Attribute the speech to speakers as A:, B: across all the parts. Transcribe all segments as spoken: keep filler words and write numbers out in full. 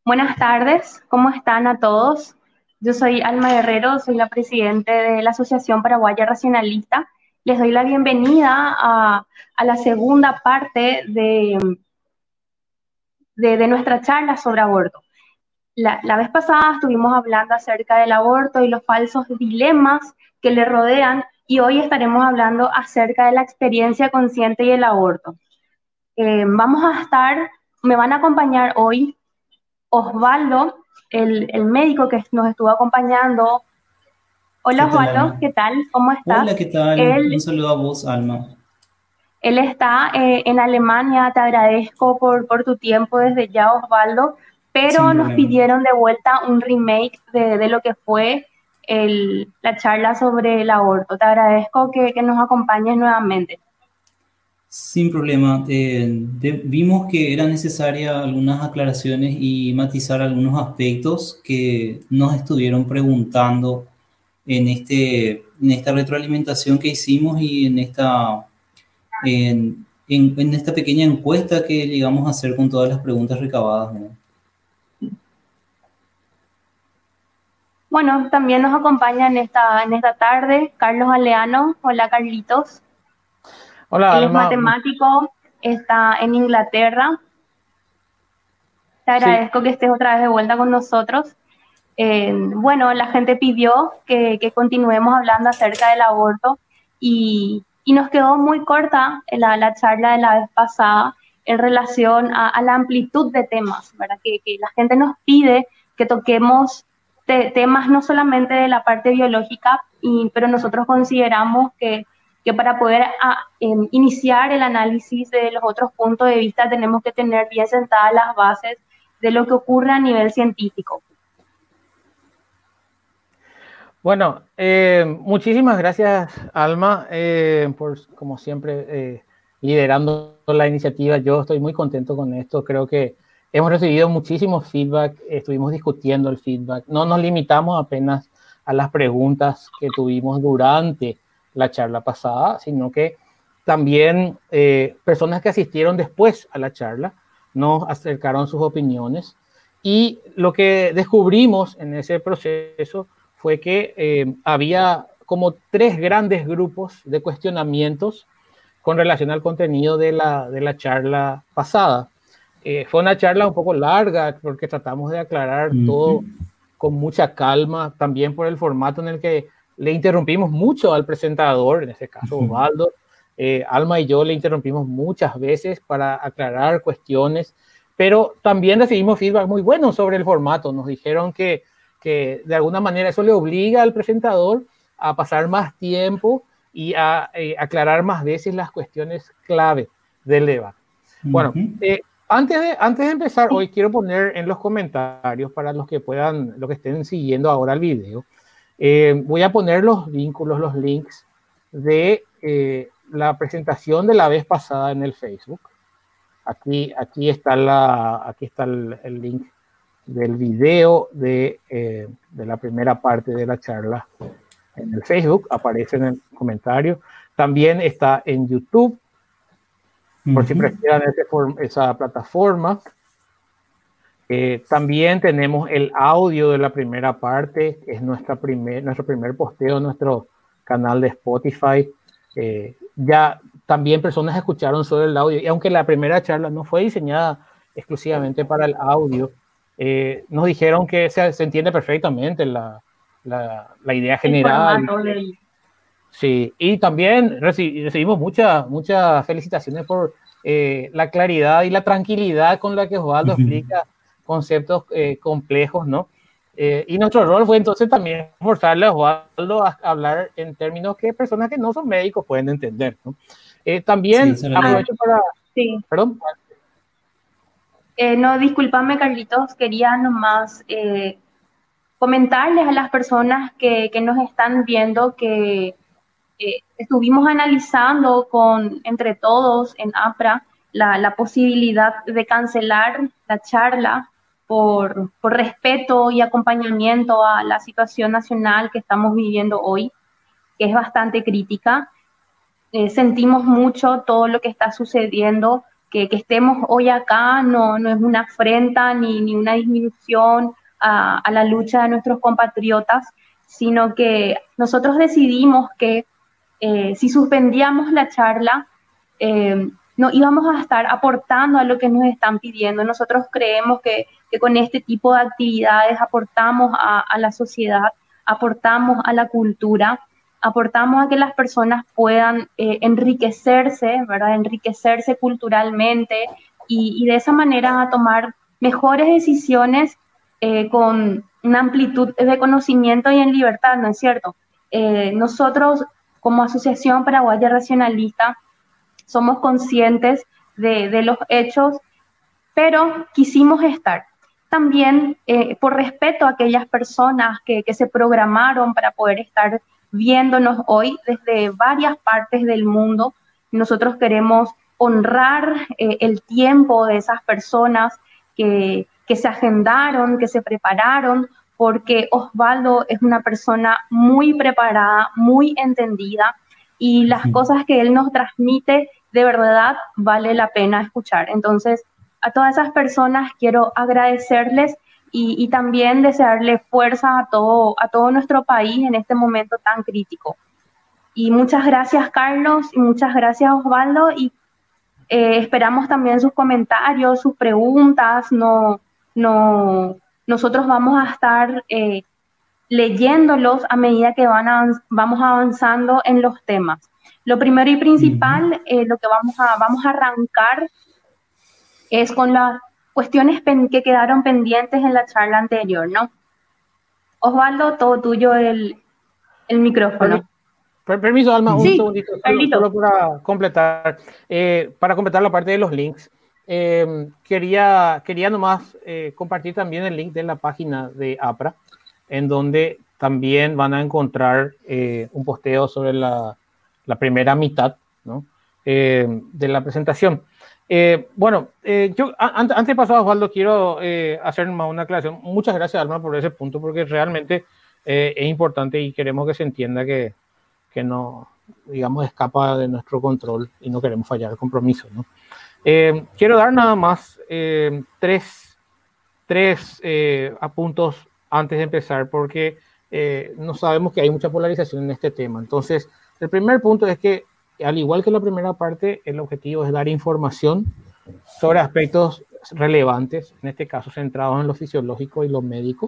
A: Buenas tardes, ¿cómo están a todos? Yo soy Alma Guerrero, soy la presidenta de la Asociación Paraguaya Racionalista. Les doy la bienvenida a, a la segunda parte de, de- de nuestra charla sobre aborto. La, la vez pasada estuvimos hablando acerca del aborto y los falsos dilemas que le rodean y hoy estaremos hablando acerca de la experiencia consciente y el aborto. Eh, vamos a estar, me van a acompañar hoy Osvaldo, el, el médico que nos estuvo acompañando.
B: ¿Qué
A: Hola
B: tal,
A: Osvaldo,
B: Alma?
A: ¿qué tal? ¿Cómo estás?
B: Hola, ¿qué tal? Un
A: Él,
B: saludo a vos, Alma.
A: él está eh, en Alemania, te agradezco por, por tu tiempo desde ya, Osvaldo,
B: Sin
A: pero nos
B: problema.
A: pidieron de vuelta un remake de, de lo que fue el, la charla sobre el aborto. Te agradezco que, que nos acompañes nuevamente.
B: Sin problema. Eh, de- vimos que eran necesarias algunas aclaraciones y matizar algunos aspectos que nos estuvieron preguntando en este, en esta retroalimentación que hicimos y en esta, en, en- en esta pequeña encuesta que llegamos a hacer con todas las preguntas recabadas, ¿no?
A: Bueno, también nos acompaña en esta, en esta tarde Carlos Aleano. Hola Carlitos.
C: Hola,
A: Él es
C: Alma. Mu-
A: matemático, está en Inglaterra. Te
C: Sí,
A: agradezco que estés otra vez de vuelta con nosotros. Eh, bueno, la gente pidió que, que continuemos hablando acerca del aborto y, y nos quedó muy corta la, la charla de la vez pasada en relación a, a la amplitud de temas, ¿verdad? Que, que la gente nos pide que toquemos te- temas no solamente de la parte biológica, y, pero nosotros consideramos que, que para poder a- em, iniciar el análisis de los otros puntos de vista tenemos que tener bien sentadas las bases de lo que ocurre a nivel científico.
C: bueno, eh, muchísimas gracias, Alma, eh, por, como siempre, eh, liderando la iniciativa. Yo estoy muy contento con esto. Creo que hemos recibido muchísimo feedback, estuvimos discutiendo el feedback. No nos limitamos apenas a las preguntas que tuvimos durante la charla pasada, sino que también eh, personas que asistieron después a la charla nos acercaron sus opiniones. Y lo que descubrimos en ese proceso fue que eh, había como tres grandes grupos de cuestionamientos con relación al contenido de la, de la charla pasada. Eh, fue una charla un poco larga porque tratamos de aclarar
B: Ujú.
C: todo con mucha calma, también por el formato en el que le interrumpimos mucho al presentador, en este caso
B: Ujú.
C: Osvaldo. Eh, Alma y yo le interrumpimos muchas veces para aclarar cuestiones, pero también recibimos feedback muy bueno sobre el formato. Nos dijeron que, que de alguna manera eso le obliga al presentador a pasar más tiempo y a eh, aclarar más veces las cuestiones clave del debate. Bueno,
B: Ujú.
C: eh, antes, de, antes de empezar, hoy quiero poner en los comentarios para los que puedan, los que estén siguiendo ahora el video, eh, voy a poner los vínculos, los links de eh, la presentación de la vez pasada en el Facebook. Aquí, aquí está, la, aquí está el, el link del video de, eh, de la primera parte de la charla en el Facebook, aparece en el comentario. También está en YouTube, por si
B: Ujú.
C: prefieran ese esa plataforma. Eh, también tenemos el audio de la primera parte, que es nuestra primer, nuestro primer posteo en nuestro canal de Spotify. Eh, ya también personas escucharon solo el audio, y aunque la primera charla no fue diseñada exclusivamente para el audio, eh, nos dijeron que se, se entiende perfectamente la, la, la idea
A: El
C: general.
A: formato del...
C: Sí, y también reci recibimos muchas muchas felicitaciones por eh, la claridad y la tranquilidad con la que Osvaldo
B: Ujú.
C: explica conceptos eh, complejos, ¿no? Eh, y nuestro rol fue entonces también forzarle a Osvaldo a hablar en términos que personas que no son médicos pueden entender, ¿no? Eh,
B: Sí,
C: también
B: esa era la idea.
A: Ah,
C: aprovecho para,
A: sí.
C: perdón,
A: Eh, no, discúlpame, Carlitos, quería nomás eh, comentarles a las personas que, que nos están viendo que eh, estuvimos analizando con, entre todos en APRA la, la posibilidad de cancelar la charla por, por respeto y acompañamiento a la situación nacional que estamos viviendo hoy, que es bastante crítica. Eh, sentimos mucho todo lo que está sucediendo, que, que estemos hoy acá no, no es una afrenta ni, ni una disminución a, a la lucha de nuestros compatriotas, sino que nosotros decidimos que eh, si suspendíamos la charla, eh, no íbamos a estar aportando a lo que nos están pidiendo. Nosotros creemos que, que con este tipo de actividades aportamos a, a la sociedad, aportamos a la cultura, aportamos a que las personas puedan eh, enriquecerse, ¿verdad? Enriquecerse culturalmente y, y de esa manera tomar mejores decisiones eh, con una amplitud de conocimiento y en libertad, ¿no es cierto? Eh, nosotros, como Asociación Paraguaya Racionalista, somos conscientes de, de los hechos, pero quisimos estar. También eh, por respeto a aquellas personas que, que se programaron para poder estar viéndonos hoy desde varias partes del mundo, nosotros queremos honrar eh, el tiempo de esas personas que, que se agendaron, que se prepararon, porque Osvaldo es una persona muy preparada, muy entendida, y las cosas que él nos transmite de verdad vale la pena escuchar. Entonces, a todas esas personas quiero agradecerles y, y también desearle fuerza a todo, a todo nuestro país en este momento tan crítico. Y muchas gracias, Carlos, y muchas gracias, Osvaldo, y eh, esperamos también sus comentarios, sus preguntas. No, no, nosotros vamos a estar eh, leyéndolos a medida que van avanz vamos avanzando en los temas. Lo primero y principal, uh-huh. eh, lo que vamos a, vamos a arrancar es con las cuestiones que quedaron pendientes en la charla anterior, ¿no? Osvaldo, todo tuyo el, el micrófono.
C: Permiso, Alma, un
A: sí,
C: segundito, solo, solo para completar, eh, para completar la parte de los links. Eh, quería, quería nomás eh, compartir también el link de la página de APRA, en donde también van a encontrar eh, un posteo sobre la, la primera mitad, ¿no? eh, de la presentación. Eh, bueno, eh, yo a, antes de pasar a Osvaldo, quiero eh, hacer más una aclaración. Muchas gracias, Alma, por ese punto, porque realmente eh, es importante y queremos que se entienda que, que no, digamos, escapa de nuestro control y no queremos fallar el compromiso, ¿no? Eh, quiero dar nada más eh, tres, tres eh, apuntos antes de empezar, porque eh, no sabemos que hay mucha polarización en este tema. Entonces, el primer punto es que, al igual que la primera parte, el objetivo es dar información sobre aspectos relevantes, en este caso centrados en lo fisiológico y lo médico.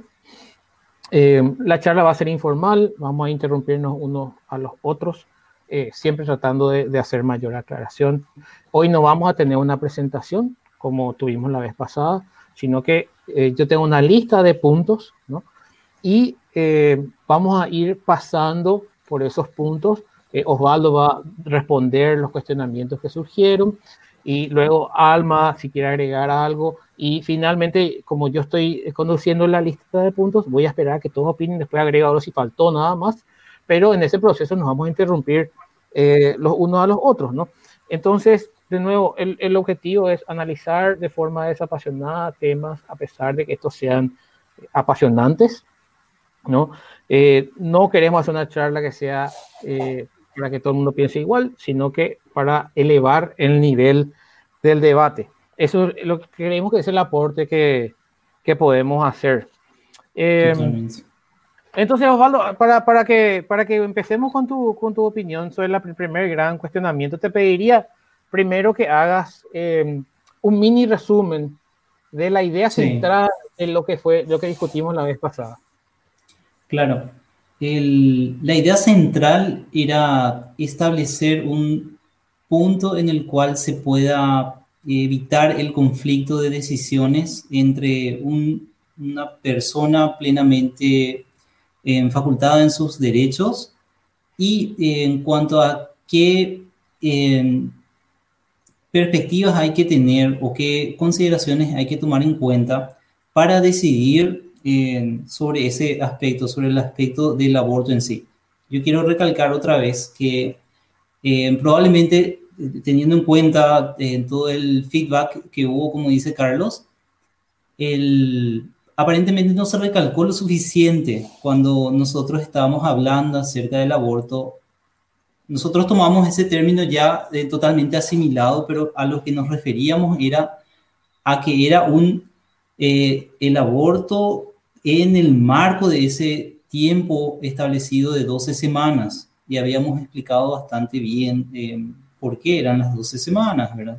C: Eh, la charla va a ser informal, vamos a interrumpirnos unos a los otros, eh, siempre tratando de, de hacer mayor aclaración. Hoy no vamos a tener una presentación como tuvimos la vez pasada, sino que eh, yo tengo una lista de puntos, ¿no? Y eh, vamos a ir pasando por esos puntos. Eh, Osvaldo va a responder los cuestionamientos que surgieron y luego Alma, si quiere agregar algo. Y finalmente, como yo estoy conduciendo la lista de puntos, voy a esperar a que todos opinen, después agrego ahora si faltó nada más, pero en ese proceso nos vamos a interrumpir eh, los unos a los otros, ¿no? Entonces, de nuevo, el, el objetivo es analizar de forma desapasionada temas, a pesar de que estos sean apasionantes, ¿no? Eh, no queremos hacer una charla que sea eh, para que todo el mundo piense igual, sino que para elevar el nivel del debate. Eso es lo que creemos que es el aporte que, que podemos hacer. Eh, entonces, Osvaldo, para, para, que, para que empecemos con tu, con tu opinión sobre la, el primer gran cuestionamiento, te pediría primero que hagas eh, un mini resumen de la idea
B: sí.
C: central en lo que fue, lo que discutimos la vez pasada.
B: Claro. El, la idea central era establecer un punto en el cual se pueda evitar el conflicto de decisiones entre un, una persona plenamente eh, facultada en sus derechos y eh, en cuanto a qué eh, perspectivas hay que tener o qué consideraciones hay que tomar en cuenta para decidir Eh, sobre ese aspecto, sobre el aspecto del aborto en sí. Yo quiero recalcar otra vez que eh, probablemente teniendo en cuenta eh, todo el feedback que hubo, como dice Carlos, el, aparentemente no se recalcó lo suficiente cuando nosotros estábamos hablando acerca del aborto nosotros tomamos ese término ya eh, totalmente asimilado, pero a lo que nos referíamos era a que era un, eh, el aborto en el marco de ese tiempo establecido de doce semanas. Y habíamos explicado bastante bien eh, por qué eran las doce semanas, ¿verdad?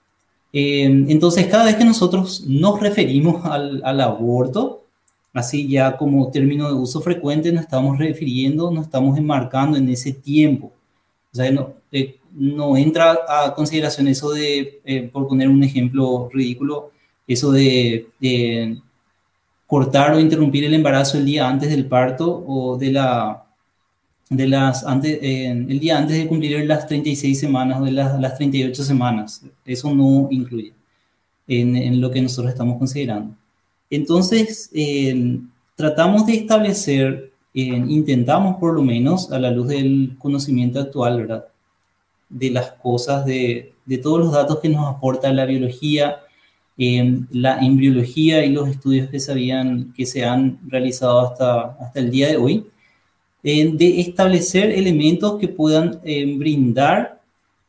B: Eh, entonces, cada vez que nosotros nos referimos al, al aborto, así ya como término de uso frecuente, nos estamos refiriendo, nos estamos enmarcando en ese tiempo. O sea, no, eh, no entra a consideración eso de, eh, por poner un ejemplo ridículo, eso de, de cortar o interrumpir el embarazo el día antes del parto o de la, de las antes, eh, el día antes de cumplir las treinta y seis semanas o de las, las treinta y ocho semanas. Eso no incluye en, en lo que nosotros estamos considerando. Entonces, eh, tratamos de establecer, eh, intentamos por lo menos, a la luz del conocimiento actual, ¿verdad?, de las cosas, de, de todos los datos que nos aporta la biología, eh, la embriología y los estudios que se, habían, que se han realizado hasta, hasta el día de hoy, eh, de establecer elementos que puedan eh, brindar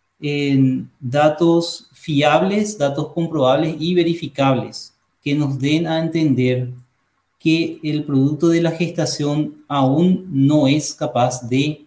B: eh, datos fiables, datos comprobables y verificables, que nos den a entender que el producto de la gestación aún no es capaz de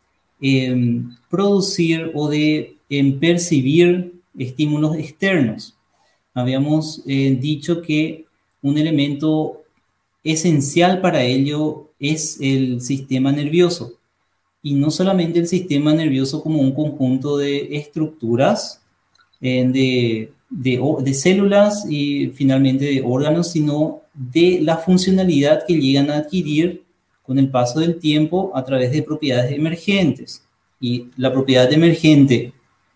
B: eh, producir o de eh, percibir estímulos externos. Habíamos eh, dicho que un elemento esencial para ello es el sistema nervioso, y no solamente el sistema nervioso como un conjunto de estructuras, eh, de, de, de células y finalmente de órganos, sino de la funcionalidad que llegan a adquirir con el paso del tiempo a través de propiedades emergentes. Y la propiedad emergente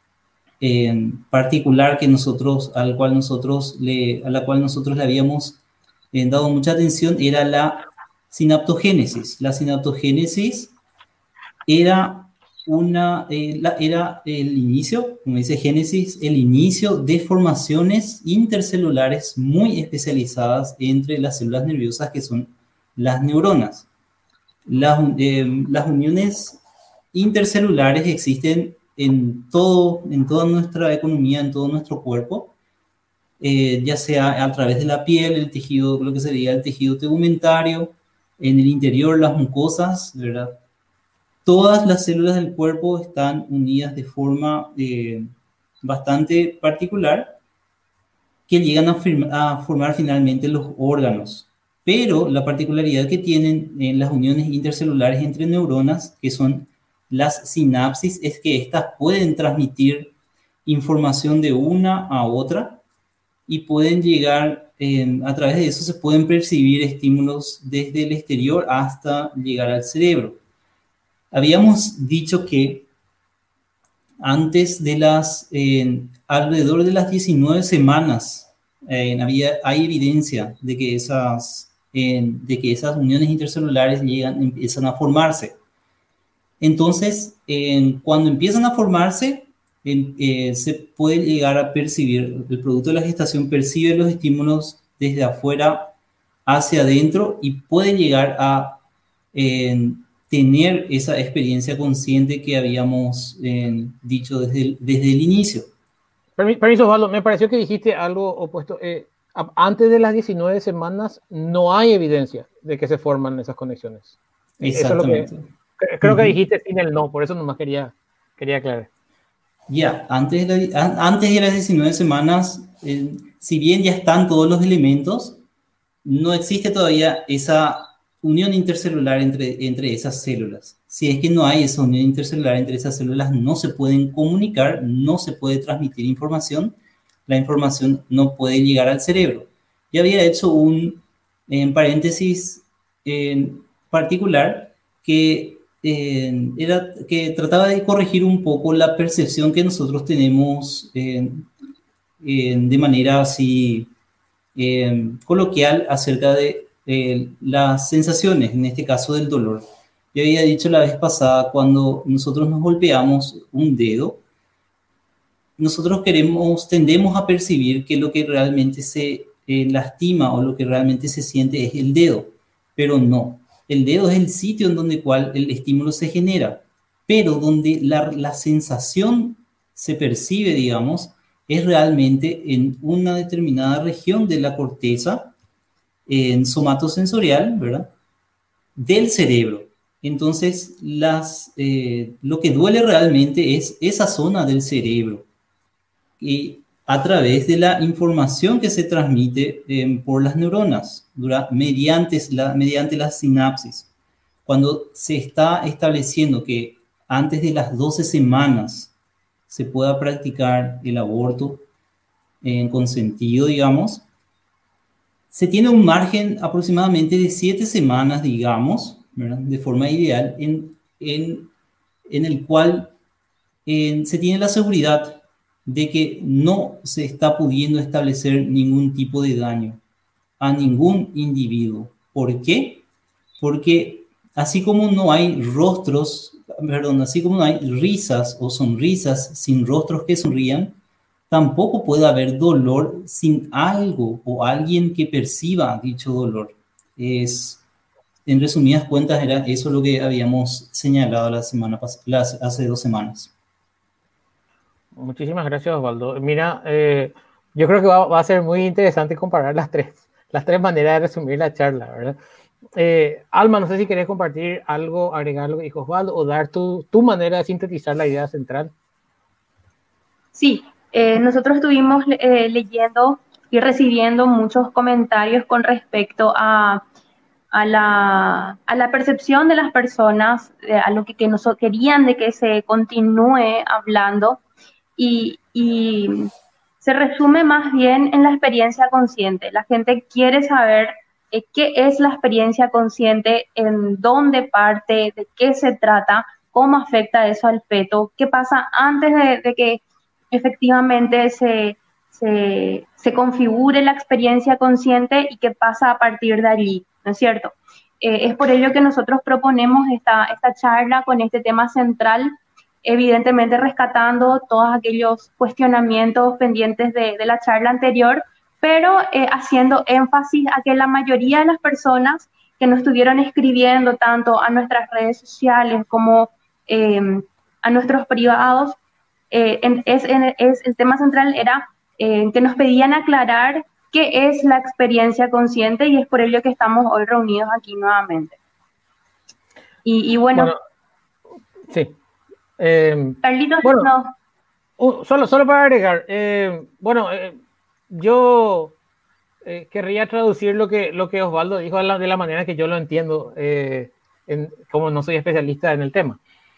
B: en particular que nosotros, al cual nosotros le, a la cual nosotros le habíamos eh, dado mucha atención era la sinaptogénesis. La sinaptogénesis era, una, eh, la, era el inicio, como dice Génesis, el inicio de formaciones intercelulares muy especializadas entre las células nerviosas que son las neuronas. Las, eh, las uniones intercelulares existen en, todo, en toda nuestra economía, en todo nuestro cuerpo, eh, ya sea a través de la piel, el tejido, lo que sería el tejido tegumentario, en el interior las mucosas, ¿verdad? Todas las células del cuerpo están unidas de forma eh, bastante particular que llegan a, firma, a formar finalmente los órganos. Pero la particularidad que tienen en las uniones intercelulares entre neuronas, que son las sinapsis, es que éstas pueden transmitir información de una a otra y pueden llegar, eh, a través de eso se pueden percibir estímulos desde el exterior hasta llegar al cerebro. Habíamos dicho que antes de las, eh, alrededor de las diecinueve semanas, eh, había, hay evidencia de que, esas, eh, de que esas uniones intercelulares llegan, empiezan a formarse. Entonces, eh, cuando empiezan a formarse, eh, eh, se puede llegar a percibir, el producto de la gestación percibe los estímulos desde afuera hacia adentro y puede llegar a eh, tener esa experiencia consciente que habíamos eh, dicho desde el, desde el inicio.
C: Permiso, Osvaldo, me pareció que dijiste algo opuesto. Eh, antes de las diecinueve semanas no hay evidencia de que se forman esas conexiones.
B: Exactamente.
C: Eso es lo que, creo que dijiste sin el no, por eso nomás quería, quería aclarar.
B: Ya, yeah, antes, de la, antes de las diecinueve semanas, eh, si bien ya están todos los elementos, no existe todavía esa unión intercelular entre, entre esas células. Si es que no hay esa unión intercelular entre esas células, no se pueden comunicar, no se puede transmitir información, la información no puede llegar al cerebro. Yo había hecho un en paréntesis en particular que, eh, era, que trataba de corregir un poco la percepción que nosotros tenemos eh, eh, de manera así eh, coloquial acerca de Eh, las sensaciones, en este caso del dolor. Yo había dicho la vez pasada, cuando nosotros nos golpeamos un dedo, nosotros queremos, tendemos a percibir que lo que realmente se eh, lastima o lo que realmente se siente es el dedo, pero no. El dedo es el sitio en donde cual el estímulo se genera, pero donde la, la sensación se percibe, digamos, es realmente en una determinada región de la corteza, en somatosensorial, ¿verdad?, del cerebro. Entonces, las, eh, lo que duele realmente es esa zona del cerebro, y a través de la información que se transmite eh, por las neuronas, dura, mediante, la, mediante las sinapsis. Cuando se está estableciendo que antes de las doce semanas se pueda practicar el aborto en consentido, digamos, se tiene un margen aproximadamente de siete semanas, digamos, ¿verdad?, de forma ideal, en, en, en el cual eh, se tiene la seguridad de que no se está pudiendo establecer ningún tipo de daño a ningún individuo. ¿Por qué? Porque así como no hay rostros, perdón, así como no hay risas o sonrisas sin rostros que sonrían, tampoco puede haber dolor sin algo o alguien que perciba dicho dolor. Es, en resumidas cuentas, era eso lo que habíamos señalado la semana pasada, hace dos semanas.
C: Muchísimas gracias, Osvaldo. Mira, eh, yo creo que va, va a ser muy interesante comparar las tres, las tres maneras de resumir la charla, ¿verdad? Eh, Alma, no sé si querés compartir algo, agregar lo que dijo Osvaldo o dar tu, tu manera de sintetizar la idea central.
A: Sí, eh, nosotros estuvimos eh, leyendo y recibiendo muchos comentarios con respecto a, a, la, a la percepción de las personas, eh, a lo que, que nos querían de que se continúe hablando, y, y se resume más bien en la experiencia consciente. La gente quiere saber eh, qué es la experiencia consciente, en dónde parte, de qué se trata, cómo afecta eso al feto, qué pasa antes de, de que efectivamente se, se, se configure la experiencia consciente y qué pasa a partir de allí, ¿no es cierto? Eh, es por ello que nosotros proponemos esta, esta charla con este tema central, evidentemente rescatando todos aquellos cuestionamientos pendientes de, de la charla anterior, pero eh, haciendo énfasis a que la mayoría de las personas que nos estuvieron escribiendo tanto a nuestras redes sociales como eh, a nuestros privados, eh, en, es, en, es, el tema central era eh, que nos pedían aclarar qué es la experiencia consciente, y es por ello que estamos hoy reunidos aquí nuevamente. Y, y bueno,
C: bueno, sí. Eh,
A: Carlitos,
C: bueno,
A: no.
C: uh, solo, solo para agregar, eh, bueno, eh, yo eh, querría traducir lo que, lo que Osvaldo dijo de la, de la manera que yo lo entiendo, eh, en, como no soy especialista en el tema.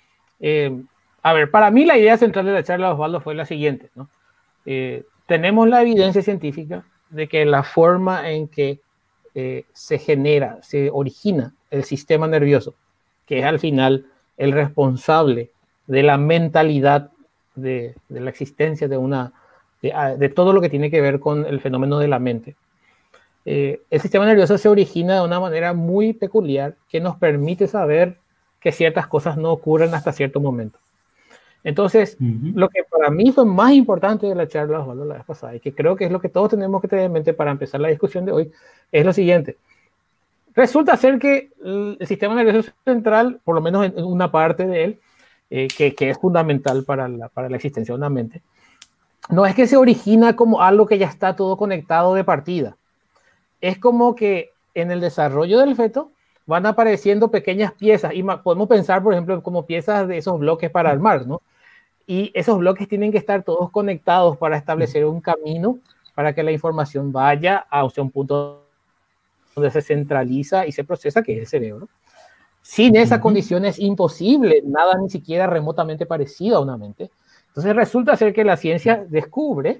C: Eh, a ver, para mí la idea central de la charla de Osvaldo fue la siguiente, ¿no? Eh, tenemos la evidencia científica de que la forma en que eh, se genera, se origina el sistema nervioso, que es al final el responsable de la mentalidad de, de la existencia de una, de, de todo lo que tiene que ver con el fenómeno de la mente. Eh, el sistema nervioso se origina de una manera muy peculiar que nos permite saber que ciertas cosas no ocurren hasta cierto momento. Entonces, uh-huh. lo que para mí fue más importante de la charla de Osvaldo la vez pasada, y que creo que es lo que todos tenemos que tener en mente para empezar la discusión de hoy, es lo siguiente. Resulta ser que el sistema nervioso central, por lo menos en una parte de él, eh, que, que es fundamental para la, para la existencia de una mente, no es que se origina como algo que ya está todo conectado de partida. Es como que en el desarrollo del feto van apareciendo pequeñas piezas, y podemos pensar, por ejemplo, como piezas de esos bloques para armar, ¿no? Y esos bloques tienen que estar todos conectados para establecer un camino para que la información vaya a un punto donde se centraliza y se procesa, que es el cerebro. Sin esa uh-huh. condición es imposible nada ni siquiera remotamente parecido a una mente. Entonces resulta ser que la ciencia descubre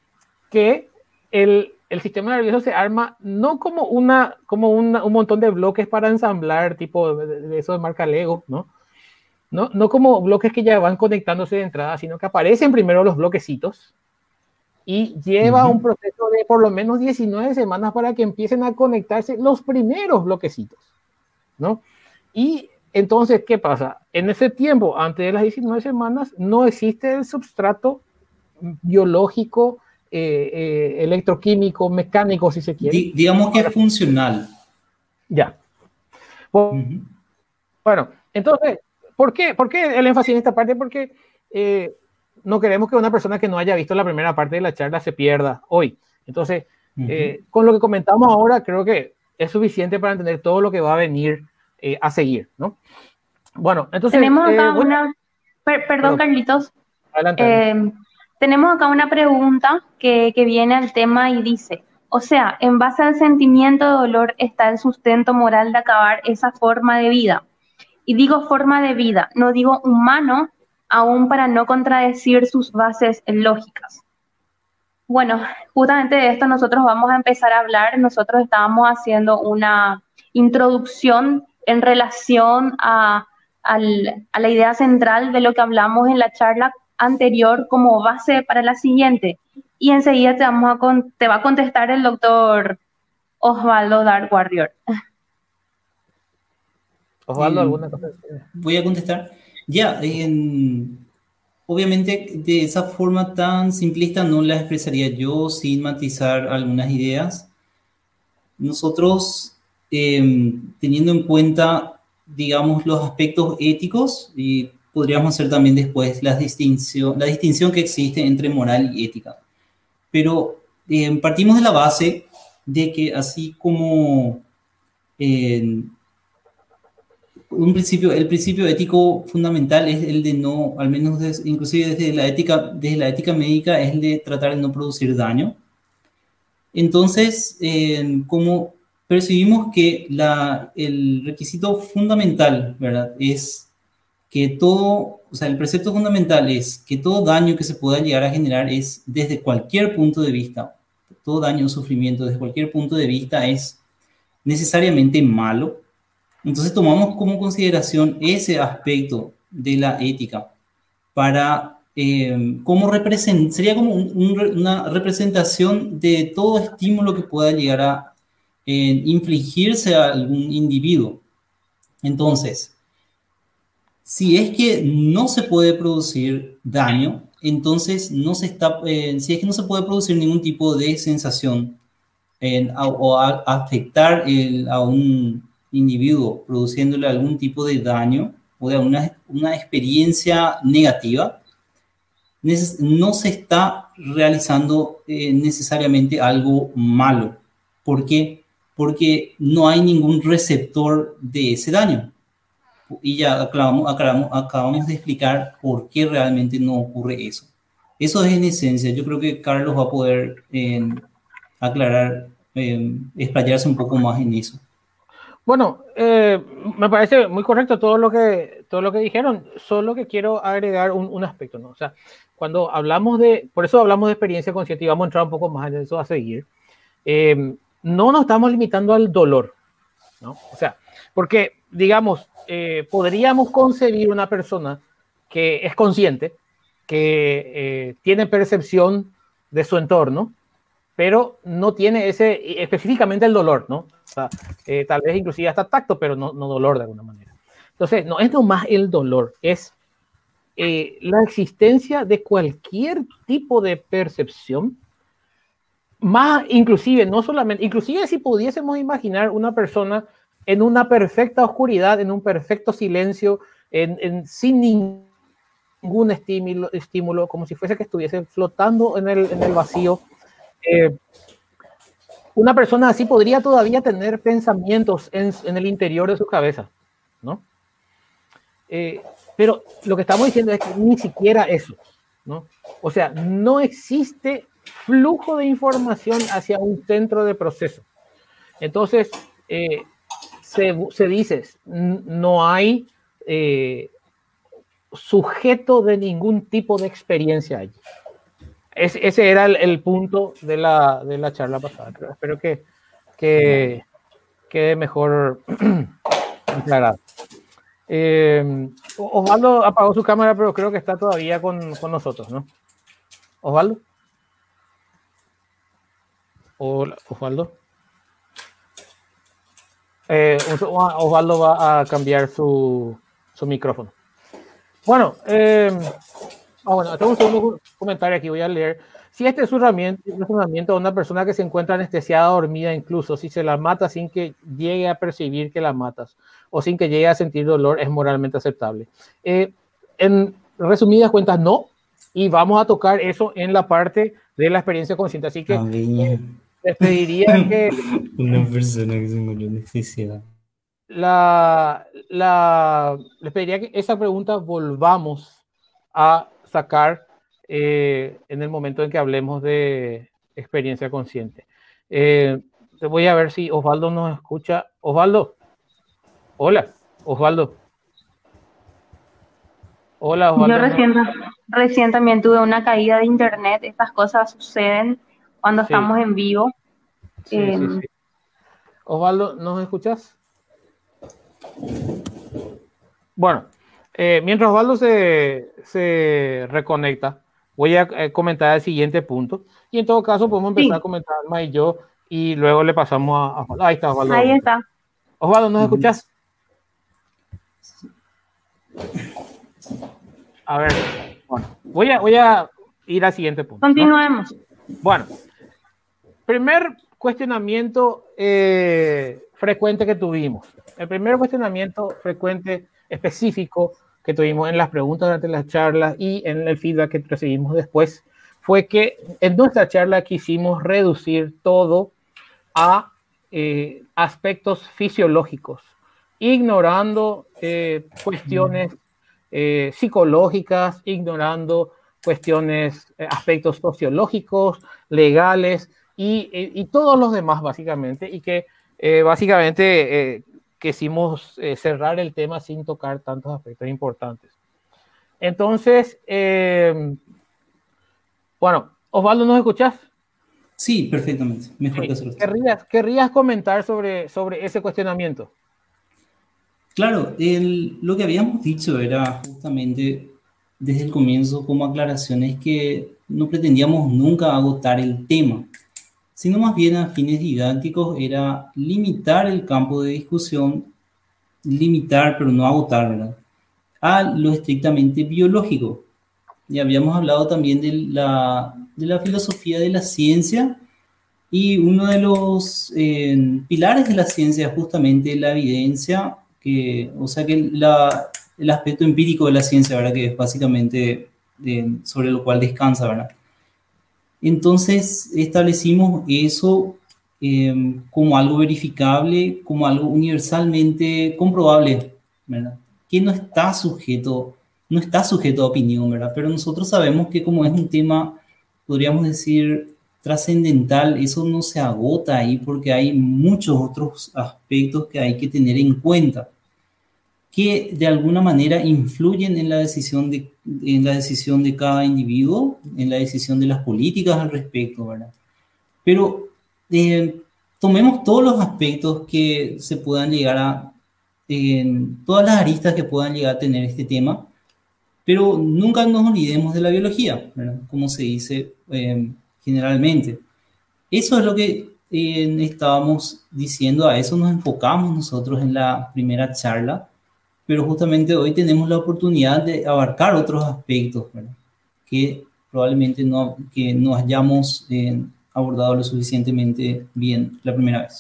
C: que el, el sistema nervioso se arma no como, una, como una, un montón de bloques para ensamblar, tipo de, de eso de marca Lego, ¿no? ¿no? No como bloques que ya van conectándose de entrada, sino que aparecen primero los bloquecitos y lleva uh-huh. un proceso de por lo menos diecinueve semanas para que empiecen a conectarse los primeros bloquecitos, ¿no? Y entonces, ¿qué pasa? En ese tiempo, antes de las diecinueve semanas, no existe el substrato biológico, eh, eh, electroquímico, mecánico, si se quiere.
B: D- digamos que es funcional.
C: Ya. Bueno, uh-huh. bueno, entonces, ¿por qué? ¿Por qué el énfasis en esta parte? Porque eh, no queremos que una persona que no haya visto la primera parte de la charla se pierda hoy. Entonces, uh-huh. eh, con lo que comentamos ahora, creo que es suficiente para entender todo lo que va a venir eh, a seguir, ¿no? Bueno, entonces...
A: Tenemos acá
C: eh, bueno,
A: una... Per, perdón, perdón, Carlitos.
C: Adelante.
A: Eh, tenemos acá una pregunta que, que viene al tema y dice, o sea, en base al sentimiento de dolor está el sustento moral de acabar esa forma de vida. Y digo forma de vida, no digo humano, aún para no contradecir sus bases lógicas. Bueno, justamente de esto nosotros vamos a empezar a hablar. Nosotros estábamos haciendo una introducción en relación a, al, a la idea central de lo que hablamos en la charla anterior como base para la siguiente. Y enseguida te, vamos a con, te va a contestar el doctor Osvaldo Dark Warrior.
C: Osvaldo, ¿alguna cosa?
B: Voy a contestar. Ya, en, obviamente de esa forma tan simplista no la expresaría yo sin matizar algunas ideas. Nosotros, eh, teniendo en cuenta, digamos, los aspectos éticos, y podríamos hacer también después la distinción, la distinción que existe entre moral y ética. Pero eh, partimos de la base de que así como... Eh, un principio, el principio ético fundamental es el de no, al menos des, inclusive desde la ética, desde la ética médica, es el de tratar de no producir daño. Entonces, eh, como percibimos que la, el requisito fundamental, ¿verdad?, es que todo, o sea, el precepto fundamental es que todo daño que se pueda llegar a generar es desde cualquier punto de vista, todo daño o sufrimiento desde cualquier punto de vista es necesariamente malo. Entonces tomamos como consideración ese aspecto de la ética para, eh, como represent, sería como un, un, una representación de todo estímulo que pueda llegar a eh, infligirse a algún individuo. Entonces, si es que no se puede producir daño, entonces no se está, eh, si es que no se puede producir ningún tipo de sensación eh, a, o a, a afectar el, a un individuo produciéndole algún tipo de daño o de una, una experiencia negativa, no se está realizando eh, necesariamente algo malo. ¿Por qué? Porque no hay ningún receptor de ese daño. Y ya acabamos, acabamos, acabamos de explicar por qué realmente no ocurre eso. Eso es en esencia. Yo creo que Carlos va a poder eh, aclarar, eh, explayarse un poco más en eso.
C: Bueno, eh, me parece muy correcto todo lo que, todo lo que dijeron, solo que quiero agregar un, un aspecto, ¿no? O sea, cuando hablamos de, por eso hablamos de experiencia consciente y vamos a entrar un poco más en eso a seguir, eh, no nos estamos limitando al dolor, ¿no? O sea, porque, digamos, eh, podríamos concebir una persona que es consciente, que eh, tiene percepción de su entorno, pero no tiene ese, específicamente el dolor, ¿no? O sea, eh, tal vez inclusive hasta tacto, pero no, no dolor de alguna manera. Entonces, no es nomás el dolor, es eh, la existencia de cualquier tipo de percepción, más inclusive, no solamente, inclusive si pudiésemos imaginar una persona en una perfecta oscuridad, en un perfecto silencio, en, en, sin ningún estímulo, estímulo, como si fuese que estuviese flotando en el, en el vacío. Eh, una persona así podría todavía tener pensamientos en, en el interior de su cabeza, ¿no? Eh, pero lo que estamos diciendo es que ni siquiera eso, ¿no? O sea, no existe flujo de información hacia un centro de proceso. Entonces, eh, se, se dice, no hay eh, sujeto de ningún tipo de experiencia allí. Es, ese era el, el punto de la, de la charla pasada. Pero espero que quede que mejor aclarado. Eh, Osvaldo apagó su cámara, pero creo que está todavía con, con nosotros, ¿no? Osvaldo. Hola, Osvaldo. Eh, Osvaldo va a cambiar su, su micrófono. Bueno, eh, Ah, bueno, tengo un segundo comentario aquí, voy a leer. Si este es un razonamiento de una persona que se encuentra anestesiada, dormida, incluso si se la mata sin que llegue a percibir que la matas o sin que llegue a sentir dolor, es moralmente aceptable. Eh, en resumidas cuentas, no. Y vamos a tocar eso en la parte de la experiencia consciente. Así que eh, les pediría que...
B: Una persona que se encuentra anestesiada.
C: La, la, les pediría que esa pregunta volvamos a sacar eh, en el momento en que hablemos de experiencia consciente. Eh, voy a ver si Osvaldo nos escucha. Osvaldo. Hola, Osvaldo. Hola, Osvaldo.
A: Yo recién, recién también tuve una caída de internet. Estas cosas suceden cuando
C: Sí.
A: estamos en vivo.
C: Sí,
A: eh,
C: sí, sí. Osvaldo, ¿nos escuchas? Bueno, eh, mientras Osvaldo se, se reconecta, voy a eh, comentar el siguiente punto. Y en todo caso, podemos empezar
A: sí,
C: a comentar Alma y yo, y luego le pasamos a, a Osvaldo. Ahí está, Osvaldo.
A: ahí está.
C: Osvaldo, ¿nos escuchas? A ver, bueno, voy a, voy a ir al siguiente punto, ¿no?
A: Continuemos.
C: Bueno, primer cuestionamiento eh, frecuente que tuvimos. El primer cuestionamiento frecuente específico que tuvimos en las preguntas durante las charlas y en el feedback que recibimos después fue que en nuestra charla quisimos reducir todo a eh, aspectos fisiológicos, ignorando eh, cuestiones eh, psicológicas, ignorando cuestiones, eh, aspectos sociológicos, legales y, y, y todos los demás básicamente, y que eh, básicamente eh, quisimos eh, cerrar el tema sin tocar tantos aspectos importantes. Entonces, eh, bueno, Osvaldo, ¿nos escuchás?
B: Sí, perfectamente. Mejor
C: Sí.
B: que hacerlo.
C: ¿Querrías, ¿Querrías comentar sobre, sobre ese cuestionamiento?
B: Claro, el, lo que habíamos dicho era justamente desde el comienzo como aclaraciones que no pretendíamos nunca agotar el tema, sino más bien a fines didácticos era limitar el campo de discusión, limitar pero no agotar, ¿verdad?, a lo estrictamente biológico. Y habíamos hablado también de la, de la filosofía de la ciencia, y uno de los eh, pilares de la ciencia es justamente la evidencia, que, o sea que la, el aspecto empírico de la ciencia, ¿verdad?, que es básicamente eh, sobre lo cual descansa, ¿verdad? Entonces establecimos eso eh, como algo verificable, como algo universalmente comprobable, ¿verdad?, que no está sujeto, no está sujeto a opinión, ¿verdad? Pero nosotros sabemos que como es un tema, podríamos decir, trascendental, eso no se agota ahí porque hay muchos otros aspectos que hay que tener en cuenta, que de alguna manera influyen en la decisión de, en la decisión de cada individuo, en la decisión de las políticas al respecto, ¿verdad? Pero eh, tomemos todos los aspectos que se puedan llegar a, eh, todas las aristas que puedan llegar a tener este tema, pero nunca nos olvidemos de la biología, ¿verdad?, como se dice eh, generalmente. Eso es lo que eh, estábamos diciendo, a eso nos enfocamos nosotros en la primera charla, pero justamente hoy tenemos la oportunidad de abarcar otros aspectos, ¿verdad?, que probablemente no, que no hayamos eh, abordado lo suficientemente bien la primera vez.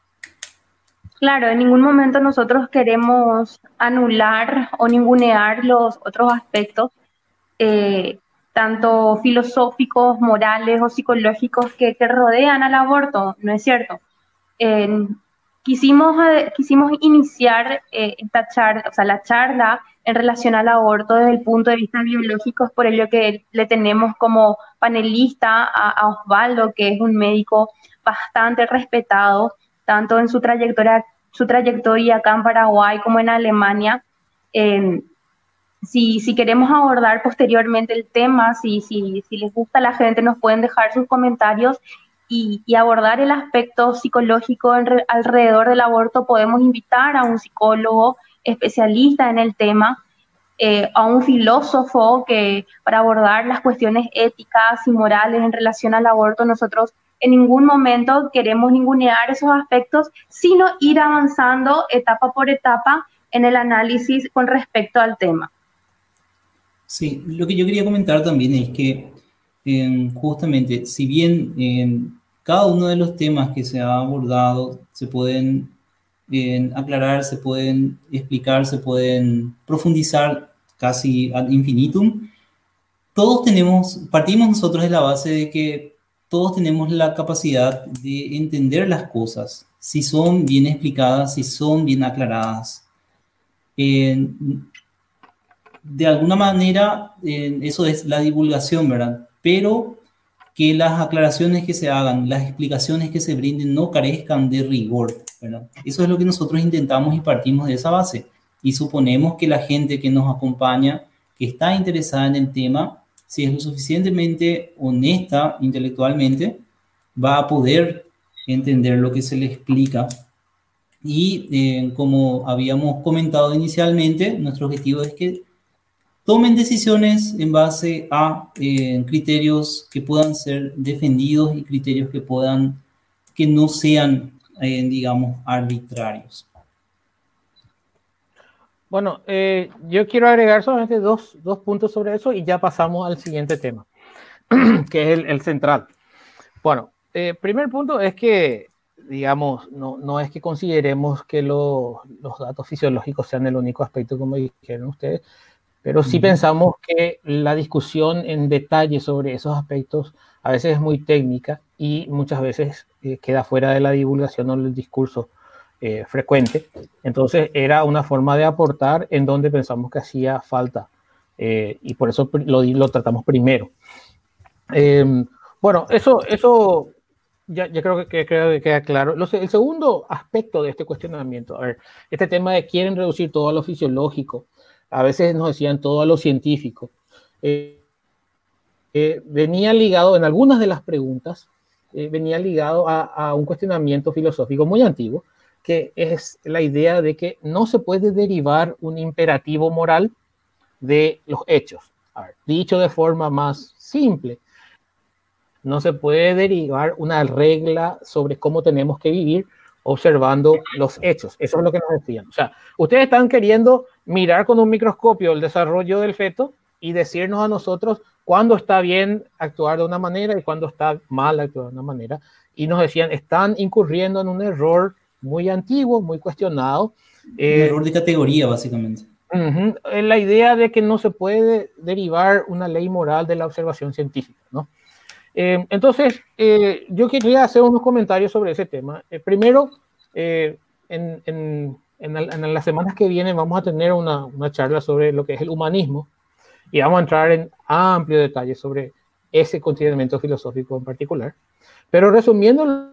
A: Claro, en ningún momento nosotros queremos anular o ningunear los otros aspectos, eh, tanto filosóficos, morales o psicológicos que, que rodean al aborto, ¿no es cierto? Eh, quisimos, eh, quisimos iniciar eh, esta charla, o sea, la charla en relación al aborto desde el punto de vista biológico, es por ello que le tenemos como panelista a, a Osvaldo, que es un médico bastante respetado, tanto en su trayectoria, su trayectoria acá en Paraguay como en Alemania. Eh, si, si queremos abordar posteriormente el tema, si, si, si les gusta a la gente, nos pueden dejar sus comentarios y, y abordar el aspecto psicológico en re, alrededor del aborto. Podemos invitar a un psicólogo especialista en el tema, eh, a un filósofo que para abordar las cuestiones éticas y morales en relación al aborto. Nosotros en ningún momento queremos ningunear esos aspectos, sino ir avanzando etapa por etapa en el análisis con respecto al tema.
B: Sí, lo que yo quería comentar también es que eh, justamente, si bien eh, cada uno de los temas que se ha abordado se pueden eh, aclarar, se pueden explicar, se pueden profundizar casi ad infinitum, todos tenemos, partimos nosotros de la base de que todos tenemos la capacidad de entender las cosas, si son bien explicadas, si son bien aclaradas. Eh, de alguna manera, eh, eso es la divulgación, ¿verdad? Pero que las aclaraciones que se hagan, las explicaciones que se brinden no carezcan de rigor, ¿verdad? Eso es lo que nosotros intentamos y partimos de esa base. Y suponemos que la gente que nos acompaña, que está interesada en el tema, si es lo suficientemente honesta intelectualmente, va a poder entender lo que se le explica. Y eh, como habíamos comentado inicialmente, nuestro objetivo es que tomen decisiones en base a eh, criterios que puedan ser defendidos y criterios que puedan, que no sean, eh, digamos, arbitrarios.
C: Bueno, eh, yo quiero agregar solamente dos, dos puntos sobre eso y ya pasamos al siguiente tema, que es el, el central. Bueno, eh, primer punto es que, digamos, no, no es que consideremos que lo, los datos fisiológicos sean el único aspecto, como dijeron ustedes, pero sí uh-huh. pensamos que la discusión en detalle sobre esos aspectos a veces es muy técnica y muchas veces eh, queda fuera de la divulgación o del discurso eh, frecuente. Entonces era una forma de aportar en donde pensamos que hacía falta eh, y por eso lo, lo tratamos primero. Eh, bueno, eso, eso ya, ya creo que, creo que queda claro. Lo, el segundo aspecto de este cuestionamiento, a ver, este tema de quieren reducir todo a lo fisiológico, a veces nos decían todo a lo científico, eh, eh, venía ligado en algunas de las preguntas, eh, venía ligado a, a un cuestionamiento filosófico muy antiguo, que es la idea de que no se puede derivar un imperativo moral de los hechos. A ver, dicho de forma más simple, no se puede derivar una regla sobre cómo tenemos que vivir observando los hechos. Eso es lo que nos decían. O sea, ustedes están queriendo mirar con un microscopio el desarrollo del feto y decirnos a nosotros cuándo está bien actuar de una manera y cuándo está mal actuar de una manera. Y nos decían, están incurriendo en un error muy antiguo, muy cuestionado.
B: Un eh, error de categoría, básicamente.
C: Uh-huh, la idea de que no se puede derivar una ley moral de la observación científica, ¿no? Eh, entonces, eh, yo quería hacer unos comentarios sobre ese tema. Eh, primero, eh, en, en, en, en las semanas que vienen vamos a tener una, una charla sobre lo que es el humanismo y vamos a entrar en amplio detalle sobre ese cuestionamiento filosófico en particular. Pero resumiéndolo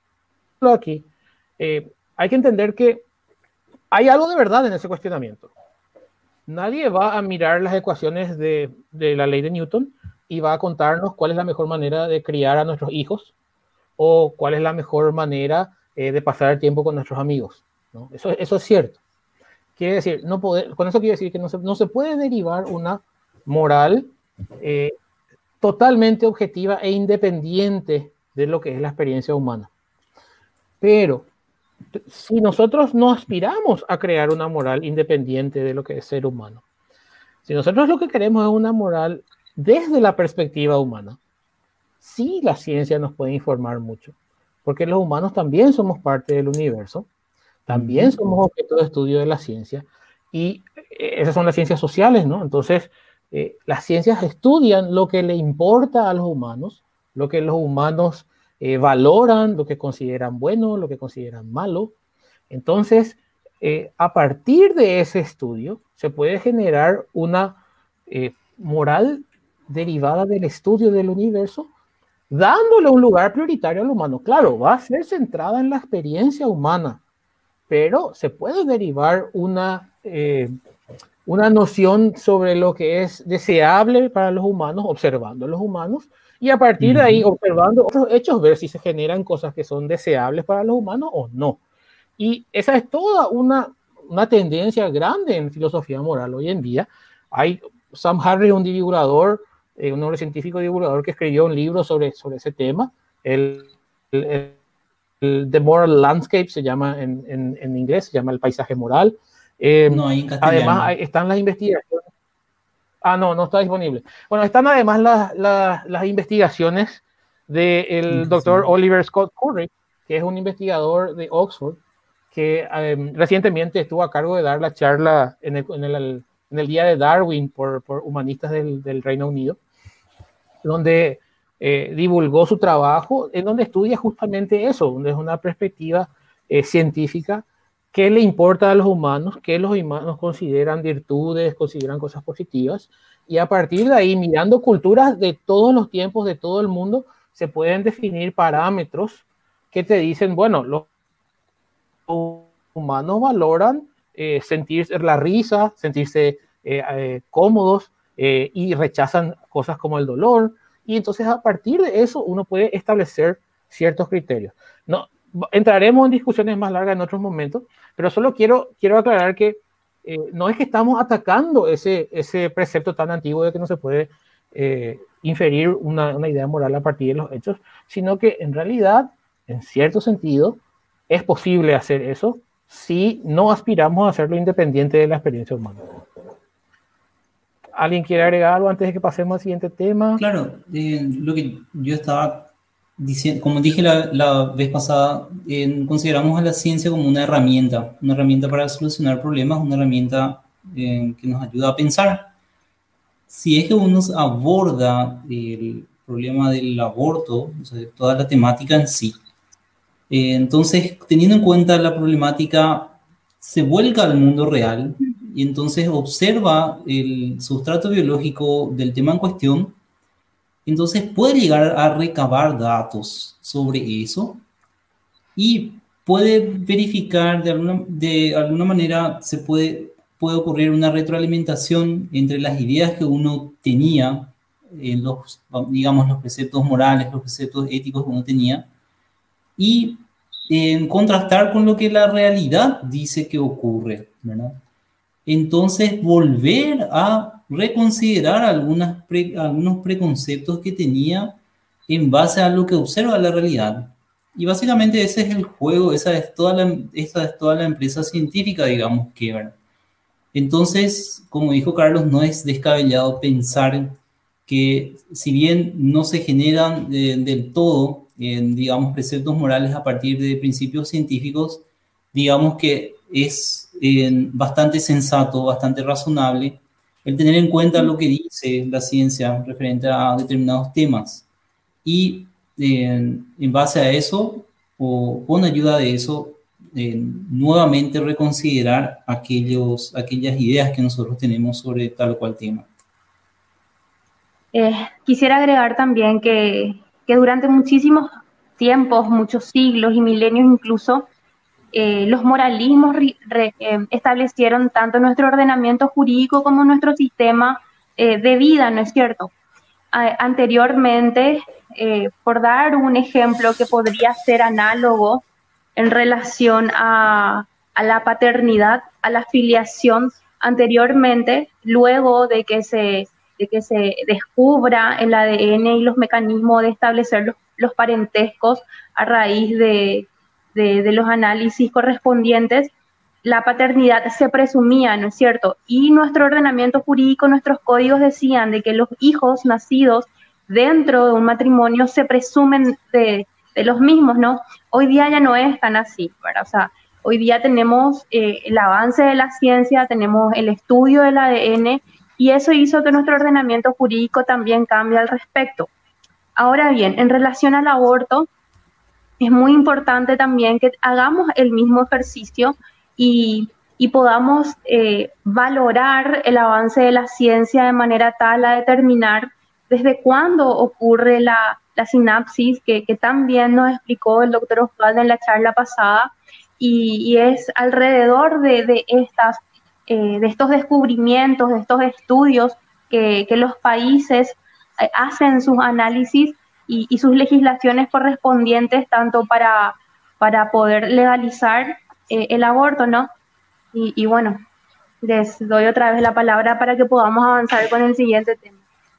C: aquí, eh, hay que entender que hay algo de verdad en ese cuestionamiento. Nadie va a mirar las ecuaciones de, de la ley de Newton y va a contarnos cuál es la mejor manera de criar a nuestros hijos o cuál es la mejor manera eh, de pasar el tiempo con nuestros amigos, ¿no? Eso, eso es cierto. Quiere decir, no poder, con eso quiere decir que no se, no se puede derivar una moral eh, totalmente objetiva e independiente de lo que es la experiencia humana. Pero si nosotros no aspiramos a crear una moral independiente de lo que es ser humano, si nosotros lo que queremos es una moral desde la perspectiva humana, sí la ciencia nos puede informar mucho, porque los humanos también somos parte del universo, también uh-huh. somos objeto de estudio de la ciencia, y esas son las ciencias sociales, ¿no? Entonces, eh, las ciencias estudian lo que le importa a los humanos, lo que los humanos eh, valoran, lo que consideran bueno, lo que consideran malo. Entonces, eh, a partir de ese estudio, se puede generar una eh, moral derivada del estudio del universo, dándole un lugar prioritario al humano. Claro, va a ser centrada en la experiencia humana, pero se puede derivar una, eh, una noción sobre lo que es deseable para los humanos, observando a los humanos, y a partir de ahí, observando otros hechos, ver si se generan cosas que son deseables para los humanos o no. Y esa es toda una, una tendencia grande en filosofía moral hoy en día. Hay Sam Harris, un divulgador, eh, un neurocientífico divulgador que escribió un libro sobre, sobre ese tema, el, el, el The Moral Landscape se llama en, en, en inglés, se llama El paisaje moral. Eh,
B: no, en
C: además hay, están las investigaciones. Ah, no, no está disponible. Bueno, están además las, las, las investigaciones del doctor Oliver Scott Curry, que es un investigador de Oxford, que eh, recientemente estuvo a cargo de dar la charla en el, en el, en el Día de Darwin por, por humanistas del, del Reino Unido, donde eh, divulgó su trabajo, en donde estudia justamente eso, donde es una perspectiva eh, científica, qué le importa a los humanos, qué los humanos consideran virtudes, consideran cosas positivas, y a partir de ahí, mirando culturas de todos los tiempos, de todo el mundo, se pueden definir parámetros que te dicen, bueno, los humanos valoran eh, sentirse la risa, sentirse eh, eh, cómodos eh, y rechazan cosas como el dolor, y entonces a partir de eso uno puede establecer ciertos criterios. No, entraremos en discusiones más largas en otros momentos, pero solo quiero, quiero aclarar que eh, no es que estamos atacando ese, ese precepto tan antiguo de que no se puede eh, inferir una, una idea moral a partir de los hechos, sino que en realidad, en cierto sentido, es posible hacer eso si no aspiramos a hacerlo independiente de la experiencia humana. ¿Alguien quiere agregar algo antes de que pasemos al siguiente tema?
B: Claro, eh, lo que yo estaba diciendo, como dije la, la vez pasada, eh, consideramos a la ciencia como una herramienta, una herramienta para solucionar problemas, una herramienta eh, que nos ayuda a pensar. Si es que uno aborda el problema del aborto, o sea, toda la temática en sí, eh, entonces, teniendo en cuenta la problemática, se vuelca al mundo real y entonces observa el sustrato biológico del tema en cuestión, entonces puede llegar a recabar datos sobre eso y puede verificar de alguna, de alguna manera, se puede, puede ocurrir una retroalimentación entre las ideas que uno tenía, en los, digamos, los preceptos morales, los preceptos éticos que uno tenía, y en contrastar con lo que la realidad dice que ocurre, ¿verdad? Entonces, volver a reconsiderar algunas pre, algunos preconceptos que tenía en base a lo que observa la realidad. Y básicamente ese es el juego, esa es toda la, esa es toda la empresa científica, digamos, que, ¿verdad? Entonces, como dijo Carlos, no es descabellado pensar que si bien no se generan eh, del todo, eh, digamos, preceptos morales a partir de principios científicos, digamos que es eh, bastante sensato, bastante razonable el tener en cuenta lo que dice la ciencia referente a determinados temas. Y eh, en base a eso, o con ayuda de eso, eh, nuevamente reconsiderar aquellos, aquellas ideas que nosotros tenemos sobre tal o cual tema.
A: Eh, quisiera agregar también que, que durante muchísimos tiempos, muchos siglos y milenios incluso, eh, los moralismos re, re, eh, establecieron tanto nuestro ordenamiento jurídico como nuestro sistema eh, de vida, ¿no es cierto? A, anteriormente, eh, por dar un ejemplo que podría ser análogo en relación a, a la paternidad, a la filiación, anteriormente, luego de que se de que se descubra el A D N y los mecanismos de establecer los, los parentescos a raíz de, de, de los análisis correspondientes, la paternidad se presumía, ¿no es cierto? Y nuestro ordenamiento jurídico, nuestros códigos decían de que los hijos nacidos dentro de un matrimonio se presumen de, de los mismos, ¿no? Hoy día ya no es tan así, ¿verdad? O sea, hoy día tenemos eh, el avance de la ciencia, tenemos el estudio del A D N, y eso hizo que nuestro ordenamiento jurídico también cambie al respecto. Ahora bien, en relación al aborto, es muy importante también que hagamos el mismo ejercicio y, y podamos eh, valorar el avance de la ciencia de manera tal a determinar desde cuándo ocurre la, la sinapsis, que, que también nos explicó el doctor Osvaldo en la charla pasada, y, y es alrededor de, de estas Eh, de estos descubrimientos, de estos estudios que, que los países eh, hacen sus análisis y, y sus legislaciones correspondientes tanto para, para poder legalizar eh, el aborto, ¿no? Y, y bueno, les doy otra vez la palabra para que podamos avanzar con el siguiente tema.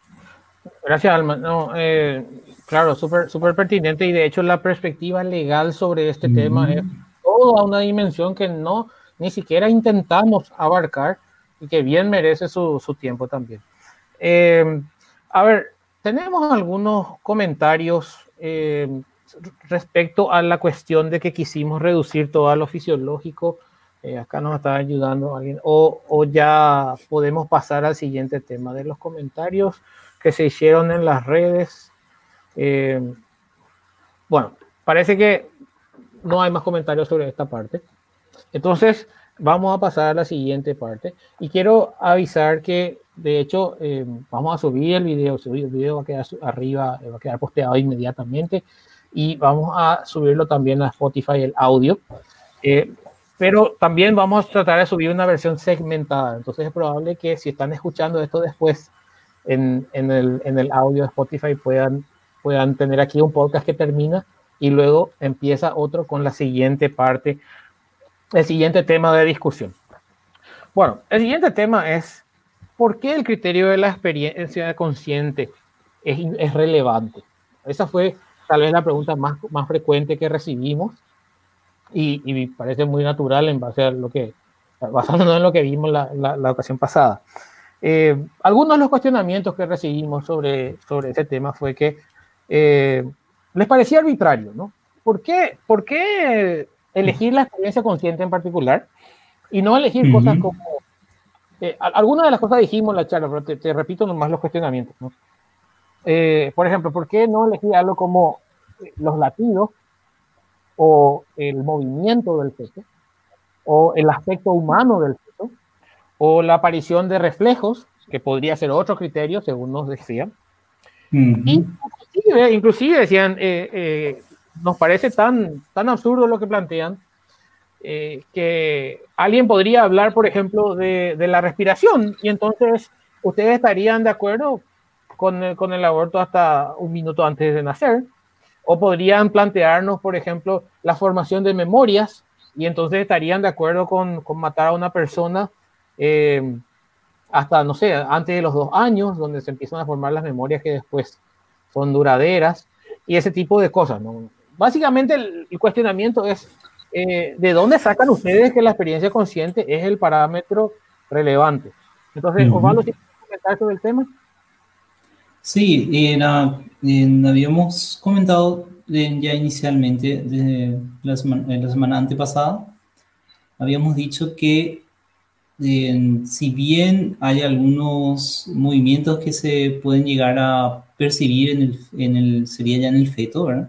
C: Gracias, Alma. No, eh, claro, súper súper pertinente, y de hecho la perspectiva legal sobre este mm. tema es toda una dimensión que no ni siquiera intentamos abarcar y que bien merece su, su tiempo también. Eh, a ver, tenemos algunos comentarios eh, respecto a la cuestión de que quisimos reducir todo a lo fisiológico. Eh, acá nos está ayudando alguien. O, o ya podemos pasar al siguiente tema de los comentarios que se hicieron en las redes. Eh, bueno, parece que no hay más comentarios sobre esta parte. Entonces, vamos a pasar a la siguiente parte. Y quiero avisar que, de hecho, eh, vamos a subir el video. Subir el video va a quedar arriba, va a quedar posteado inmediatamente. Y vamos a subirlo también a Spotify, el audio. Eh, pero también vamos a tratar de subir una versión segmentada. Entonces, es probable que si están escuchando esto después en, en, el, en el audio de Spotify puedan, puedan tener aquí un podcast que termina y luego empieza otro con la siguiente parte, el siguiente tema de discusión. Bueno, el siguiente tema es ¿por qué el criterio de la experiencia consciente es, es relevante? Esa fue tal vez la pregunta más, más frecuente que recibimos y, y me parece muy natural en base a lo que, basándonos en lo que vimos la, la, la ocasión pasada. Eh, algunos de los cuestionamientos que recibimos sobre, sobre ese tema fue que eh, les parecía arbitrario, ¿no? ¿Por qué, por qué elegir la experiencia consciente en particular y no elegir uh-huh. cosas como... Eh, algunas de las cosas dijimos en la charla, pero te, te repito nomás los cuestionamientos, ¿no? Eh, por ejemplo, ¿por qué no elegir algo como los latidos o el movimiento del feto o el aspecto humano del feto o la aparición de reflejos, que podría ser otro criterio, según nos decían? Uh-huh. Y inclusive, inclusive decían, eh, eh, nos parece tan, tan absurdo lo que plantean, eh, que alguien podría hablar, por ejemplo, de, de la respiración, y entonces ustedes estarían de acuerdo con el, con el aborto hasta un minuto antes de nacer, o podrían plantearnos, por ejemplo, la formación de memorias, y entonces estarían de acuerdo con, con matar a una persona eh, hasta, no sé, antes de los dos años, donde se empiezan a formar las memorias que después son duraderas, y ese tipo de cosas, ¿no? Básicamente el, el cuestionamiento es, eh, ¿de dónde sacan ustedes que la experiencia consciente es el parámetro relevante? Entonces, uh-huh. Osvaldo, ¿tienes que comentar sobre el tema?
B: Sí, en, en, habíamos comentado en, ya inicialmente, desde la semana, la semana antepasada, habíamos dicho que Eh, si bien hay algunos movimientos que se pueden llegar a percibir en el, en el sería ya en el feto, ¿verdad?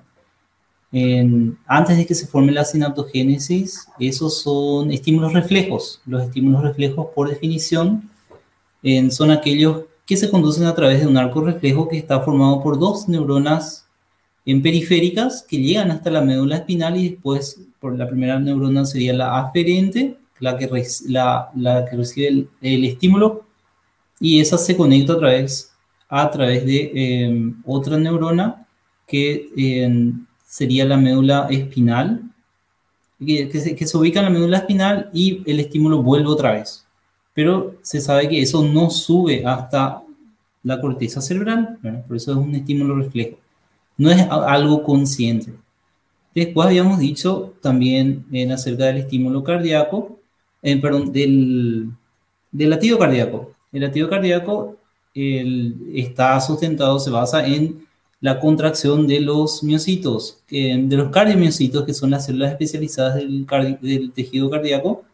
B: En, antes de que se forme la sinaptogénesis, esos son estímulos reflejos. Los estímulos reflejos, por definición, en, son aquellos que se conducen a través de un arco reflejo que está formado por dos neuronas en periféricas que llegan hasta la médula espinal, y después, por la primera neurona sería la aferente, La que, la, la que recibe el, el estímulo, y esa se conecta a través, a través de eh, otra neurona que eh, sería la médula espinal, que, que, se, que se ubica en la médula espinal y el estímulo vuelve otra vez. Pero se sabe que eso no sube hasta la corteza cerebral, ¿verdad? Por eso es un estímulo reflejo. No es algo consciente. Después habíamos dicho también en acerca del estímulo cardíaco, Eh, perdón, del, del latido cardíaco. El latido cardíaco el, está sustentado, se basa en la contracción de los miocitos, eh, de los cardiomiocitos, que son las células especializadas del, cardi, del tejido cardíaco.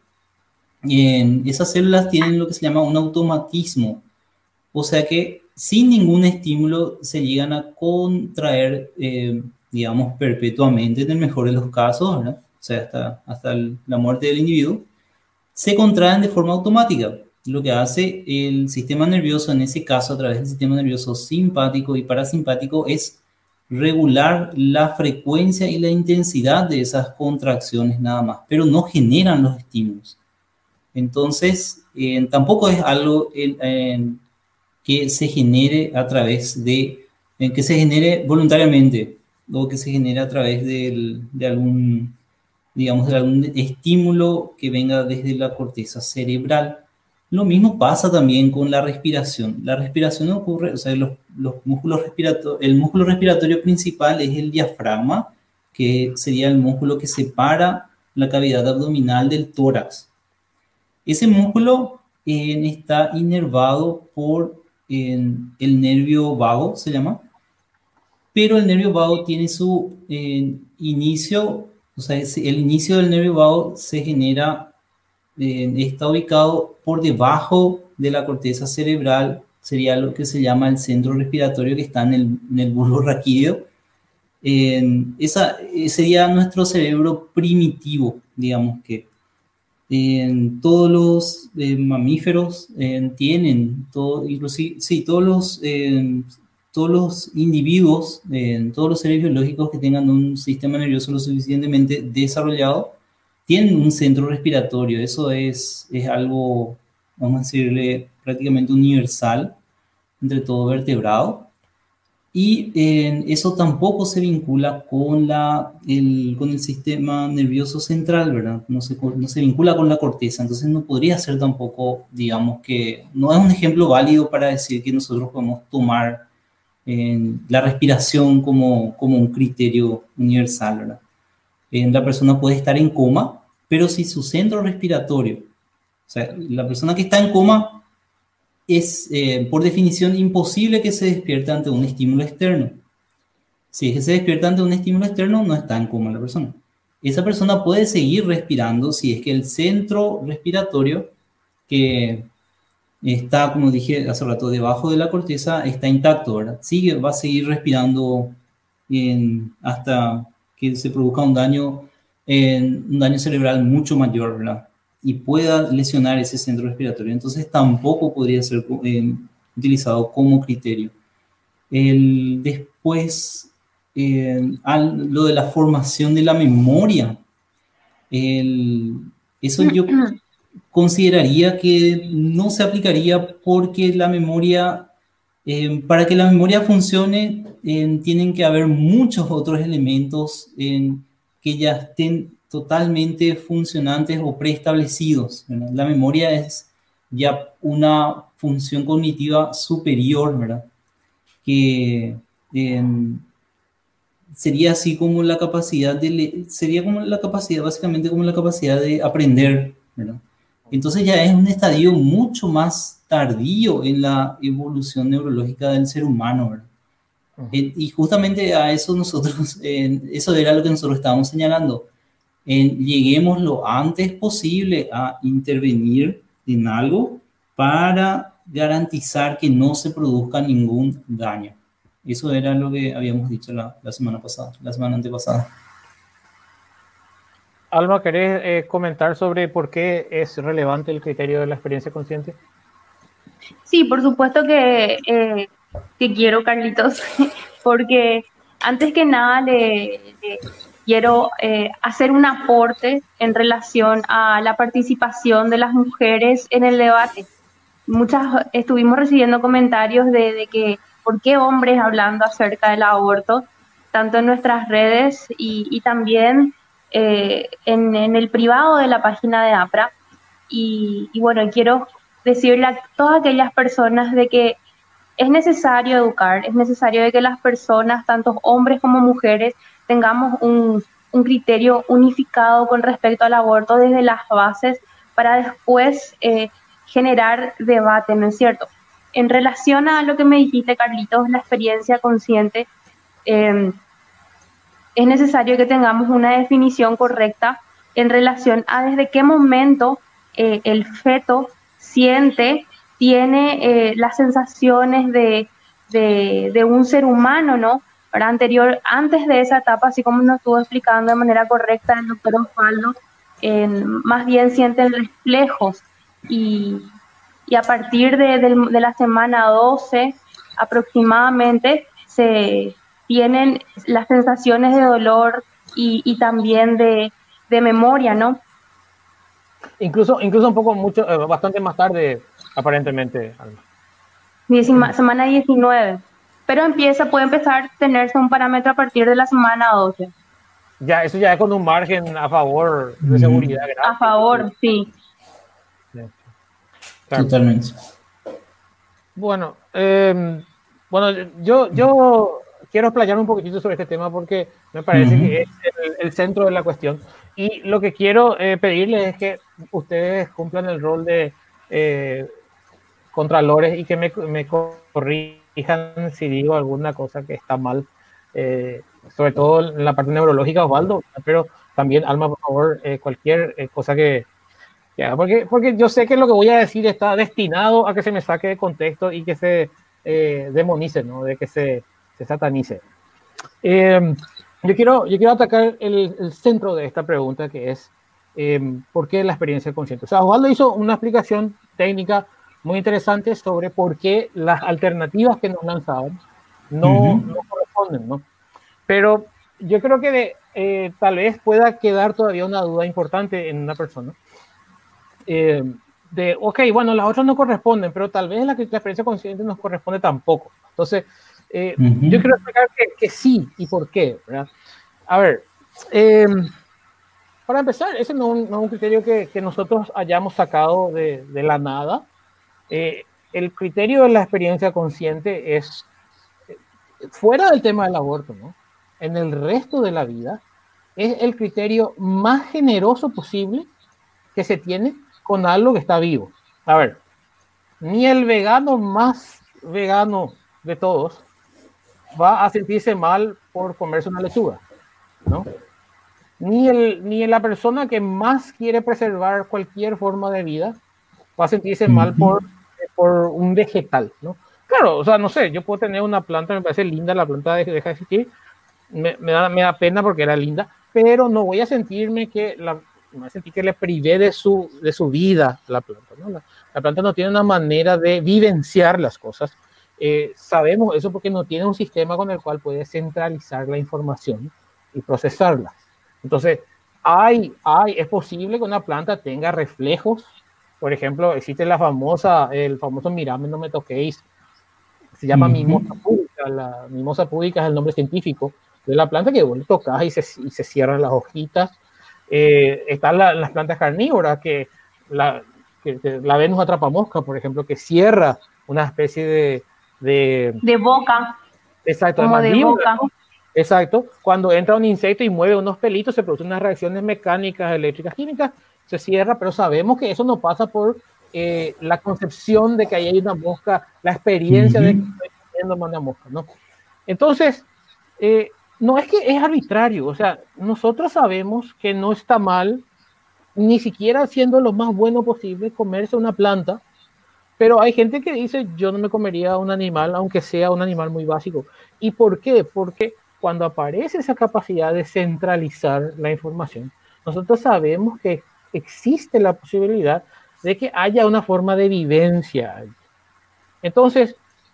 B: En esas células tienen lo que se llama un automatismo, o sea que sin ningún estímulo se llegan a contraer, eh, digamos, perpetuamente, en el mejor de los casos, ¿verdad? O sea, hasta, hasta el, la muerte del individuo. Se contraen de forma automática. Lo que hace el sistema nervioso, en ese caso a través del sistema nervioso simpático y parasimpático, es regular la frecuencia y la intensidad de esas contracciones nada más, pero no generan los estímulos. Entonces, eh, tampoco es algo eh, eh, que se genere a través de, eh, que se genere voluntariamente, o que se genere a través de, de algún... digamos, de algún estímulo que venga desde la corteza cerebral. Lo mismo pasa también con la respiración. La respiración ocurre, o sea, los, los músculos respiratorios, el músculo respiratorio principal es el diafragma, que sería el músculo que separa la cavidad abdominal del tórax. Ese músculo eh, está inervado por en el nervio vago, se llama, pero el nervio vago tiene su eh, inicio, o sea, el inicio del nervio vago se genera, eh, está ubicado por debajo de la corteza cerebral, sería lo que se llama el centro respiratorio que está en el, en el bulbo raquídeo. Eh, esa sería nuestro cerebro primitivo, digamos que. En todos los eh, mamíferos eh, tienen, todo, inclusive, sí, todos los, eh, todos los individuos, eh, todos los seres biológicos que tengan un sistema nervioso lo suficientemente desarrollado, tienen un centro respiratorio. Eso es, es algo, vamos a decirle, prácticamente universal entre todo vertebrado. Y eh, eso tampoco se vincula con, la, el, con el sistema nervioso central, ¿verdad? No se, no se vincula con la corteza, entonces no podría ser tampoco, digamos que, no es un ejemplo válido para decir que nosotros podemos tomar eh, la respiración como, como un criterio universal, ¿verdad? Eh, la persona puede estar en coma, pero si su centro respiratorio, o sea, la persona que está en coma es, eh, por definición, imposible que se despierte ante un estímulo externo. Si es que se despierta ante un estímulo externo, no está en coma la persona. Esa persona puede seguir respirando si es que el centro respiratorio, que está, como dije hace rato, debajo de la corteza, está intacto, ¿verdad? Sigue, va a seguir respirando en, hasta que se produzca un daño, en, un daño cerebral mucho mayor, ¿verdad? Y pueda lesionar ese centro respiratorio. Entonces tampoco podría ser eh, utilizado como criterio. El, después, eh, al, lo de la formación de la memoria, el, eso yo consideraría que no se aplicaría porque la memoria, eh, para que la memoria funcione, eh, tienen que haber muchos otros elementos eh, que ya estén totalmente funcionantes o preestablecidos, ¿verdad? La memoria es ya una función cognitiva superior, ¿verdad? Que eh, sería así como la capacidad de, sería como la capacidad, básicamente como la capacidad de aprender, ¿verdad? Entonces ya es un estadio mucho más tardío en la evolución neurológica del ser humano, ¿verdad? Uh-huh. eh, y justamente a eso nosotros, eh, eso era lo que nosotros estábamos señalando. Eh, lleguemos lo antes posible a intervenir en algo para garantizar que no se produzca ningún daño. Eso era lo que habíamos dicho la, la semana pasada, la semana antepasada.
C: Alma, ¿querés eh, comentar sobre por qué es relevante el criterio de la experiencia consciente?
A: Sí, por supuesto que, eh, que quiero, Carlitos, porque antes que nada le, le quiero eh, hacer un aporte en relación a la participación de las mujeres en el debate. Muchas estuvimos recibiendo comentarios de, de que por qué hombres hablando acerca del aborto, tanto en nuestras redes y, y también eh, en, en el privado de la página de APRA. Y, y bueno, quiero decirle a todas aquellas personas de que es necesario educar, es necesario de que las personas, tanto hombres como mujeres, tengamos un, un criterio unificado con respecto al aborto desde las bases para después eh, generar debate, ¿no es cierto? En relación a lo que me dijiste, Carlitos, la experiencia consciente, eh, es necesario que tengamos una definición correcta en relación a desde qué momento eh, el feto siente, tiene eh, las sensaciones de, de, de un ser humano, ¿no? Para anterior, antes de esa etapa, así como nos estuvo explicando de manera correcta el doctor Osvaldo, eh, más bien sienten reflejos y, y a partir de, de, de la semana doce aproximadamente se tienen las sensaciones de dolor y, y también de, de memoria, ¿no?
C: Incluso, incluso un poco, mucho, eh, bastante más tarde, aparentemente, Alma.
A: Diecima, semana diecinueve. Pero empieza, puede empezar a tenerse un parámetro a partir de la semana doce.
C: Ya, eso ya es con un margen a favor de seguridad.
A: Mm. A favor, sí.
B: sí. Claro. Totalmente.
C: Bueno, eh, bueno, yo, yo quiero explayar un poquitito sobre este tema porque me parece uh-huh. que es el, el centro de la cuestión. Y lo que quiero eh, pedirles es que ustedes cumplan el rol de eh, contralores y que me, me corrijan si digo alguna cosa que está mal, eh, sobre todo en la parte neurológica, Osvaldo, pero también, Alma, por favor, eh, cualquier eh, cosa que, que haga, porque, porque yo sé que lo que voy a decir está destinado a que se me saque de contexto y que se eh, demonice, ¿no? De que se, se satanice. Eh, yo, quiero, yo quiero atacar el, el centro de esta pregunta, que es eh, ¿por qué la experiencia consciente? O sea, Osvaldo hizo una explicación técnica muy interesante sobre por qué las alternativas que nos lanzaban no, uh-huh. no corresponden, ¿no? Pero yo creo que de, eh, tal vez pueda quedar todavía una duda importante en una persona. Eh, de, ok, bueno, las otras no corresponden, pero tal vez la, la experiencia consciente nos corresponde tampoco. Entonces, eh, uh-huh. yo quiero explicar que, que sí y por qué, ¿verdad? A ver, eh, para empezar, ese no, no es un criterio que, que nosotros hayamos sacado de, de la nada. Eh, el criterio de la experiencia consciente es fuera del tema del aborto, ¿no? En el resto de la vida, es el criterio más generoso posible que se tiene con algo que está vivo. A ver, ni el vegano más vegano de todos va a sentirse mal por comerse una lechuga, ¿no? Ni, el, ni la persona que más quiere preservar cualquier forma de vida va a sentirse uh-huh. mal por, por un vegetal, ¿no? Claro, o sea, no sé, yo puedo tener una planta, me parece linda, la planta deja de existir, me, me, da, me da pena porque era linda, pero no voy a sentirme que la, me voy a sentir que le privé de su, de su vida la planta, ¿no? La, la planta no tiene una manera de vivenciar las cosas. Eh, sabemos eso porque no tiene un sistema con el cual puede centralizar la información y procesarla. Entonces, hay, hay, es posible que una planta tenga reflejos. Por ejemplo, existe la famosa, el famoso mirame, no me toquéis, se llama uh-huh. mimosa púdica. La mimosa púdica es el nombre científico de la planta, que vos le tocas y se, y se cierran las hojitas. Eh, están la, las plantas carnívoras, que la, que, que la Venus atrapamosca, por ejemplo, que cierra una especie de... De,
A: de boca.
C: Exacto,
A: como
C: de,
A: de boca.
C: ¿no? Exacto, cuando entra un insecto y mueve unos pelitos, se producen unas reacciones mecánicas, eléctricas, químicas, se cierra, pero sabemos que eso no pasa por eh, la concepción de que ahí hay una mosca, la experiencia uh-huh. de que estoy viendo una mosca, ¿no? Entonces, eh, no es que es arbitrario, o sea, nosotros sabemos que no está mal, ni siquiera siendo lo más bueno posible, comerse una planta, pero hay gente que dice, yo no me comería un animal, aunque sea un animal muy básico. ¿Y por qué? Porque cuando aparece esa capacidad de centralizar la información, nosotros sabemos que existe la posibilidad de que haya una forma de vivencia. Entonces,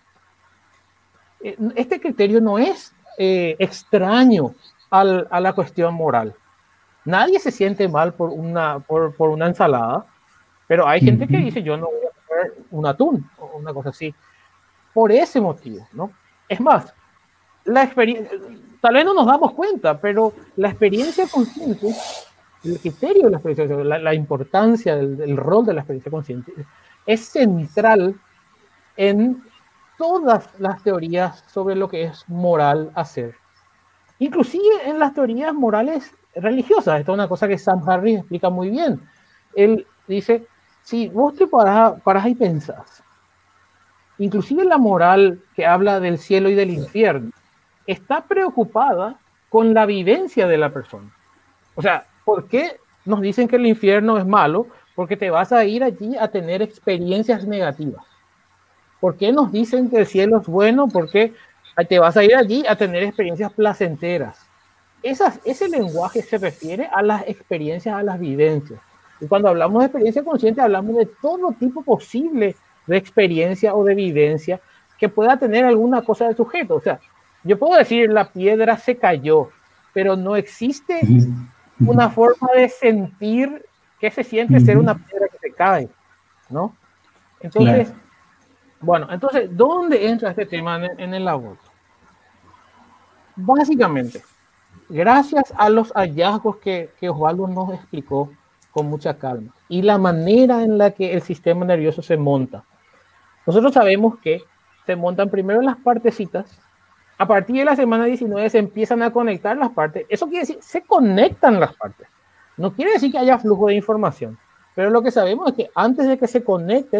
C: este criterio no es eh, extraño al, a la cuestión moral. Nadie se siente mal por una, por, por una ensalada, pero hay gente que dice, yo no voy a comer un atún o una cosa así, por ese motivo, ¿no? Es más, la experiencia, tal vez no nos damos cuenta, pero la experiencia consciente, el criterio de la experiencia consciente, la, la importancia del, del rol de la experiencia consciente, es central en todas las teorías sobre lo que es moral hacer. Inclusive en las teorías morales religiosas. Esto es una cosa que Sam Harris explica muy bien. Él dice, si vos te parás, parás y pensás, inclusive la moral que habla del cielo y del infierno, está preocupada con la vivencia de la persona. O sea, ¿por qué nos dicen que el infierno es malo? Porque te vas a ir allí a tener experiencias negativas. ¿Por qué nos dicen que el cielo es bueno? Porque te vas a ir allí a tener experiencias placenteras. Esas, ese lenguaje se refiere a las experiencias, a las vivencias. Y cuando hablamos de experiencia consciente, hablamos de todo tipo posible de experiencia o de vivencia que pueda tener alguna cosa del sujeto. O sea, yo puedo decir, la piedra se cayó, pero no existe una forma de sentir qué se siente ser una piedra que se cae, ¿no? Entonces, claro. Bueno, entonces, ¿dónde entra este tema en, en el aborto? Básicamente, gracias a los hallazgos que, que Osvaldo nos explicó con mucha calma y la manera en la que el sistema nervioso se monta. Nosotros sabemos que se montan primero las partecitas, a partir de la semana diecinueve se empiezan a conectar las partes. Eso quiere decir, se conectan las partes. No quiere decir que haya flujo de información, pero lo que sabemos es que antes de que se conecten,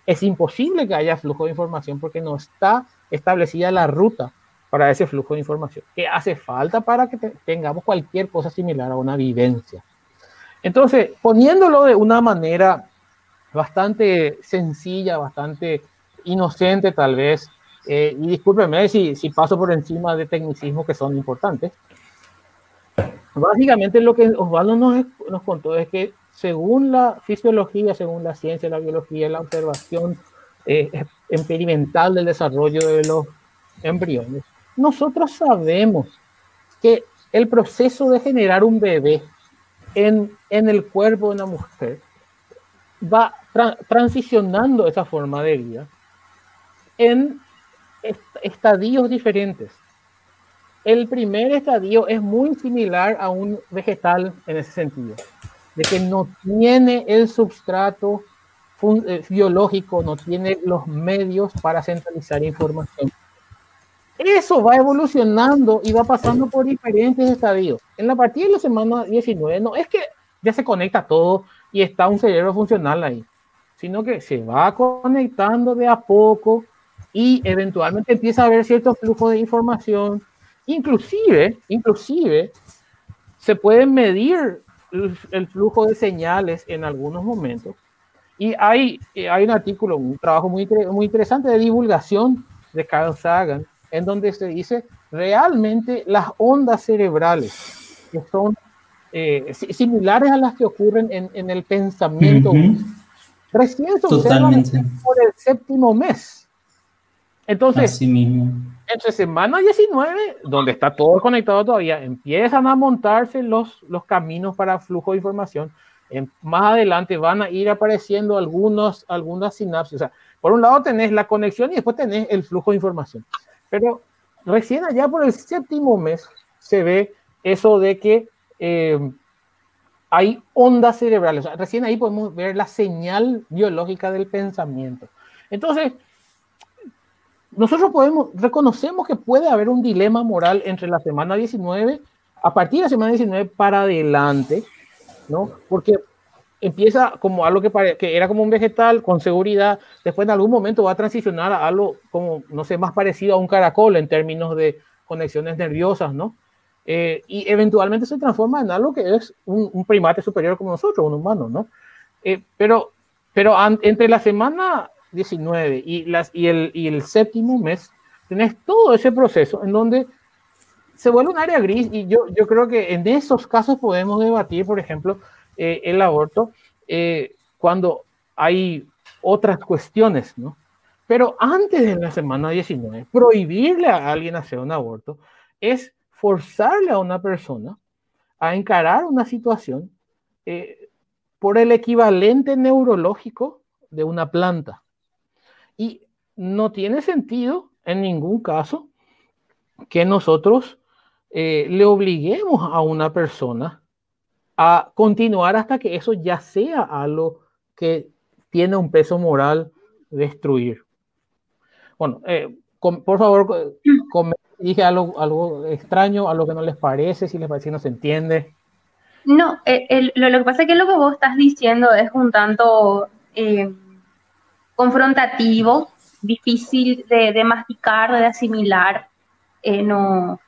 C: es imposible que haya flujo de información porque no está establecida la ruta para ese flujo de información. ¿Qué hace falta para que te, tengamos cualquier cosa similar a una vivencia? Entonces, poniéndolo de una manera bastante sencilla, bastante inocente tal vez, eh, y discúlpenme si, si paso por encima de tecnicismos que son importantes. Básicamente lo que Osvaldo nos, nos contó es que según la fisiología, según la ciencia, la biología, la observación eh, experimental del desarrollo de los embriones, nosotros sabemos que el proceso de generar un bebé en, en el cuerpo de una mujer va tra transicionando esa forma de vida en est estadios diferentes. El primer estadio es muy similar a un vegetal en ese sentido, de que no tiene el substrato eh, biológico, no tiene los medios para centralizar información. Eso va evolucionando y va pasando por diferentes estadios. En la partida de la semana diecinueve, no es que ya se conecta todo y está un cerebro funcional ahí, sino que se va conectando de a poco y eventualmente empieza a haber cierto flujo de información. Inclusive, inclusive, se puede medir el, el flujo de señales en algunos momentos. Y hay, hay un artículo, un trabajo muy, muy interesante de divulgación de Carl Sagan, en donde se dice realmente las ondas cerebrales, que son eh, similares a las que ocurren en, en el pensamiento, uh-huh. recién se observan por el séptimo mes. Entonces,
B: así mismo.
C: Entre semana diecinueve, donde está todo conectado todavía, empiezan a montarse los, los caminos para flujo de información. En, más adelante van a ir apareciendo algunos, algunas sinapsis. O sea, por un lado tenés la conexión y después tenés el flujo de información. Pero recién allá por el séptimo mes se ve eso de que eh, hay ondas cerebrales. O sea, recién ahí podemos ver la señal biológica del pensamiento. Entonces, nosotros podemos, reconocemos que puede haber un dilema moral entre la semana diecinueve, a partir de la semana diecinueve para adelante, ¿no? Porque empieza como algo que, pare, que era como un vegetal, con seguridad, después en algún momento va a transicionar a algo como, no sé, más parecido a un caracol en términos de conexiones nerviosas, ¿no? Eh, y eventualmente se transforma en algo que es un, un primate superior como nosotros, un humano, ¿no? Eh, pero, pero an, entre la semana diecinueve y, las, y, el, y el séptimo mes, tenés todo ese proceso en donde se vuelve un área gris y yo, yo creo que en esos casos podemos debatir, por ejemplo, eh, el aborto eh, cuando hay otras cuestiones, ¿no? Pero antes de la semana diecinueve, prohibirle a alguien hacer un aborto es forzarle a una persona a encarar una situación eh, por el equivalente neurológico de una planta. Y no tiene sentido en ningún caso que nosotros eh, le obliguemos a una persona a continuar hasta que eso ya sea algo que tiene un peso moral destruir. Bueno, eh, com, por favor, com, dije algo, algo extraño, algo que no les parece, si les parece que no se entiende.
A: No, el, el, lo, lo que pasa es que lo que vos estás diciendo es un tanto eh, confrontativo, difícil de, de masticar, de asimilar. Eh, no,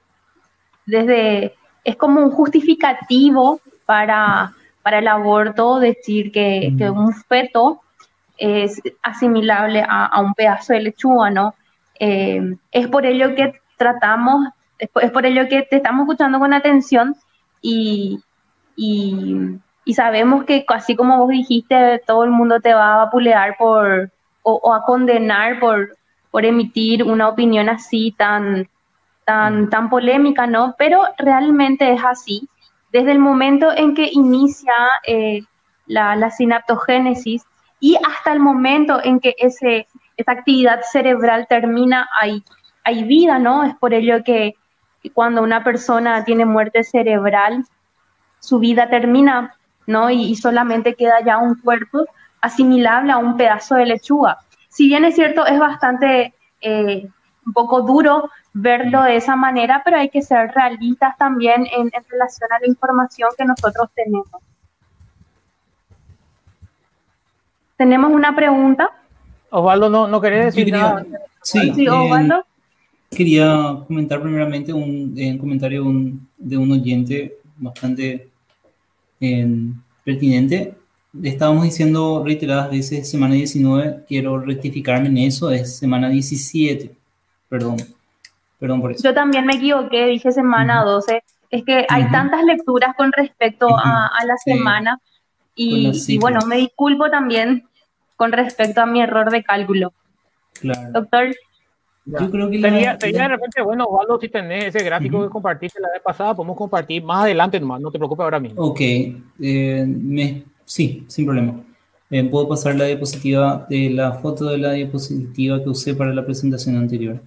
A: desde, es como un justificativo para, para el aborto decir que, que un feto es asimilable a, a un pedazo de lechuga, ¿no? Eh, es por ello que tratamos, es por, es por ello que te estamos escuchando con atención y, y, y sabemos que así como vos dijiste, todo el mundo te va a vapulear por, o, o a condenar por, por emitir una opinión así tan, tan, tan polémica, ¿no? Pero realmente es así. Desde el momento en que inicia eh, la, la sinaptogénesis y hasta el momento en que ese, esa actividad cerebral termina, hay, hay vida, ¿no? Es por ello que, que cuando una persona tiene muerte cerebral, su vida termina, ¿no? Y, y solamente queda ya un cuerpo asimilable a un pedazo de lechuga. Si bien es cierto, es bastante, eh, un poco duro verlo de esa manera, pero hay que ser realistas también en, en relación a la información que nosotros tenemos. Tenemos una pregunta.
C: Osvaldo, ¿no, no querés decir
B: quería,
C: nada?
B: Sí,
A: Sí, Osvaldo.
B: eh, quería comentar primeramente un, un comentario un, de un oyente bastante eh, pertinente. Estábamos diciendo reiteradas veces semana diecinueve, quiero rectificarme en eso, es semana diecisiete, perdón, perdón por eso.
A: Yo también me equivoqué, dije semana
B: Ujú,
A: doce. Es que hay
B: ujú,
A: tantas lecturas con respecto a,
B: ujú.
A: a la
B: Sí,
A: semana
B: con las
A: y, y bueno, me
B: cifras,
A: disculpo también con respecto a mi error de cálculo.
B: claro.
A: Doctor,
C: Ya.
B: Yo creo que
C: Sería,
B: la,
C: sería de
B: la-
C: repente, bueno, Osvaldo, si tenés ese gráfico que
B: ujú.
C: compartiste la vez pasada, podemos compartir más adelante nomás, no te preocupes ahora mismo.
B: Ok, eh, me- sí, sin problema. Eh, puedo pasar la diapositiva de la foto de la diapositiva que usé para la presentación anterior.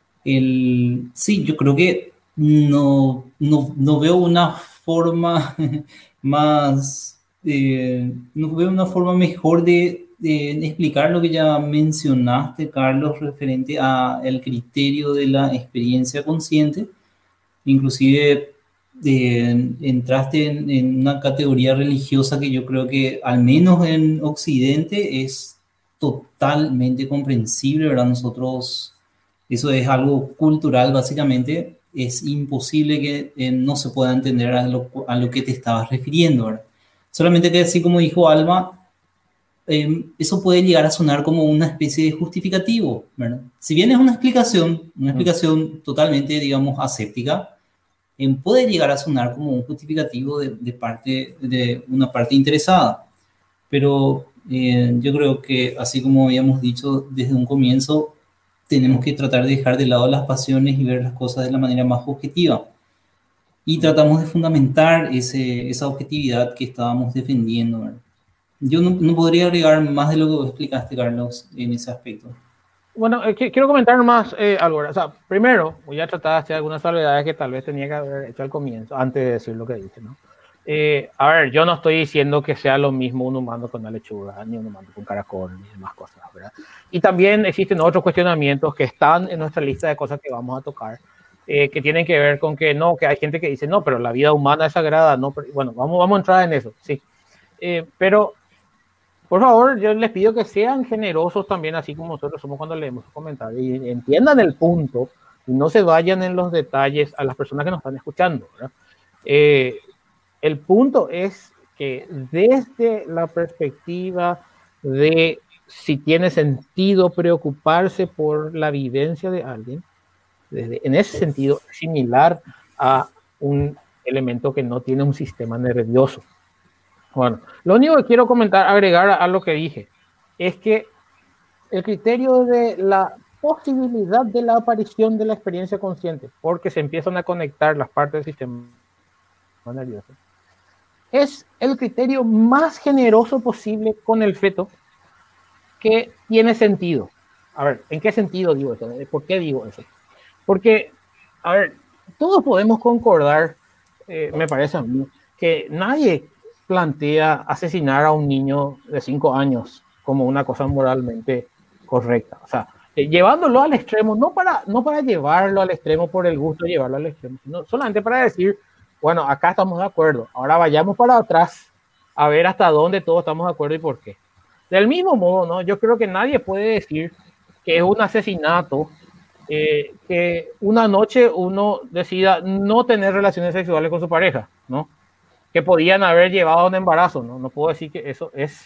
B: El, sí, yo creo que no, no, no veo una forma más, eh, no veo una forma mejor de, de explicar lo que ya mencionaste, Carlos, referente a el criterio de la experiencia consciente. Inclusive eh, entraste en, en una categoría religiosa que yo creo que al menos en Occidente es totalmente comprensible, ¿verdad? Nosotros, eso es algo cultural básicamente, es imposible que eh, no se pueda entender a lo, a lo que te estabas refiriendo, ¿verdad? Solamente que así como dijo Alma, eh, eso puede llegar a sonar como una especie de justificativo, ¿verdad? Si bien es una explicación, una
C: Mm.
B: explicación totalmente, digamos, aséptica, eh, puede llegar a sonar como un justificativo de, de parte, de una parte interesada. Pero eh, yo creo que, así como habíamos dicho desde un comienzo, tenemos que tratar de dejar de lado las pasiones y ver las cosas de la manera más objetiva. Y
C: Mm.
B: tratamos de fundamentar ese, esa objetividad que estábamos defendiendo, ¿verdad? Yo no, no podría agregar más de lo que vos explicaste, Carlos, en ese aspecto.
C: Bueno, eh, quiero comentar más eh, algo. O sea, primero, voy a tratar de hacer algunas salvedades que tal vez tenía que haber hecho al comienzo, antes de decir lo que dije, ¿no? Eh, a ver, yo no estoy diciendo que sea lo mismo un humano con una lechuga, ni un humano con caracol, ni demás cosas, ¿verdad? Y también existen otros cuestionamientos que están en nuestra lista de cosas que vamos a tocar, eh, que tienen que ver con que no, que hay gente que dice, no, pero la vida humana es sagrada, no, pero, bueno, vamos, vamos a entrar en eso, sí. Eh, pero por favor, yo les pido que sean generosos también, así como nosotros somos cuando leemos los comentarios, y entiendan el punto y no se vayan en los detalles a las personas que nos están escuchando, ¿verdad? Eh, el punto es que desde la perspectiva de si tiene sentido preocuparse por la vivencia de alguien, desde, en ese sentido, es similar a un elemento que no tiene un sistema nervioso. Bueno, lo único que quiero comentar, agregar a, a lo que dije, es que el criterio de la posibilidad de la aparición de la experiencia consciente, porque se empiezan a conectar las partes del sistema nervioso, es el criterio más generoso posible con el feto que tiene sentido. A ver, ¿en qué sentido digo eso? ¿Por qué digo eso? Porque, a ver, todos podemos concordar, eh, me parece a mí, que nadie plantea asesinar a un niño de cinco años como una cosa moralmente correcta. O sea, eh, llevándolo al extremo, no para, no para llevarlo al extremo por el gusto de llevarlo al extremo, sino solamente para decir, bueno, acá estamos de acuerdo, ahora vayamos para atrás a ver hasta dónde todos estamos de acuerdo y por qué. Del mismo modo, ¿no? Yo creo que nadie puede decir que es un asesinato eh, que una noche uno decida no tener relaciones sexuales con su pareja, ¿no? Que podían haber llevado a un embarazo, ¿no? No puedo decir que eso es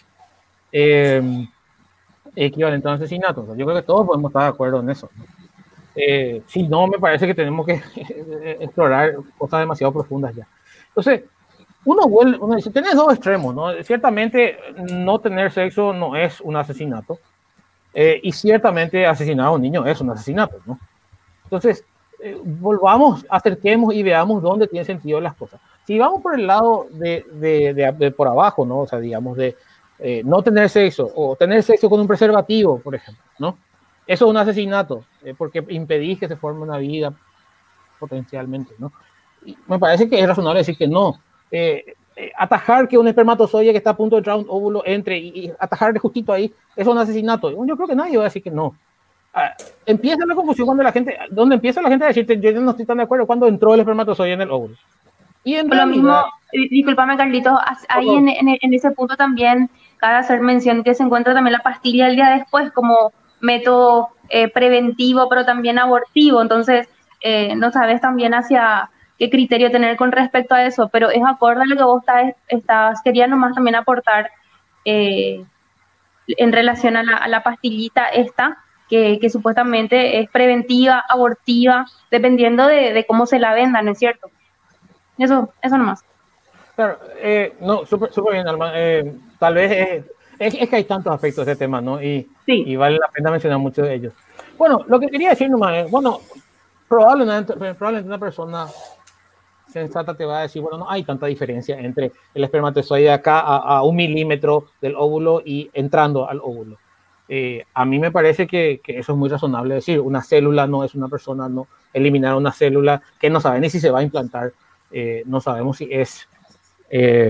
C: eh, equivalente a un asesinato. O sea, yo creo que todos podemos estar de acuerdo en eso, ¿no? Eh, si no, me parece que tenemos que explorar cosas demasiado profundas ya. Entonces, uno, vuelve, uno dice, tenés dos extremos, ¿no? Ciertamente, no tener sexo no es un asesinato. Eh, y ciertamente asesinar a un niño es un asesinato, ¿no? Entonces, eh, volvamos, acerquemos y veamos dónde tienen sentido las cosas. Si vamos por el lado de, de, de, de por abajo, ¿no? O sea, digamos, de eh, no tener sexo o tener sexo con un preservativo, por ejemplo, ¿no? Eso es un asesinato, eh, porque impedís que se forme una vida potencialmente, ¿no? Y me parece que es razonable decir que no. Eh, eh, atajar que un espermatozoide que está a punto de entrar a un óvulo entre y, y atajarle justito ahí, eso es un asesinato. Yo creo que nadie va a decir que no. Ah, empieza la confusión cuando la gente, donde empieza la gente a decirte, yo no estoy tan de acuerdo, cuando entró el espermatozoide en el óvulo. Y en
A: por lo
C: realidad,
A: mismo, discúlpame, Carlitos, ahí en, en, en ese punto también cabe hacer mención que se encuentra también la pastilla el día después como método eh, preventivo, pero también abortivo. Entonces, eh, no sabes también hacia qué criterio tener con respecto a eso, pero es acorde a lo que vos estás, estás quería nomás también aportar eh, en relación a la, a la pastillita esta, que, que supuestamente es preventiva, abortiva, dependiendo de, de cómo se la venda, ¿no es cierto? Eso, eso nomás.
C: Claro, eh, no, súper súper bien, Alma. Eh, tal vez es, es, es que hay tantos aspectos de este tema, ¿no? Y,
A: Sí.
C: y vale la pena mencionar muchos de ellos. Bueno, lo que quería decir nomás es, bueno, probablemente, probablemente una persona sensata te va a decir, bueno, no hay tanta diferencia entre el espermatozoide acá a, a un milímetro del óvulo y entrando al óvulo. Eh, a mí me parece que, que eso es muy razonable decir. Una célula no es una persona, no eliminar una célula que no sabe ni si se va a implantar, eh, no sabemos si es, eh,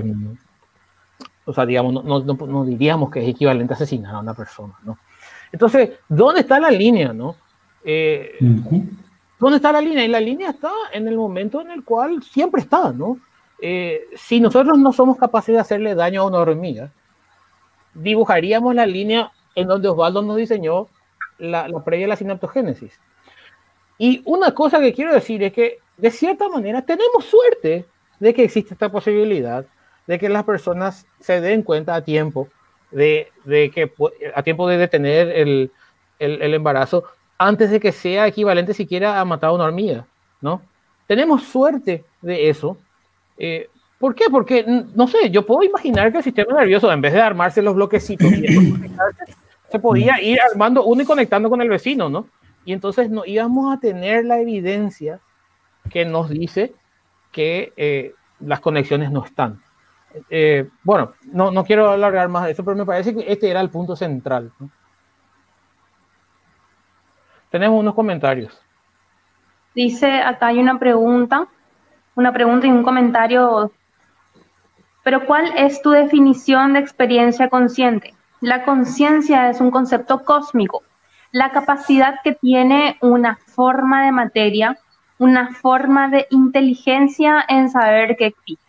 C: o sea, digamos, no, no, no, no diríamos que es equivalente a asesinar a una persona, ¿no? Entonces, ¿dónde está la línea, no? Eh, uh-huh. ¿Dónde está la línea? Y la línea está en el momento en el cual siempre está, ¿no? Eh, si nosotros no somos capaces de hacerle daño a una hormiga, dibujaríamos la línea en donde Osvaldo nos diseñó la, la previa de la sinaptogénesis. Y una cosa que quiero decir es que, de cierta manera, tenemos suerte de que existe esta posibilidad de que las personas se den cuenta a tiempo de, de que a tiempo de detener el, el, el embarazo antes de que sea equivalente siquiera a matar a una hormiga, ¿no? Tenemos suerte de eso. Eh, ¿Por qué? Porque, no sé, yo puedo imaginar que el sistema nervioso, en vez de armarse los bloquecitos, se podía ir armando uno y conectando con el vecino, ¿no? Y entonces no íbamos a tener la evidencia que nos dice que eh, las conexiones no están. Eh, bueno, no, no quiero alargar más de eso, pero me parece que este era el punto central, ¿no? Tenemos unos comentarios.
A: Dice, acá hay una pregunta, una pregunta y un comentario. Pero ¿cuál es tu definición de experiencia consciente? La conciencia es un concepto cósmico, la capacidad que tiene una forma de materia, una forma de inteligencia en saber que existe.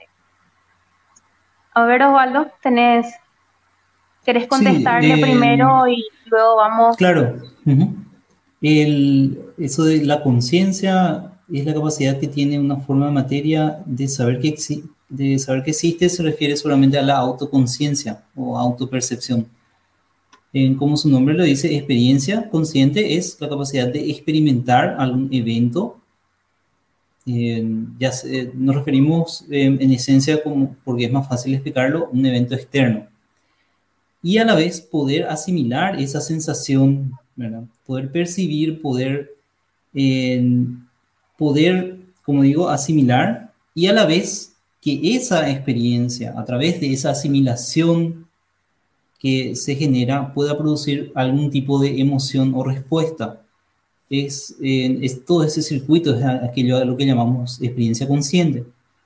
A: A ver, Osvaldo, tenés, ¿querés contestarle sí, eh, primero y luego vamos?
B: Claro. Uh-huh. El, eso de la conciencia es la capacidad que tiene una forma de materia de saber que, exi- de saber que existe, se refiere solamente a la autoconciencia o autopercepción. Eh, como su nombre lo dice, experiencia consciente es la capacidad de experimentar algún evento. Eh, ya se, nos referimos eh, en esencia, como, porque es más fácil explicarlo, un evento externo. Y a la vez poder asimilar esa sensación, ¿verdad? Poder percibir, poder, eh, poder, como digo, asimilar, y a la vez que esa experiencia, a través de esa asimilación que se genera, pueda producir algún tipo de emoción o respuesta. Es, eh, es todo ese circuito, es aquello a lo que llamamos experiencia consciente.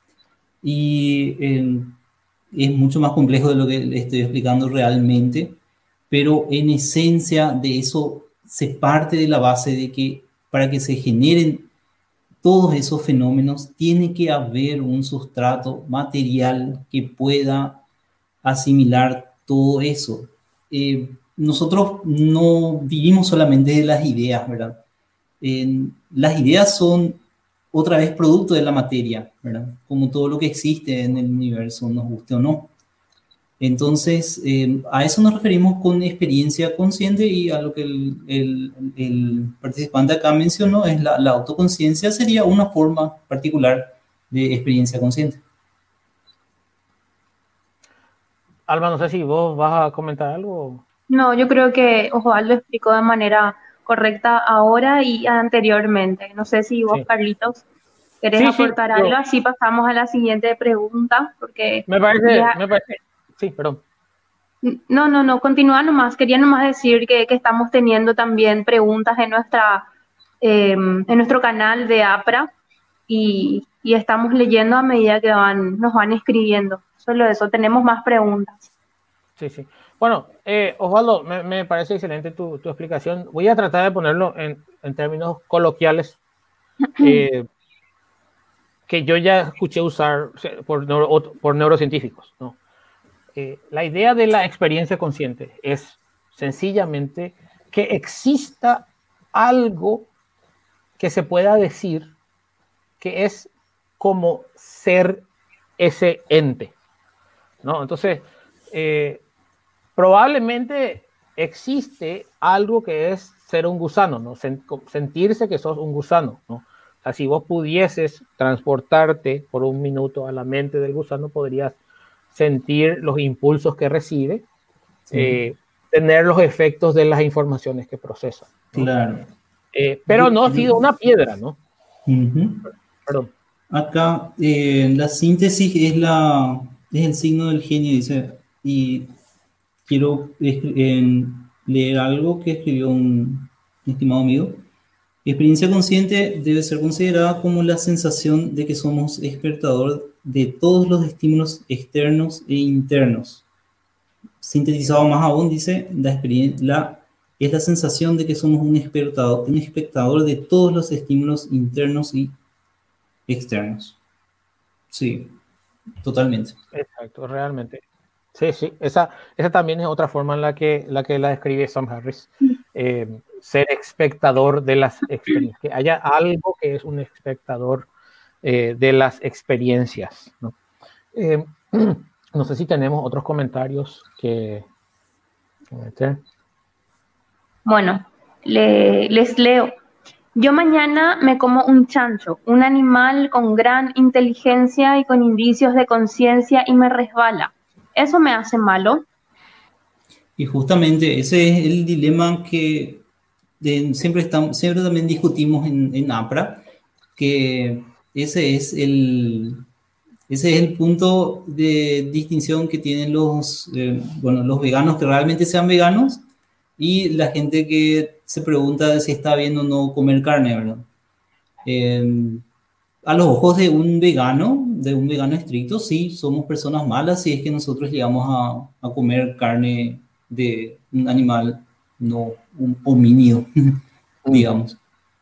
B: Y eh, es mucho más complejo de lo que le estoy explicando realmente, pero en esencia de eso se parte de la base de que para que se generen todos esos fenómenos tiene que haber un sustrato material que pueda asimilar todo eso. Eh, nosotros no vivimos solamente de las ideas, ¿verdad? Eh, las ideas son otra vez producto de la materia, ¿verdad? Como todo lo que existe en el universo, nos guste o no. Entonces, eh, a eso nos referimos con experiencia consciente, y a lo que el, el, el participante acá mencionó es la, la autoconciencia, sería una forma particular de experiencia consciente.
C: Alma, no sé si vos vas a comentar algo.
A: No, yo creo que Osvaldo explicó de manera correcta ahora y anteriormente. No sé si vos, sí. Carlitos, querés sí, aportar sí, algo, yo... así pasamos a la siguiente pregunta, porque...
C: Me parece, ya... me parece, sí, perdón.
A: No, no, no, continúa nomás. Quería nomás decir que, que estamos teniendo también preguntas en, nuestra, eh, en nuestro canal de APRA y, y estamos leyendo a medida que van, nos van escribiendo. Solo eso, tenemos más preguntas.
C: Sí, sí. Bueno, eh, Osvaldo, me, me parece excelente tu, tu explicación. Voy a tratar de ponerlo en, en términos coloquiales eh, que yo ya escuché usar por, neuro, por neurocientíficos, ¿no? eh, la idea de la experiencia consciente es sencillamente que exista algo que se pueda decir que es como ser ese ente, ¿no? Entonces, eh, probablemente existe algo que es ser un gusano, ¿no? Sentirse que sos un gusano, ¿no? O sea, si vos pudieses transportarte por un minuto a la mente del gusano, podrías sentir los impulsos que recibe, sí. eh, tener los efectos de las informaciones que procesa, ¿no?
B: Claro.
C: Eh, pero no ha sido una piedra, ¿no?
B: Uh-huh.
C: Perdón.
B: Acá eh, la síntesis es, la, es el signo del genio, dice, y quiero eh, leer algo que escribió un, un estimado amigo. Experiencia consciente debe ser considerada como la sensación de que somos espectador de todos los estímulos externos e internos. Sintetizado más aún, dice, la experiencia, la, es la sensación de que somos un espectador, un espectador de todos los estímulos internos y externos. Sí, totalmente.
C: Exacto, realmente. Sí, sí, esa, esa también es otra forma en la que la, que la describe Sam Harris. Eh, ser espectador de las experiencias, que haya algo que es un espectador eh, de las experiencias, ¿no? Eh, no sé si tenemos otros comentarios que... que
A: bueno, le, les leo. Yo mañana me como un chancho, un animal con gran inteligencia y con indicios de conciencia y me resbala. ¿Eso me hace malo?
B: Y justamente ese es el dilema que de, siempre, estamos, siempre también discutimos en, en APRA, que ese es el, ese es el punto de distinción que tienen los, eh, bueno, los veganos que realmente sean veganos y la gente que se pregunta si está bien o no comer carne, ¿verdad? Eh, a los ojos de un vegano, de un vegano estricto, sí, somos personas malas si es que nosotros llegamos a, a comer carne de un animal, no un homínido, digamos.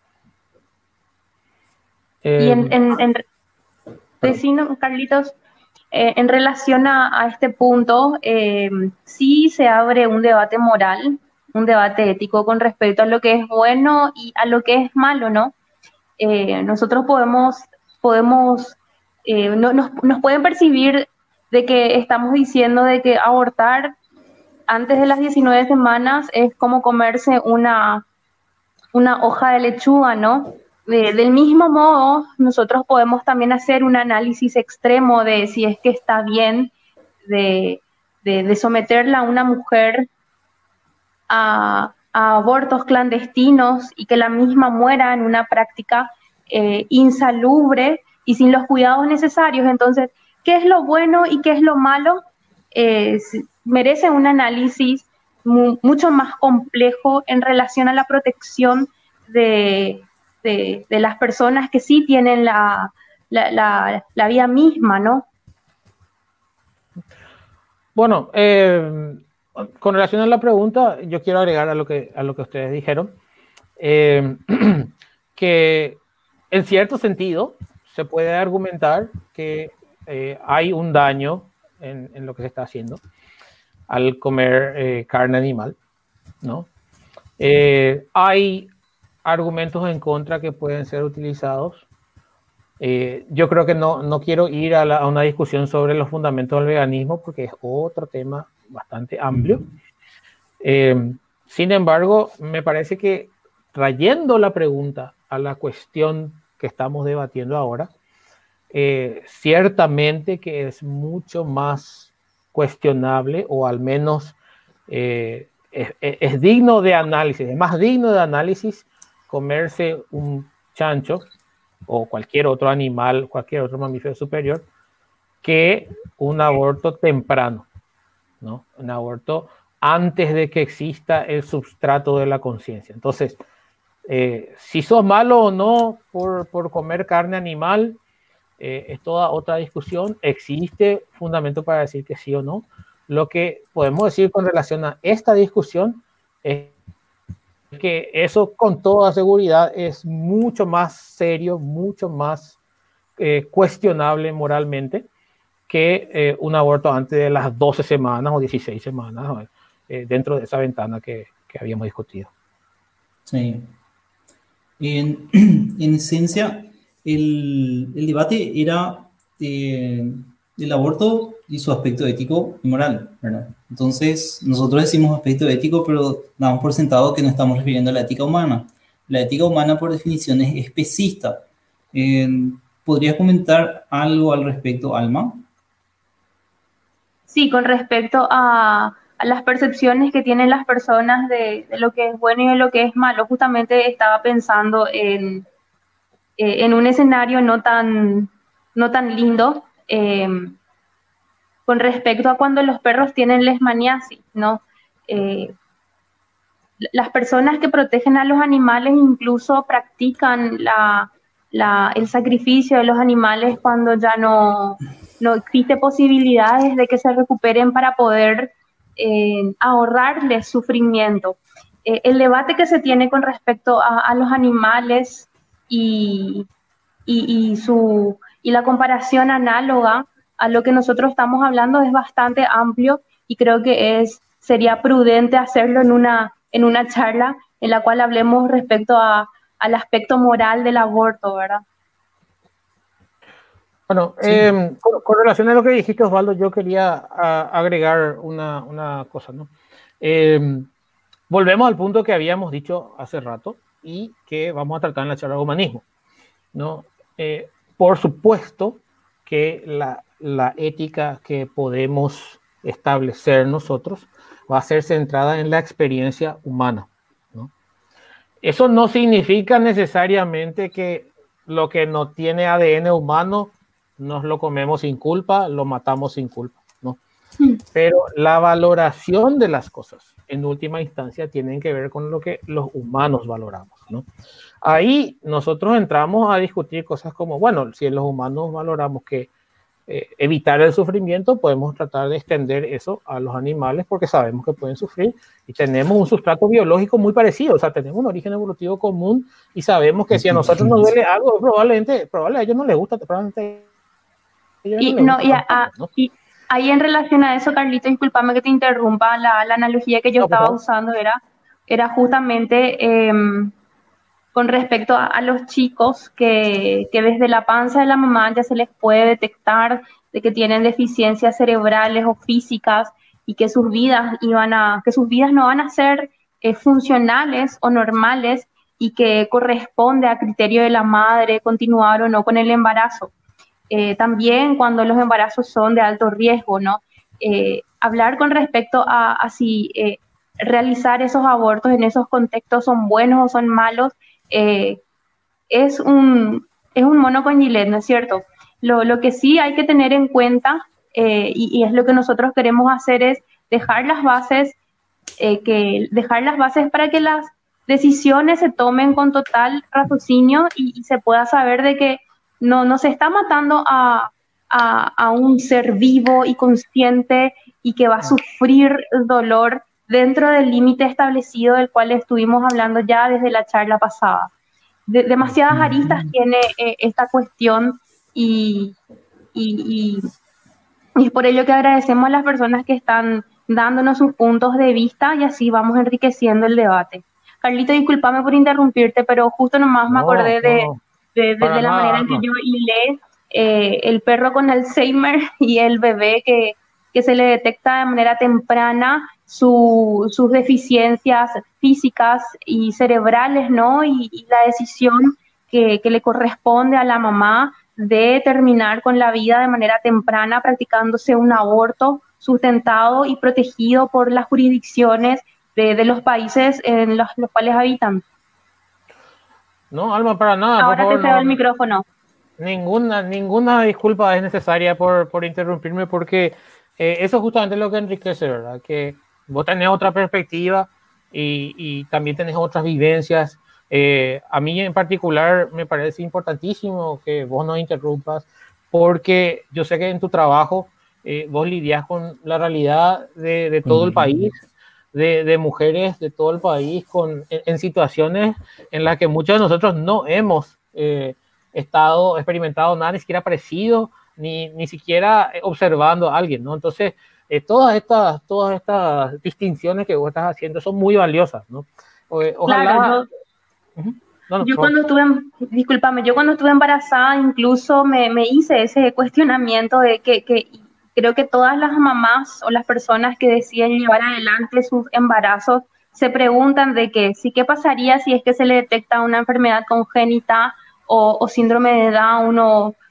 A: Eh, y en, en, en vecino, Carlitos, eh, en relación a, a este punto, eh, sí se abre un debate moral, un debate ético con respecto a lo que es bueno y a lo que es malo, ¿no? Eh, nosotros podemos, podemos eh, no, nos, nos pueden percibir de que estamos diciendo de que abortar antes de las diecinueve semanas es como comerse una, una hoja de lechuga, ¿no? De, del mismo modo, nosotros podemos también hacer un análisis extremo de si es que está bien de, de, de someterla a una mujer a, a abortos clandestinos y que la misma muera en una práctica eh, insalubre y sin los cuidados necesarios. Entonces, ¿qué es lo bueno y qué es lo malo? Eh, merece un análisis mu mucho más complejo en relación a la protección de, de, de las personas que sí tienen la, la, la, la vida misma, ¿no?
C: Bueno, eh, con relación a la pregunta, yo quiero agregar a lo que, a lo que ustedes dijeron, eh, que en cierto sentido se puede argumentar que eh, hay un daño en, en lo que se está haciendo al comer eh, carne animal, ¿no? Eh, hay argumentos en contra que pueden ser utilizados. Eh, yo creo que no, no quiero ir a, la, a una discusión sobre los fundamentos del veganismo porque es otro tema bastante amplio. Eh, sin embargo, me parece que trayendo la pregunta a la cuestión que estamos debatiendo ahora, eh, ciertamente que es mucho más cuestionable o al menos eh, es, es digno de análisis, es más digno de análisis comerse un chancho o cualquier otro animal, cualquier otro mamífero superior, que un aborto temprano, ¿no? Un aborto antes de que exista el substrato de la conciencia. Entonces, eh, si sos malo o no por, por comer carne animal, eh, es toda otra discusión. Existe fundamento para decir que sí o no. Lo que podemos decir con relación a esta discusión es que eso con toda seguridad es mucho más serio, mucho más eh, cuestionable moralmente que eh, un aborto antes de las doce semanas o dieciséis semanas eh, dentro de esa ventana que, que habíamos discutido.
B: Sí. En, en esencia, el, el debate era eh, el aborto y su aspecto ético y moral, ¿verdad? Entonces, nosotros decimos aspecto ético, pero damos por sentado que no estamos refiriendo a la ética humana. La ética humana, por definición, es especista. Eh, ¿Podrías comentar algo al respecto, Alma?
A: Sí, con respecto a, a las percepciones que tienen las personas de, de lo que es bueno y de lo que es malo, justamente estaba pensando en, eh, en un escenario no tan, no tan lindo, eh, con respecto a cuando los perros tienen leishmaniasis, ¿no? Eh, las personas que protegen a los animales incluso practican la, la, el sacrificio de los animales cuando ya no, no existe posibilidades de que se recuperen para poder eh, ahorrarles sufrimiento. Eh, el debate que se tiene con respecto a, a los animales y, y, y, su, y la comparación análoga a lo que nosotros estamos hablando es bastante amplio y creo que es, sería prudente hacerlo en una, en una charla en la cual hablemos respecto a, al aspecto moral del aborto, ¿verdad?
C: Bueno, sí. eh, con, con relación a lo que dijiste, Osvaldo, yo quería a, agregar una, una cosa, ¿no? Eh, volvemos al punto que habíamos dicho hace rato y que vamos a tratar en la charla de humanismo, ¿no? Eh, por supuesto que la, la ética que podemos establecer nosotros va a ser centrada en la experiencia humana, ¿no? Eso no significa necesariamente que lo que no tiene A D N humano nos lo comemos sin culpa, lo matamos sin culpa, ¿no? Mm. Pero la valoración de las cosas, en última instancia, tienen que ver con lo que los humanos valoramos, ¿no? Ahí nosotros entramos a discutir cosas como, bueno, si los humanos valoramos que eh, evitar el sufrimiento, podemos tratar de extender eso a los animales porque sabemos que pueden sufrir y tenemos un sustrato biológico muy parecido, o sea, tenemos un origen evolutivo común y sabemos que si a nosotros nos duele algo, probablemente, probablemente a ellos no les gusta, probablemente a ellos
A: y,
C: no les
A: no,
C: gusta
A: y,
C: tampoco,
A: a,
C: ¿no?
A: y ahí en relación a eso, Carlito, discúlpame que te interrumpa, la, la analogía que yo
C: No,
A: estaba usando era, era justamente eh, con respecto a, a los chicos que, que desde la panza de la mamá ya se les puede detectar de que tienen deficiencias cerebrales o físicas y que sus vidas iban a, que sus vidas no van a ser eh, funcionales o normales y que corresponde a criterio de la madre continuar o no con el embarazo. Eh, también cuando los embarazos son de alto riesgo, ¿no? Eh, hablar con respecto a, a si eh, realizar esos abortos en esos contextos son buenos o son malos, eh, es, un, es un mono con gilet, ¿no es cierto? Lo, lo que sí hay que tener en cuenta, eh, y, y es lo que nosotros queremos hacer, es dejar las bases, eh, que, dejar las bases para que las decisiones se tomen con total raciocinio y, y se pueda saber de que no, no se está matando a, a, a un ser vivo y consciente y que va a sufrir dolor dentro del límite establecido del cual estuvimos hablando ya desde la charla pasada. De, demasiadas aristas tiene eh, esta cuestión y, y, y, y es por ello que agradecemos a las personas que están dándonos sus puntos de vista y así vamos enriqueciendo el debate. Carlito, discúlpame por interrumpirte, pero justo nomás no, me acordé de, no, de, de, de la manera en que yo hilé eh, el perro con Alzheimer y el bebé que, que se le detecta de manera temprana su, sus deficiencias físicas y cerebrales, ¿no? Y, y la decisión que, que le corresponde a la mamá de terminar con la vida de manera temprana, practicándose un aborto sustentado y protegido por las jurisdicciones de, de los países en los, los cuales habitan.
C: No, Alma, para nada.
A: Ahora
C: por favor,
A: te cedo
C: no,
A: el micrófono.
C: Ninguna, ninguna disculpa es necesaria por, por interrumpirme porque eh, eso es justamente lo que enriquece, ¿verdad? Que vos tenés otra perspectiva y, y también tenés otras vivencias. Eh, a mí en particular me parece importantísimo que vos nos interrumpas porque yo sé que en tu trabajo eh, vos lidias con la realidad de, de todo el país, de, de mujeres de todo el país con, en, en situaciones en las que muchos de nosotros no hemos eh, estado, experimentado nada, ni siquiera parecido, ni, ni siquiera observando a alguien, ¿no? Entonces, eh, todas, estas, todas estas distinciones que vos estás haciendo son muy valiosas, ¿no? O, ojalá...
A: Claro, yo,
C: uh-huh. no, no,
A: yo
C: por...
A: cuando estuve, discúlpame, yo cuando estuve embarazada incluso me, me hice ese cuestionamiento de que, que creo que todas las mamás o las personas que deciden llevar adelante sus embarazos se preguntan de que sí, ¿qué pasaría si es que se le detecta una enfermedad congénita o, o síndrome de Down o, o,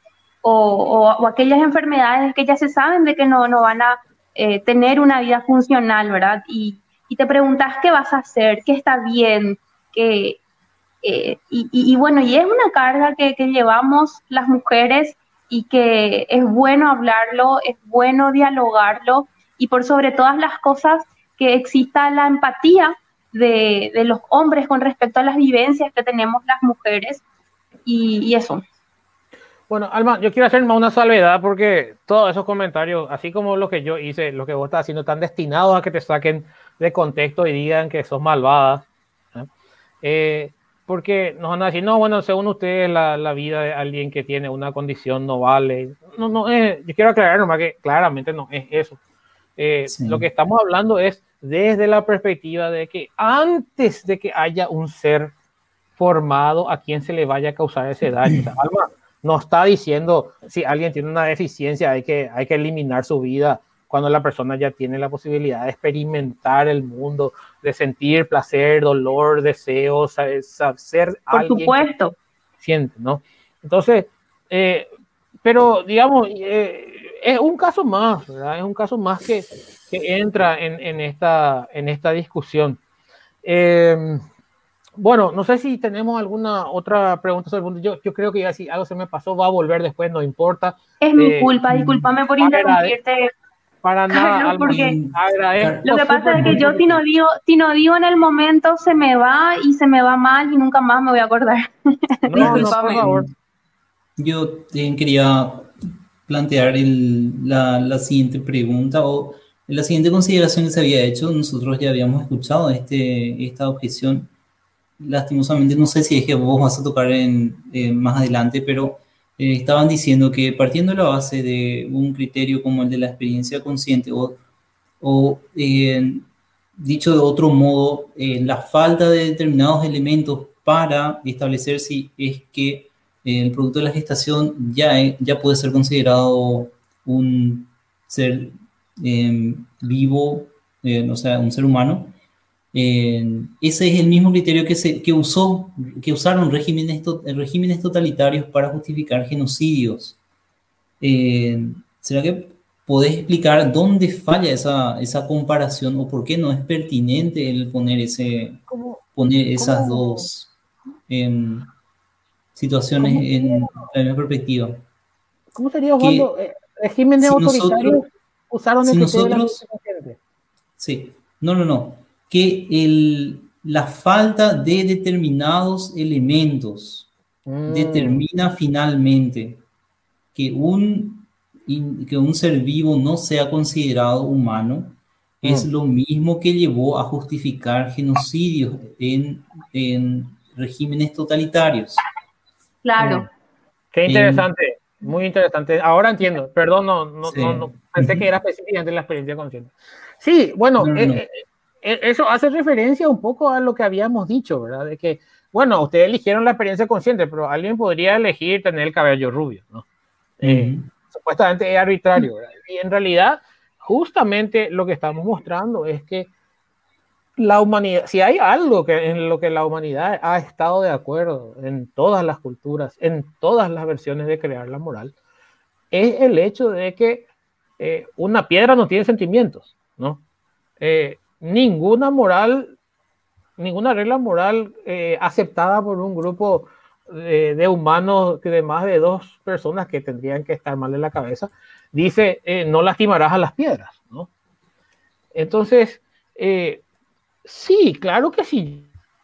A: o, o aquellas enfermedades que ya se saben de que no, no van a eh, tener una vida funcional, ¿verdad? Y, y te preguntas qué vas a hacer, qué está bien, qué... Eh, y, y, y bueno, y es una carga que, que llevamos las mujeres y que es bueno hablarlo, es bueno dialogarlo y por sobre todas las cosas que exista la empatía de, de los hombres con respecto a las vivencias que tenemos las mujeres y, y eso.
C: Bueno, Alma, yo quiero hacer más una salvedad porque todos esos comentarios, así como lo que yo hice, lo que vos estás haciendo, están destinados a que te saquen de contexto y digan que sos malvada. ¿eh? Eh, porque nos van a decir, no, bueno, según ustedes, la, la vida de alguien que tiene una condición no vale. No, no es, yo quiero aclarar nomás que claramente no es eso. Eh, sí. Lo que estamos hablando es desde la perspectiva de que antes de que haya un ser formado a quien se le vaya a causar ese daño. O sea, Alma no está diciendo si alguien tiene una deficiencia hay que, hay que eliminar su vida cuando la persona ya tiene la posibilidad de experimentar el mundo, de sentir placer, dolor, deseos, ser
A: Por
C: alguien
A: supuesto.
C: Que siente, ¿no? Entonces, eh, pero digamos, eh, es un caso más, ¿verdad? Es un caso más que, que entra en, en, esta, en esta discusión. Eh, Bueno, no sé si tenemos alguna otra pregunta sobre el punto. Yo, yo creo que ya si algo se me pasó, va a volver después, no importa.
A: Es eh, mi culpa, discúlpame por interrumpirte.
C: Para nada,
A: Carlos, porque
C: agradezco.
A: Lo que pasa es que yo si no, digo, si no digo en el momento se me va y se me va mal y nunca más me voy a acordar.
C: No, no, por favor.
B: Yo eh, quería plantear el, la, la siguiente pregunta o la siguiente consideración que se había hecho. Nosotros ya habíamos escuchado este, esta objeción. Lastimosamente no sé si es que vos vas a tocar en, eh, más adelante, pero eh, estaban diciendo que partiendo de la base de un criterio como el de la experiencia consciente o, o eh, dicho de otro modo, eh, la falta de determinados elementos para establecer si es que eh, el producto de la gestación ya, es, ya puede ser considerado un ser eh, vivo, eh, o sea, un ser humano. Eh, ese es el mismo criterio que, se, que, usó, que usaron regímenes, to, regímenes totalitarios para justificar genocidios. Eh, ¿Será que podés explicar dónde falla esa, esa comparación o por qué no es pertinente el poner, ese, poner esas ¿Cómo? dos eh, situaciones ¿Cómo? en la misma perspectiva?
C: ¿Cómo sería, Osvaldo? Regímenes si autoritarios nosotros, usaron el
B: si
C: criterio
B: nosotros,
C: de la
B: Sí, no, no, no. Que el, la falta de determinados elementos mm. determina finalmente que un, que un ser vivo no sea considerado humano, mm. es lo mismo que llevó a justificar genocidios en, en regímenes totalitarios.
A: Claro.
C: Mm. Qué interesante, en, muy interesante. Ahora entiendo, perdón, no, no, sí. no, no pensé que era específicamente la experiencia consciente. Sí, bueno, no, no, no. Eh, eh, eso hace referencia un poco a lo que habíamos dicho, ¿verdad? De que, bueno, ustedes eligieron la experiencia consciente, pero alguien podría elegir tener el cabello rubio, ¿no? Eh, uh-huh. Supuestamente es arbitrario, ¿verdad? Y en realidad, justamente lo que estamos mostrando es que la humanidad, si hay algo que, en lo que la humanidad ha estado de acuerdo en todas las culturas, en todas las versiones de crear la moral, es el hecho de que eh, una piedra no tiene sentimientos, ¿no? Eh, ninguna moral, ninguna regla moral eh, aceptada por un grupo de, de humanos de más de dos personas que tendrían que estar mal en la cabeza, dice eh, no lastimarás a las piedras, ¿no? Entonces, eh, sí, claro que sí.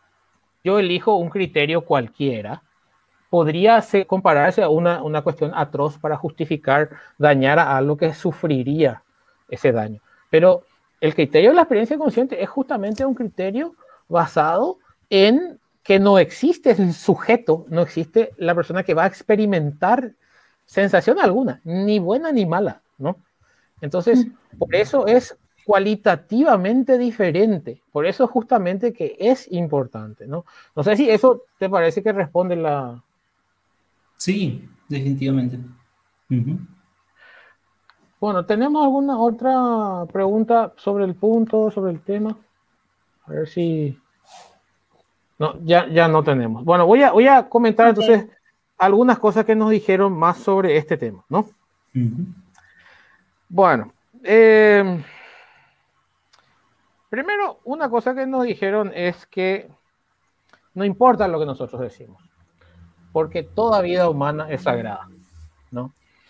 C: Yo elijo un criterio cualquiera, podría ser, compararse a una, una cuestión atroz para justificar dañar a algo que sufriría ese daño. Pero el criterio de la experiencia consciente es justamente un criterio basado en que no existe el sujeto, no existe la persona que va a experimentar sensación alguna, ni buena ni mala, ¿no? Entonces, por eso es cualitativamente diferente, por eso justamente que es importante, ¿no? No sé si eso te parece que responde la...
B: Sí, definitivamente. Uh-huh.
C: Bueno, ¿tenemos alguna otra pregunta sobre el punto, sobre el tema? A ver si... No, ya, ya no tenemos. Bueno, voy a, voy a comentar okay. entonces algunas cosas que nos dijeron más sobre este tema, ¿no?
B: Uh-huh.
C: Bueno, eh, primero, una cosa que nos dijeron es que no importa lo que nosotros decimos, porque toda vida humana es sagrada, ¿no?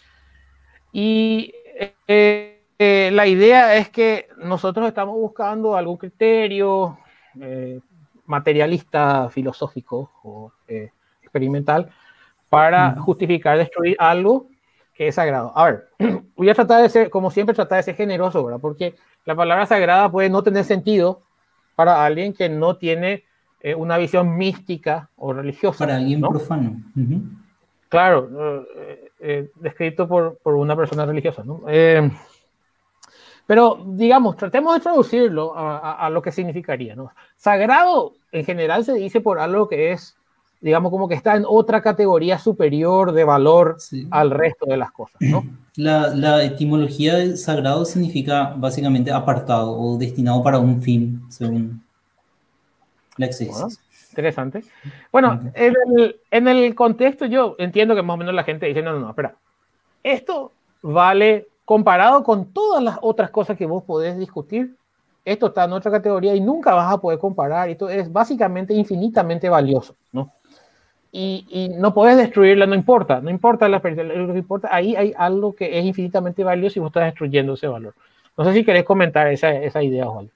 C: Y eh, eh, la idea es que nosotros estamos buscando algún criterio eh, materialista, filosófico o eh, experimental para justificar destruir algo que es sagrado. A ver, voy a tratar de ser, como siempre, tratar de ser generoso, ¿verdad? Porque la palabra sagrada puede no tener sentido para alguien que no tiene eh, una visión mística o religiosa.
B: Para alguien
C: ¿no?
B: profano. Uh-huh.
C: Claro, eh, eh, descrito por, por una persona religiosa, ¿no? Eh, pero, digamos, tratemos de traducirlo a, a, a lo que significaría, ¿no? Sagrado, en general, se dice por algo que es, digamos, como que está en otra categoría superior de valor sí. al resto de las cosas, ¿no?
B: La, la etimología de sagrado significa básicamente apartado o destinado para un fin, según la exégesis.
C: Bueno, interesante. Bueno, okay. en, el, en el contexto yo entiendo que más o menos la gente dice, no, no, no, espera, esto vale comparado con todas las otras cosas que vos podés discutir, esto está en otra categoría y nunca vas a poder comparar, esto es básicamente infinitamente valioso, ¿no? Y, y no podés destruirla, no importa, no importa la pérdida, lo que importa, ahí hay algo que es infinitamente valioso y vos estás destruyendo ese valor. No sé si querés comentar esa, esa idea, Osvaldo.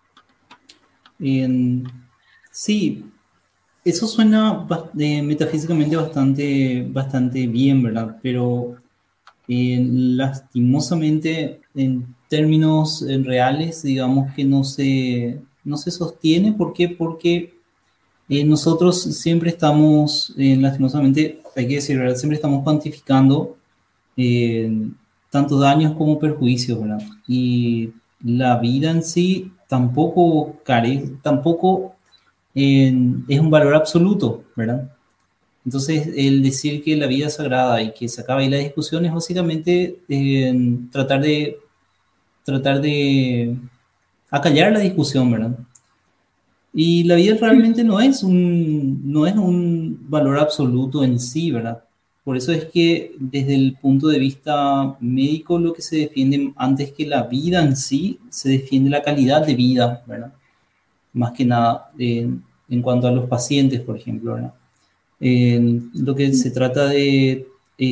B: Eh, sí, eso suena eh, metafísicamente bastante, bastante bien, ¿verdad? Pero eh, lastimosamente en términos eh, reales, digamos que no se, no se sostiene. ¿Por qué? Porque eh, nosotros siempre estamos, eh, lastimosamente, hay que decir, ¿verdad? Siempre estamos cuantificando eh, tanto daños como perjuicios, ¿verdad? Y la vida en sí tampoco carece, tampoco eh, es un valor absoluto, ¿verdad? Entonces, el decir que la vida es sagrada y que se acaba ahí la discusión es básicamente eh, tratar de tratar de acallar la discusión, ¿verdad? Y la vida realmente no es un, no es un valor absoluto en sí, ¿verdad? Por eso es que desde el punto de vista médico lo que se defiende antes que la vida en sí, se defiende la calidad de vida, ¿verdad? Más que nada eh, en cuanto a los pacientes, por ejemplo, ¿verdad? Eh, lo que se trata de,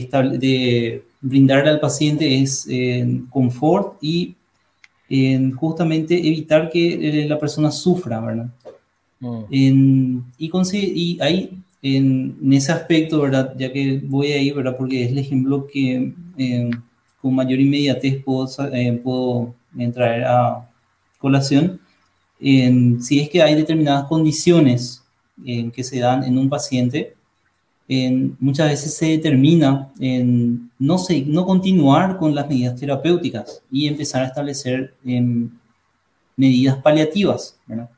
B: de brindarle al paciente es eh, confort y eh, justamente evitar que la persona sufra, ¿verdad? Mm. En, y, y ahí, en, en ese aspecto, ¿verdad? Ya que voy ahí, ¿verdad? Porque es el ejemplo que eh, con mayor inmediatez puedo, eh, puedo traer a colación. En, si es que hay determinadas condiciones en que se dan en un paciente, en, muchas veces se determina en no, se, no continuar con las medidas terapéuticas y empezar a establecer en, medidas paliativas, ¿verdad?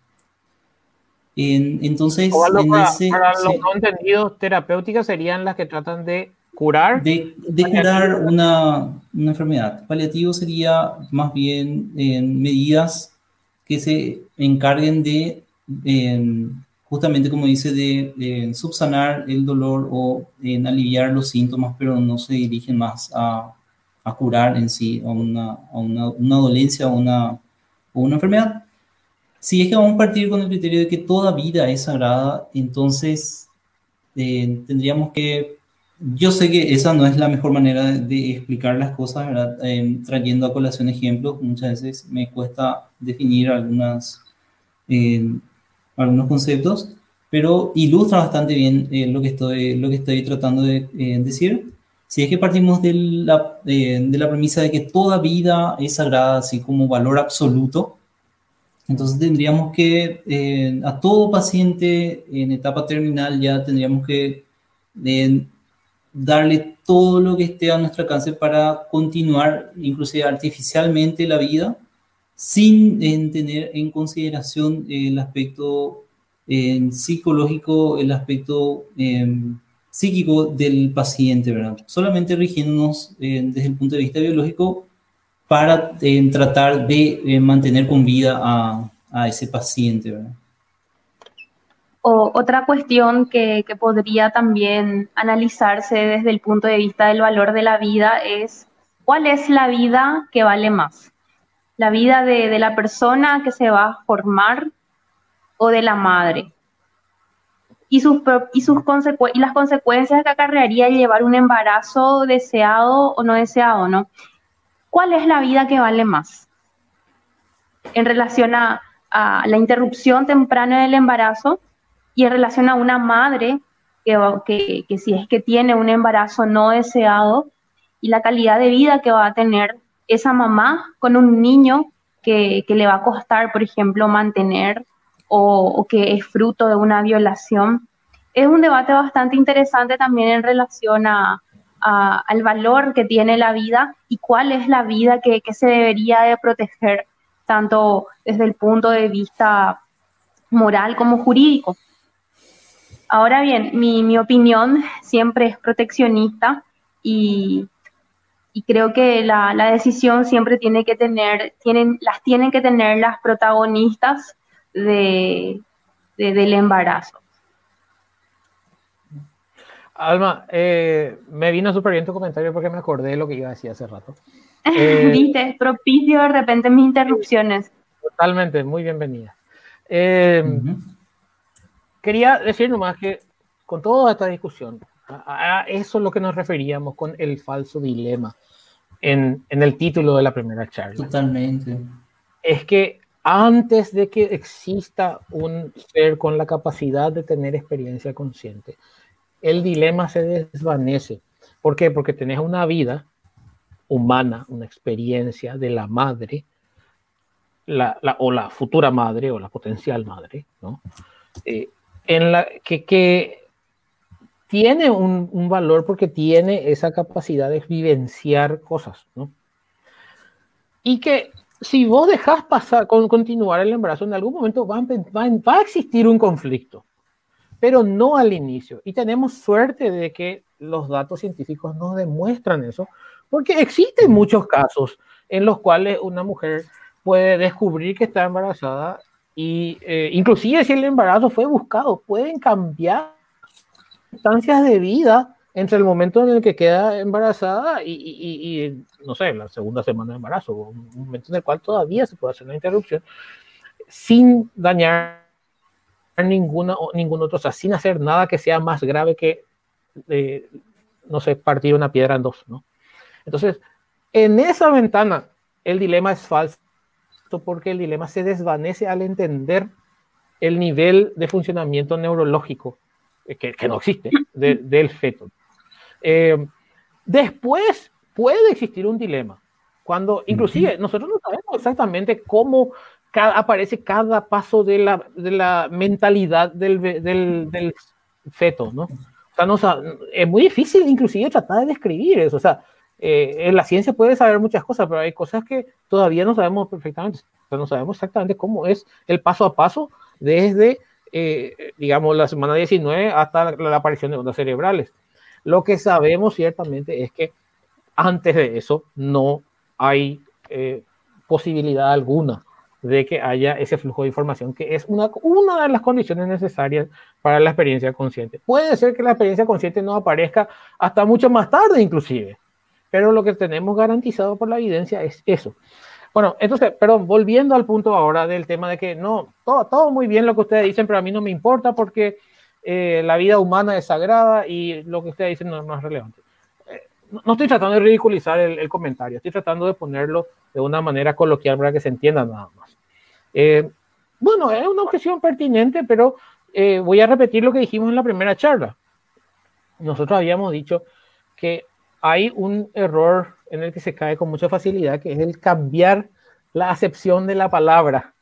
B: En, entonces,
C: Ovaldo,
B: en
C: para,
B: ese,
C: para
B: sí,
C: los no entendidos, terapéuticas serían las que tratan de curar.
B: De, de curar una, una enfermedad. Paliativo sería más bien en medidas que se encarguen de, en, justamente como dice, de, de subsanar el dolor o en aliviar los síntomas, pero no se dirigen más a, a curar en sí a una, a una, una dolencia o una, o una enfermedad. Si es que vamos a partir con el criterio de que toda vida es sagrada, entonces eh, tendríamos que... Yo sé que esa no es la mejor manera de, de explicar las cosas, ¿verdad? Eh, trayendo a colación ejemplos, muchas veces me cuesta definir algunas, eh, algunos conceptos, pero ilustra bastante bien eh, lo, que estoy, lo que estoy tratando de eh, decir. Si es que partimos de la, eh, de la premisa de que toda vida es sagrada, así como valor absoluto, entonces tendríamos que, eh, a todo paciente en etapa terminal ya tendríamos que... Eh, darle todo lo que esté a nuestro alcance para continuar, inclusive artificialmente, la vida, sin en tener en consideración el aspecto eh, psicológico, el aspecto eh, psíquico del paciente, ¿verdad? Solamente rigiéndonos eh, desde el punto de vista biológico para eh, tratar de eh, mantener con vida a, a ese paciente, ¿verdad?
A: O, otra cuestión que, que podría también analizarse desde el punto de vista del valor de la vida es ¿cuál es la vida que vale más? ¿La vida de, de la persona que se va a formar o de la madre? Y, sus, y, sus consecu y las consecuencias que acarrearía llevar un embarazo deseado o no deseado, ¿no? ¿Cuál es la vida que vale más? En relación a, a la interrupción temprana del embarazo y en relación a una madre que, que, que si es que tiene un embarazo no deseado y la calidad de vida que va a tener esa mamá con un niño que, que le va a costar, por ejemplo, mantener o, o que es fruto de una violación. Es un debate bastante interesante también en relación a, a, al valor que tiene la vida y cuál es la vida que, que se debería de proteger, tanto desde el punto de vista moral como jurídico. Ahora bien, mi, mi opinión siempre es proteccionista y, y creo que la, la decisión siempre tiene que tener, tienen, las tienen que tener las protagonistas de, de, del embarazo.
C: Alma, eh, me vino súper bien tu comentario porque me acordé de lo que iba a decir hace rato. Eh,
A: Viste, es propicio de repente mis interrupciones.
C: Totalmente, muy bienvenida. Eh, uh-huh. Quería decir nomás que con toda esta discusión, a, a eso es lo que nos referíamos con el falso dilema en, en el título de la primera charla.
B: Totalmente.
C: Es que antes de que exista un ser con la capacidad de tener experiencia consciente, el dilema se desvanece. ¿Por qué? Porque tenés una vida humana, una experiencia de la madre, la, la, o la futura madre o la potencial madre, ¿no? Eh, en la que, que tiene un, un valor porque tiene esa capacidad de vivenciar cosas, ¿no? Y que si vos dejás pasar, con, continuar el embarazo, en algún momento va, va, va a existir un conflicto, pero no al inicio. Y tenemos suerte de que los datos científicos nos demuestran eso, porque existen muchos casos en los cuales una mujer puede descubrir que está embarazada y eh, inclusive si el embarazo fue buscado, pueden cambiar circunstancias de vida entre el momento en el que queda embarazada y, y, y, y no sé, la segunda semana de embarazo, un momento en el cual todavía se puede hacer una interrupción sin dañar ninguna o ningún otro, o sea, sin hacer nada que sea más grave que, eh, no sé, partir una piedra en dos, ¿no? Entonces, en esa ventana, el dilema es falso, porque el dilema se desvanece al entender el nivel de funcionamiento neurológico, que, que no existe, de, del feto. Eh, después puede existir un dilema, cuando inclusive nosotros no sabemos exactamente cómo cada, aparece cada paso de la, de la mentalidad del, del, del feto, ¿no? O sea, no, es muy difícil inclusive tratar de describir eso, o sea, eh, en la ciencia puede saber muchas cosas, pero hay cosas que todavía no sabemos perfectamente, o sea, no sabemos exactamente cómo es el paso a paso desde, eh, digamos, la semana diecinueve hasta la, la aparición de ondas cerebrales. Lo que sabemos ciertamente es que antes de eso no hay eh, posibilidad alguna de que haya ese flujo de información, que es una, una de las condiciones necesarias para la experiencia consciente. Puede ser que la experiencia consciente no aparezca hasta mucho más tarde inclusive, pero lo que tenemos garantizado por la evidencia es eso. Bueno, entonces, perdón, volviendo al punto ahora del tema de que no, todo, todo muy bien lo que ustedes dicen, pero a mí no me importa porque eh, la vida humana es sagrada y lo que ustedes dicen no, no es relevante. Eh, no, no estoy tratando de ridiculizar el, el comentario, estoy tratando de ponerlo de una manera coloquial para que se entienda nada más. Eh, bueno, es una objeción pertinente, pero eh, voy a repetir lo que dijimos en la primera charla. Nosotros habíamos dicho que hay un error en el que se cae con mucha facilidad, que es el cambiar la acepción de la palabra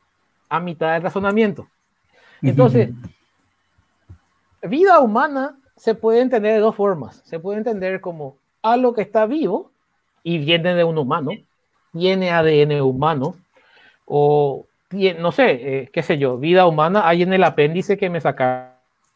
C: a mitad del razonamiento. Entonces, vida humana se puede entender de dos formas. Se puede entender como algo que está vivo y viene de un humano, tiene A D N humano, o no sé, eh, qué sé yo, vida humana, hay en el apéndice que me sacaron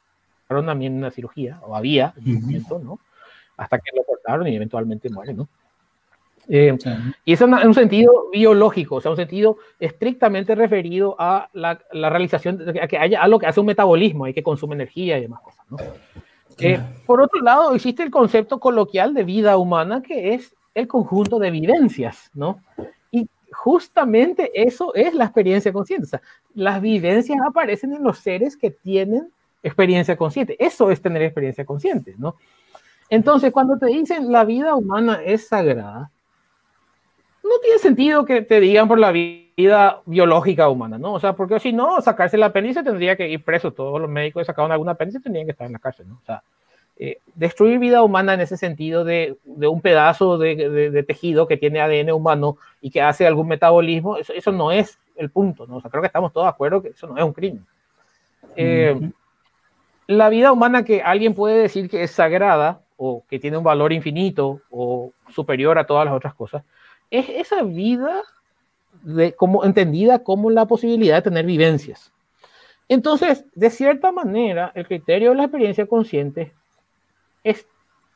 C: a mí en una cirugía, o había en un momento, ¿no? Hasta que lo cortaron y eventualmente muere, ¿no? Eh, sí. Y eso en un sentido biológico, o sea, un sentido estrictamente referido a la, la realización, a que haya algo que hace un metabolismo, hay que consume energía y demás cosas, ¿no? Eh, por otro lado, existe el concepto coloquial de vida humana, que es el conjunto de vivencias, ¿no? Y justamente eso es la experiencia consciente. O sea, las vivencias aparecen en los seres que tienen experiencia consciente. Eso es tener experiencia consciente, ¿no? Entonces, cuando te dicen la vida humana es sagrada, no tiene sentido que te digan por la vida biológica humana, ¿no? O sea, porque si no, sacarse el apéndice tendría que ir preso. Todos los médicos que sacaron algún apéndice tendrían que estar en la cárcel, ¿no? O sea, eh, destruir vida humana en ese sentido de, de un pedazo de, de, de tejido que tiene A D N humano y que hace algún metabolismo, eso, eso no es el punto, ¿no? O sea, creo que estamos todos de acuerdo que eso no es un crimen. Eh, uh-huh. La vida humana que alguien puede decir que es sagrada o que tiene un valor infinito o superior a todas las otras cosas, es esa vida de, como, entendida como la posibilidad de tener vivencias. Entonces, de cierta manera, el criterio de la experiencia consciente es,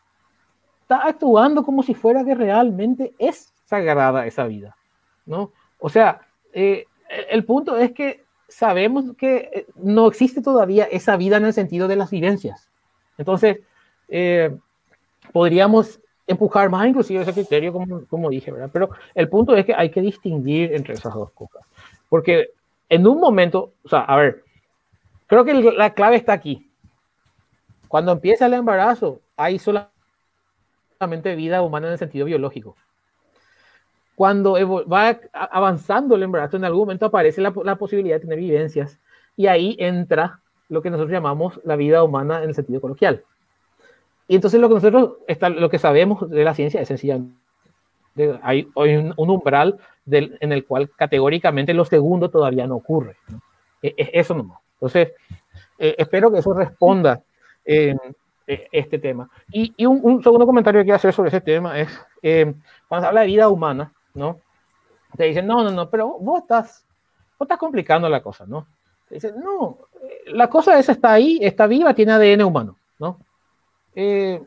C: está actuando como si fuera que realmente es sagrada esa vida, ¿no? O sea, eh, el punto es que sabemos que no existe todavía esa vida en el sentido de las vivencias. Entonces, eh, podríamos empujar más inclusive ese criterio, como, como dije, ¿verdad? Pero el punto es que hay que distinguir entre esas dos cosas. Porque en un momento, o sea, a ver, creo que la clave está aquí. Cuando empieza el embarazo, hay solamente vida humana en el sentido biológico. Cuando va avanzando el embarazo, en algún momento aparece la, la posibilidad de tener vivencias. Y ahí entra lo que nosotros llamamos la vida humana en el sentido coloquial. Y entonces lo que nosotros, está, lo que sabemos de la ciencia es sencillamente, hay, hay un, un umbral del, en el cual categóricamente lo segundo todavía no ocurre, ¿no? Es, es eso nomás. Entonces, eh, espero que eso responda eh, eh, este tema. Y, y un, un segundo comentario que quiero hacer sobre ese tema es, eh, cuando se habla de vida humana, ¿no? Te dicen, no, no, no, pero vos estás, vos estás complicando la cosa, ¿no? Te dicen, no, la cosa esa está ahí, está viva, tiene A D N humano, ¿no? Eh,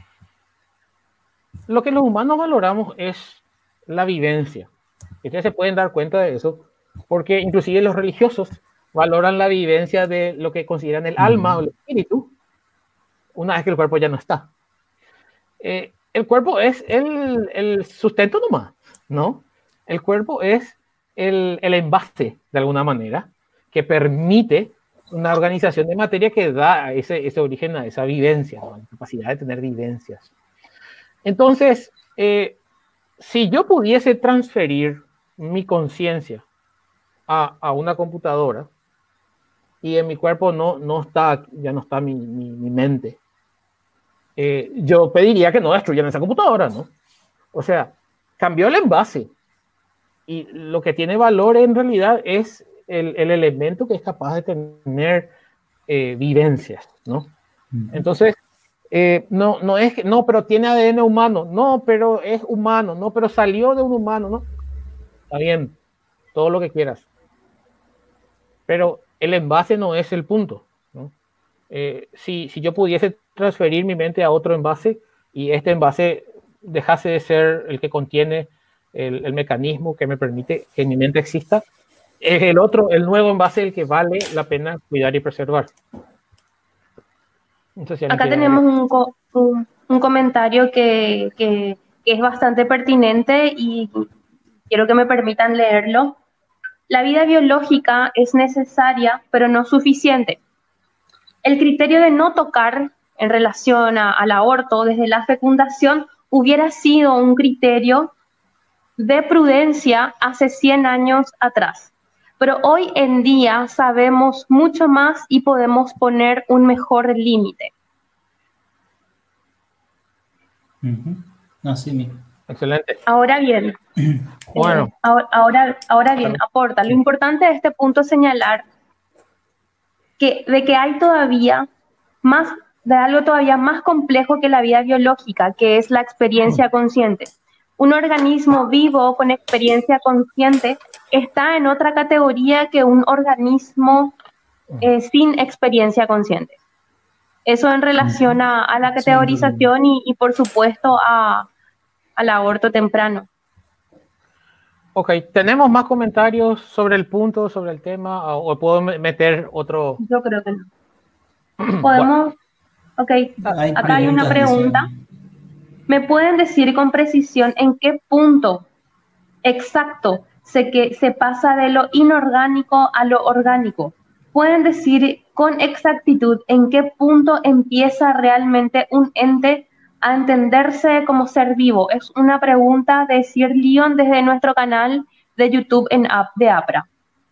C: lo que los humanos valoramos es la vivencia. Ustedes se pueden dar cuenta de eso, porque inclusive los religiosos valoran la vivencia de lo que consideran el alma o el espíritu, una vez que el cuerpo ya no está. Eh, el cuerpo es el, el sustento nomás, ¿no? El cuerpo es el, el envase, de alguna manera, que permite una organización de materia que da ese, ese origen a esa vivencia, ¿no? La capacidad de tener vivencias. Entonces, eh, si yo pudiese transferir mi conciencia a, a una computadora y en mi cuerpo no, no está, ya no está mi, mi, mi mente, eh, yo pediría que no destruyan esa computadora, ¿no? O sea, cambió el envase y lo que tiene valor en realidad es el, el elemento que es capaz de tener eh, vivencias, ¿no? Uh-huh. Entonces, eh, no, no es que, no, pero tiene A D N humano, no, pero es humano, no, pero salió de un humano, ¿no? Está bien, todo lo que quieras. Pero el envase no es el punto, ¿no? Eh, si, si yo pudiese transferir mi mente a otro envase y este envase dejase de ser el que contiene el, el mecanismo que me permite que mi mente exista, es el otro, el nuevo envase el que vale la pena cuidar y preservar.
A: No sé si acá tenemos un, co un, un comentario que, que, que es bastante pertinente y quiero que me permitan leerlo. La vida biológica es necesaria, pero no suficiente. El criterio de no tocar en relación a, al aborto desde la fecundación hubiera sido un criterio de prudencia hace cien años atrás. Pero hoy en día sabemos mucho más y podemos poner un mejor límite.
B: Uh-huh. Así mismo.
C: Excelente.
A: Ahora bien,
C: bueno.
A: eh, ahora, ahora, ahora bien, aporta. Lo importante de este punto es señalar que, de que hay todavía más de algo todavía más complejo que la vida biológica, que es la experiencia consciente. Un organismo vivo con experiencia consciente está en otra categoría que un organismo eh, sin experiencia consciente. Eso en relación a, a la categorización y, y por supuesto, a, al aborto temprano.
C: Ok, ¿tenemos más comentarios sobre el punto, sobre el tema? ¿O puedo meter otro?
A: Yo creo que no. Podemos... Ok,
B: Hay
A: acá hay una pregunta. ¿Me pueden decir con precisión en qué punto exacto se, que, se pasa de lo inorgánico a lo orgánico? ¿Pueden decir con exactitud en qué punto empieza realmente un ente a entenderse como ser vivo? Es una pregunta de Sir Leon desde nuestro canal de YouTube en app de APRA.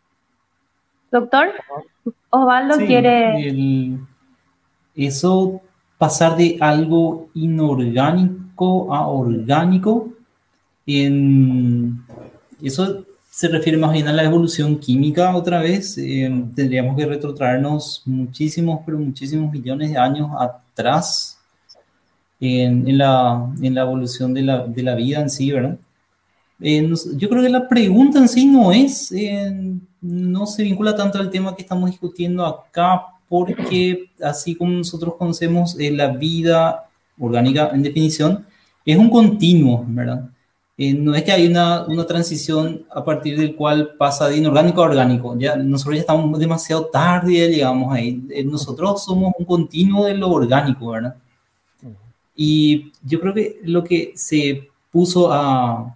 A: Doctor, Osvaldo
B: sí,
A: quiere...
B: El, eso, pasar de algo inorgánico a orgánico, en, eso se refiere más bien a la evolución química otra vez. Eh, tendríamos que retrotraernos muchísimos, pero muchísimos millones de años atrás en, en, la, en la evolución de la, de la vida en sí, ¿verdad? Eh, no, yo creo que la pregunta en sí no es, eh, no se vincula tanto al tema que estamos discutiendo acá, porque así como nosotros conocemos eh, la vida orgánica en definición, es un continuo, ¿verdad? Eh, no es que hay una, una transición a partir del cual pasa de inorgánico a orgánico. Ya, nosotros ya estamos demasiado tarde y ya llegamos ahí. Eh, nosotros somos un continuo de lo orgánico, ¿verdad? Y yo creo que lo que se puso a,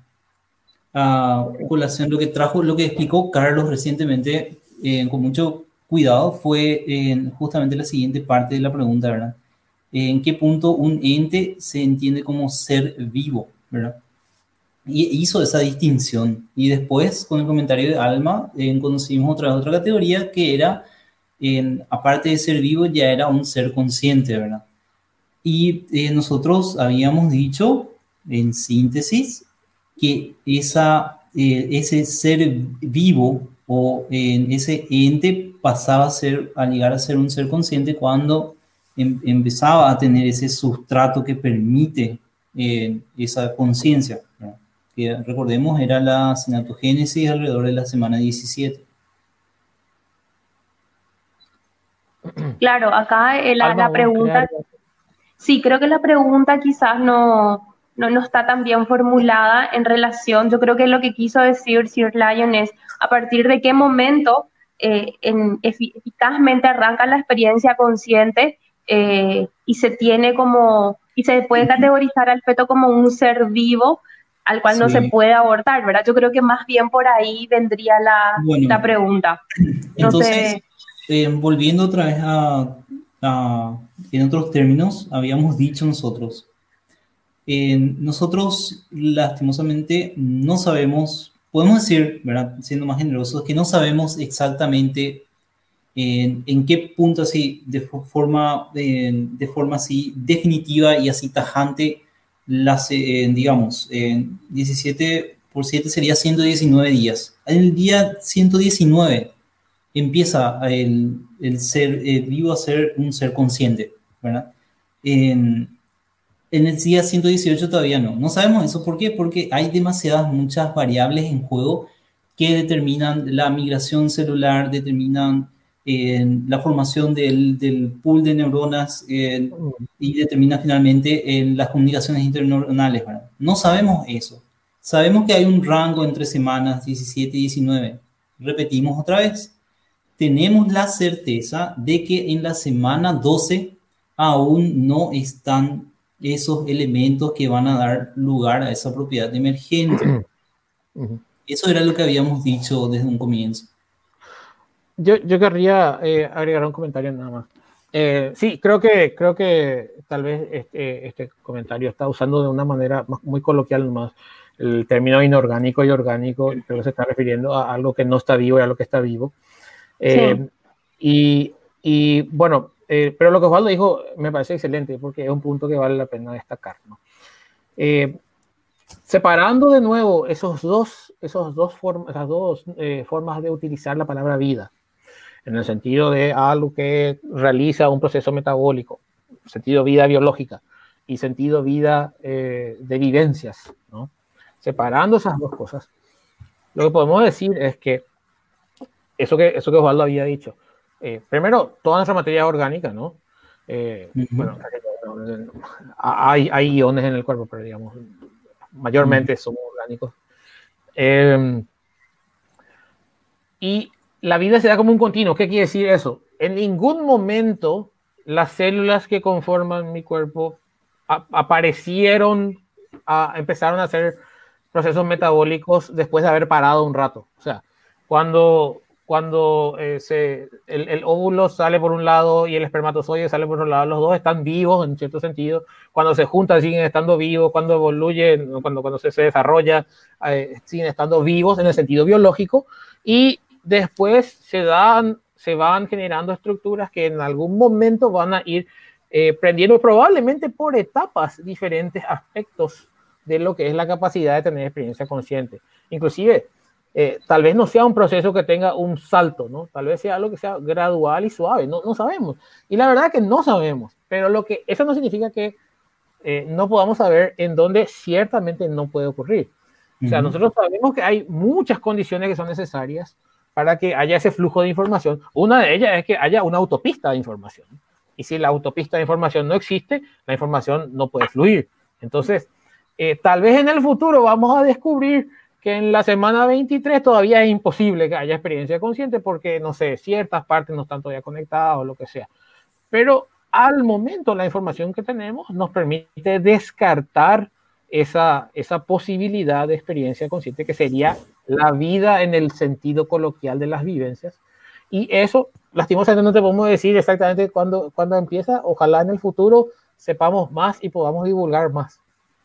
B: a colación, lo que trajo, lo que explicó Carlos recientemente, eh, con mucho cuidado, fue eh, justamente la siguiente parte de la pregunta, ¿verdad? ¿En qué punto un ente se entiende como ser vivo, ¿verdad? Y hizo esa distinción. Y después, con el comentario de Alma, eh, conocimos otra, otra categoría que era, eh, aparte de ser vivo, ya era un ser consciente, ¿verdad? Y eh, nosotros habíamos dicho, en síntesis, que esa, eh, ese ser vivo o eh, ese ente pasaba a, ser, a llegar a ser un ser consciente cuando em, empezaba a tener ese sustrato que permite eh, esa conciencia, ¿no? Que recordemos era la sinatogénesis alrededor de la semana diecisiete.
A: Claro, acá eh, la, la pregunta... Sí, creo que la pregunta quizás no, no, no está tan bien formulada en relación, yo creo que lo que quiso decir Sir Lion es a partir de qué momento eh, en, eficazmente arranca la experiencia consciente eh, y se tiene como, y se puede categorizar al feto como un ser vivo al cual sí. no se puede abortar, ¿verdad? Yo creo que más bien por ahí vendría la, bueno, la pregunta.
B: No entonces, sé... eh, volviendo otra vez a... Uh, en otros términos, habíamos dicho nosotros, eh, nosotros lastimosamente no sabemos, podemos decir, ¿verdad? Siendo más generosos, que no sabemos exactamente en, en qué punto así, de forma, de, de forma así definitiva y así tajante, las, eh, digamos, eh, diecisiete por siete sería ciento diecinueve días. En el día ciento diecinueve empieza el, el ser eh, vivo a ser un ser consciente, ¿verdad? En, en el día ciento dieciocho todavía no. No sabemos eso. ¿Por qué? Porque hay demasiadas, muchas variables en juego que determinan la migración celular, determinan eh, la formación del, del pool de neuronas eh, y determina finalmente eh, las comunicaciones interneuronales, ¿verdad? No sabemos eso. Sabemos que hay un rango entre semanas diecisiete y diecinueve. Repetimos otra vez. Tenemos la certeza de que en la semana doce aún no están esos elementos que van a dar lugar a esa propiedad emergente. Uh-huh. Eso era lo que habíamos dicho desde un comienzo.
C: Yo, yo querría eh, agregar un comentario nada más. Eh, sí, creo que, creo que tal vez este, este comentario está usando de una manera muy coloquial nomás el término inorgánico y orgánico, creo que se está refiriendo a algo que no está vivo y a lo que está vivo. Eh, sí. y, y bueno, eh, pero lo que Osvaldo dijo me parece excelente porque es un punto que vale la pena destacar, ¿no? Eh, separando de nuevo esos dos, esos dos form, esas dos eh, formas de utilizar la palabra vida, en el sentido de algo que realiza un proceso metabólico, sentido vida biológica y sentido vida eh, de vivencias, ¿no? Separando esas dos cosas, lo que podemos decir es que eso que, eso que Osvaldo había dicho, eh, primero, toda nuestra materia es orgánica, ¿no? Eh, uh-huh. Bueno, hay, hay iones en el cuerpo, pero digamos, mayormente uh-huh. somos orgánicos. Eh, y la vida se da como un continuo. ¿Qué quiere decir eso? En ningún momento las células que conforman mi cuerpo a, aparecieron, a, empezaron a hacer procesos metabólicos después de haber parado un rato. O sea, cuando, cuando eh, se, el, el óvulo sale por un lado y el espermatozoide sale por otro lado, los dos están vivos en cierto sentido. Cuando se juntan siguen estando vivos, cuando evoluyen, cuando, cuando se, se desarrolla, eh, siguen estando vivos en el sentido biológico, y después se dan, se van generando estructuras que en algún momento van a ir eh, prendiendo, probablemente por etapas, diferentes aspectos de lo que es la capacidad de tener experiencia consciente. Inclusive, eh, tal vez no sea un proceso que tenga un salto, ¿no? Tal vez sea algo que sea gradual y suave, no, no sabemos. Y la verdad es que no sabemos, pero lo que, eso no significa que eh, no podamos saber en dónde ciertamente no puede ocurrir. O sea, uh-huh. nosotros sabemos que hay muchas condiciones que son necesarias para que haya ese flujo de información. Una de ellas es que haya una autopista de información. Y si la autopista de información no existe, la información no puede fluir. Entonces, eh, tal vez en el futuro vamos a descubrir que en la semana veintitrés todavía es imposible que haya experiencia consciente porque, no sé, ciertas partes no están todavía conectadas o lo que sea. Pero al momento la información que tenemos nos permite descartar esa, esa posibilidad de experiencia consciente que sería la vida en el sentido coloquial de las vivencias. Y eso, lastimosamente, no te podemos decir exactamente cuándo, cuándo empieza. Ojalá en el futuro sepamos más y podamos divulgar más.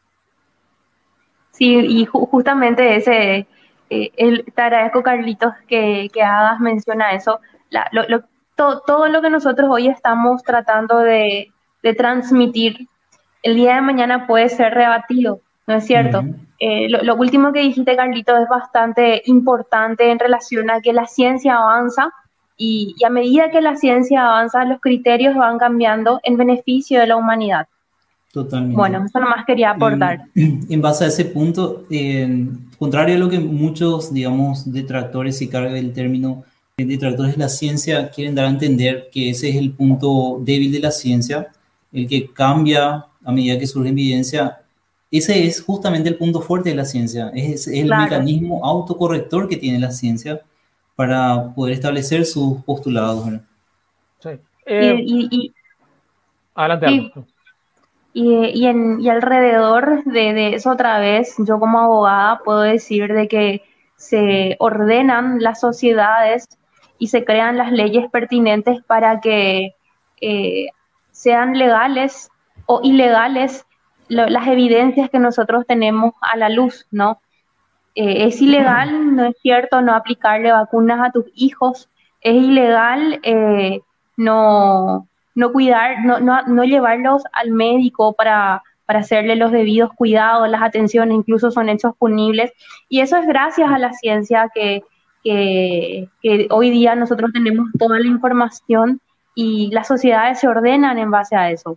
A: Sí, y ju justamente ese, eh, el, te agradezco, Carlitos, que, que hagas mención a eso. La, lo, lo, to, todo lo que nosotros hoy estamos tratando de, de transmitir, el día de mañana puede ser rebatido, ¿no es cierto? Uh-huh. Eh, lo, lo último que dijiste, Carlitos, es bastante importante en relación a que la ciencia avanza y, y a medida que la ciencia avanza, los criterios van cambiando en beneficio de la humanidad.
B: Totalmente.
A: Bueno, eso nomás quería aportar.
B: En, en base a ese punto, eh, contrario a lo que muchos, digamos, detractores, si cabe el término, detractores de la ciencia, quieren dar a entender que ese es el punto débil de la ciencia, el que cambia a medida que surge evidencia. Ese es justamente el punto fuerte de la ciencia, es, es el claro. mecanismo autocorrector que tiene la ciencia para poder establecer sus postulados.
C: Sí. Eh,
A: y, y, y,
C: adelante.
A: Y, y, y, en, y alrededor de, de eso otra vez, yo como abogada puedo decir de que se ordenan las sociedades y se crean las leyes pertinentes para que eh, sean legales o ilegales lo, las evidencias que nosotros tenemos a la luz, ¿no? Eh, es ilegal, no es cierto, no aplicarle vacunas a tus hijos, es ilegal eh, no, no cuidar, no, no, no llevarlos al médico para, para hacerle los debidos cuidados, las atenciones, incluso son hechos punibles, y eso es gracias a la ciencia que, que, que hoy día nosotros tenemos toda la información y las sociedades se ordenan en base a eso.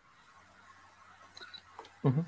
C: Uh-huh.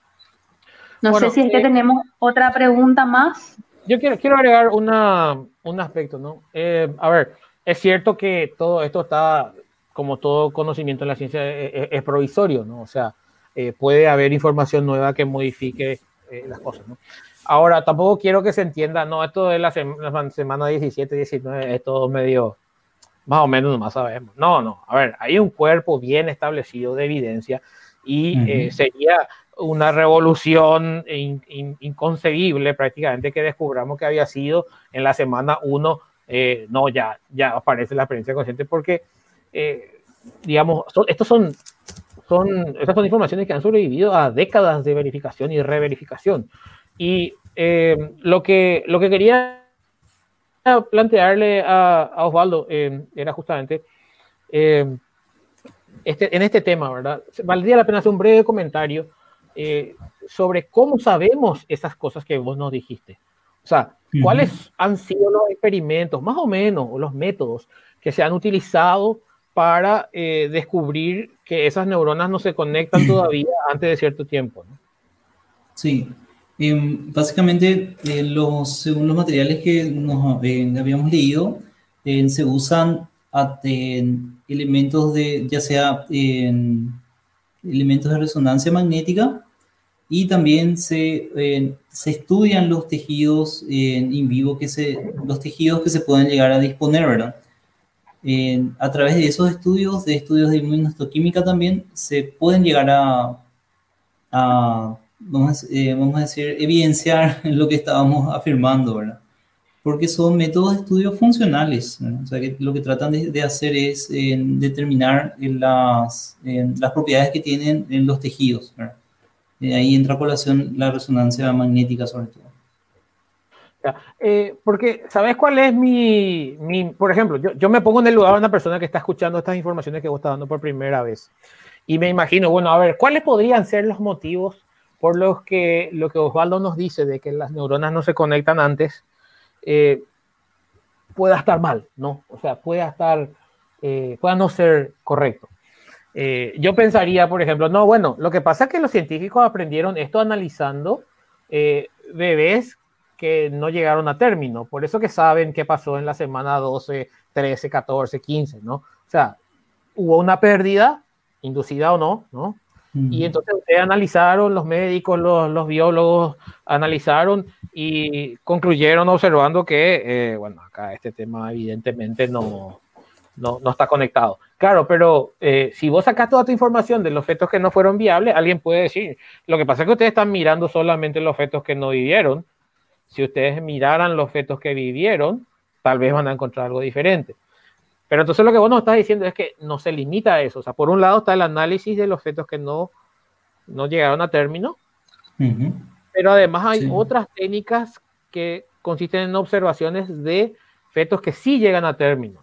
A: No bueno, sé si es eh, que tenemos otra pregunta más.
C: Yo quiero, quiero agregar una, un aspecto, ¿no? Eh, a ver, es cierto que todo esto está, como todo conocimiento en la ciencia, es, es provisorio, ¿no? O sea, eh, puede haber información nueva que modifique eh, las cosas, ¿no? Ahora, tampoco quiero que se entienda, no, esto de la, sema, la semana diecisiete, diecinueve, es todo medio, más o menos nomás sabemos. No, no, a ver, hay un cuerpo bien establecido de evidencia y uh-huh. eh, sería una revolución in, in, inconcebible prácticamente que descubramos que había sido en la semana uno, eh, no, ya, ya aparece la experiencia consciente porque, eh, digamos, son, estos son, son, estas son informaciones que han sobrevivido a décadas de verificación y reverificación. Y eh, lo, que, lo que quería plantearle a, a Osvaldo eh, era justamente eh, este, en este tema, ¿verdad? Valdría la pena hacer un breve comentario Eh, sobre cómo sabemos esas cosas que vos nos dijiste. O sea, uh-huh. ¿cuáles han sido los experimentos, más o menos, o los métodos que se han utilizado para eh, descubrir que esas neuronas no se conectan todavía antes de cierto tiempo, ¿no?
B: Sí, eh, básicamente eh, los, según los materiales que nos eh, habíamos leído, eh, se usan a- en elementos de, ya sea en elementos de resonancia magnética y también se, eh, se estudian los tejidos en in vivo, que se, los tejidos que se pueden llegar a disponer, ¿verdad? Eh, a través de esos estudios, de estudios de inmunohistoquímica también, se pueden llegar a, a, vamos, a, eh, vamos a decir, evidenciar lo que estábamos afirmando, ¿verdad? Porque son métodos de estudio funcionales, ¿verdad? O sea, que lo que tratan de, de hacer es eh, determinar las, eh, las propiedades que tienen en los tejidos, ¿verdad? Eh, ahí entra a colación la resonancia magnética sobre todo.
C: Ya, eh, porque, ¿sabes cuál es mi, mi por ejemplo, yo, yo me pongo en el lugar de una persona que está escuchando estas informaciones que vos estás dando por primera vez y me imagino, bueno, a ver, ¿cuáles podrían ser los motivos por los que lo que Osvaldo nos dice de que las neuronas no se conectan antes eh, pueda estar mal, ¿no? O sea, pueda estar, eh, pueda no ser correcto. Eh, yo pensaría, por ejemplo, no, bueno, lo que pasa es que los científicos aprendieron esto analizando eh, bebés que no llegaron a término, por eso que saben qué pasó en la semana doce, trece, catorce, quince, ¿no? O sea, hubo una pérdida, inducida o no, ¿no?
B: Mm.
C: Y entonces ustedes analizaron, los médicos, los, los biólogos analizaron y concluyeron observando que, eh, bueno, acá este tema evidentemente no, no, no está conectado. Claro, pero eh, si vos sacás toda tu información de los fetos que no fueron viables, alguien puede decir, lo que pasa es que ustedes están mirando solamente los fetos que no vivieron. Si ustedes miraran los fetos que vivieron, tal vez van a encontrar algo diferente. Pero entonces lo que vos nos estás diciendo es que no se limita a eso. O sea, por un lado está el análisis de los fetos que no, no llegaron a término,
B: Uh-huh.
C: pero además hay
B: Sí.
C: otras técnicas que consisten en observaciones de fetos que sí llegan a término.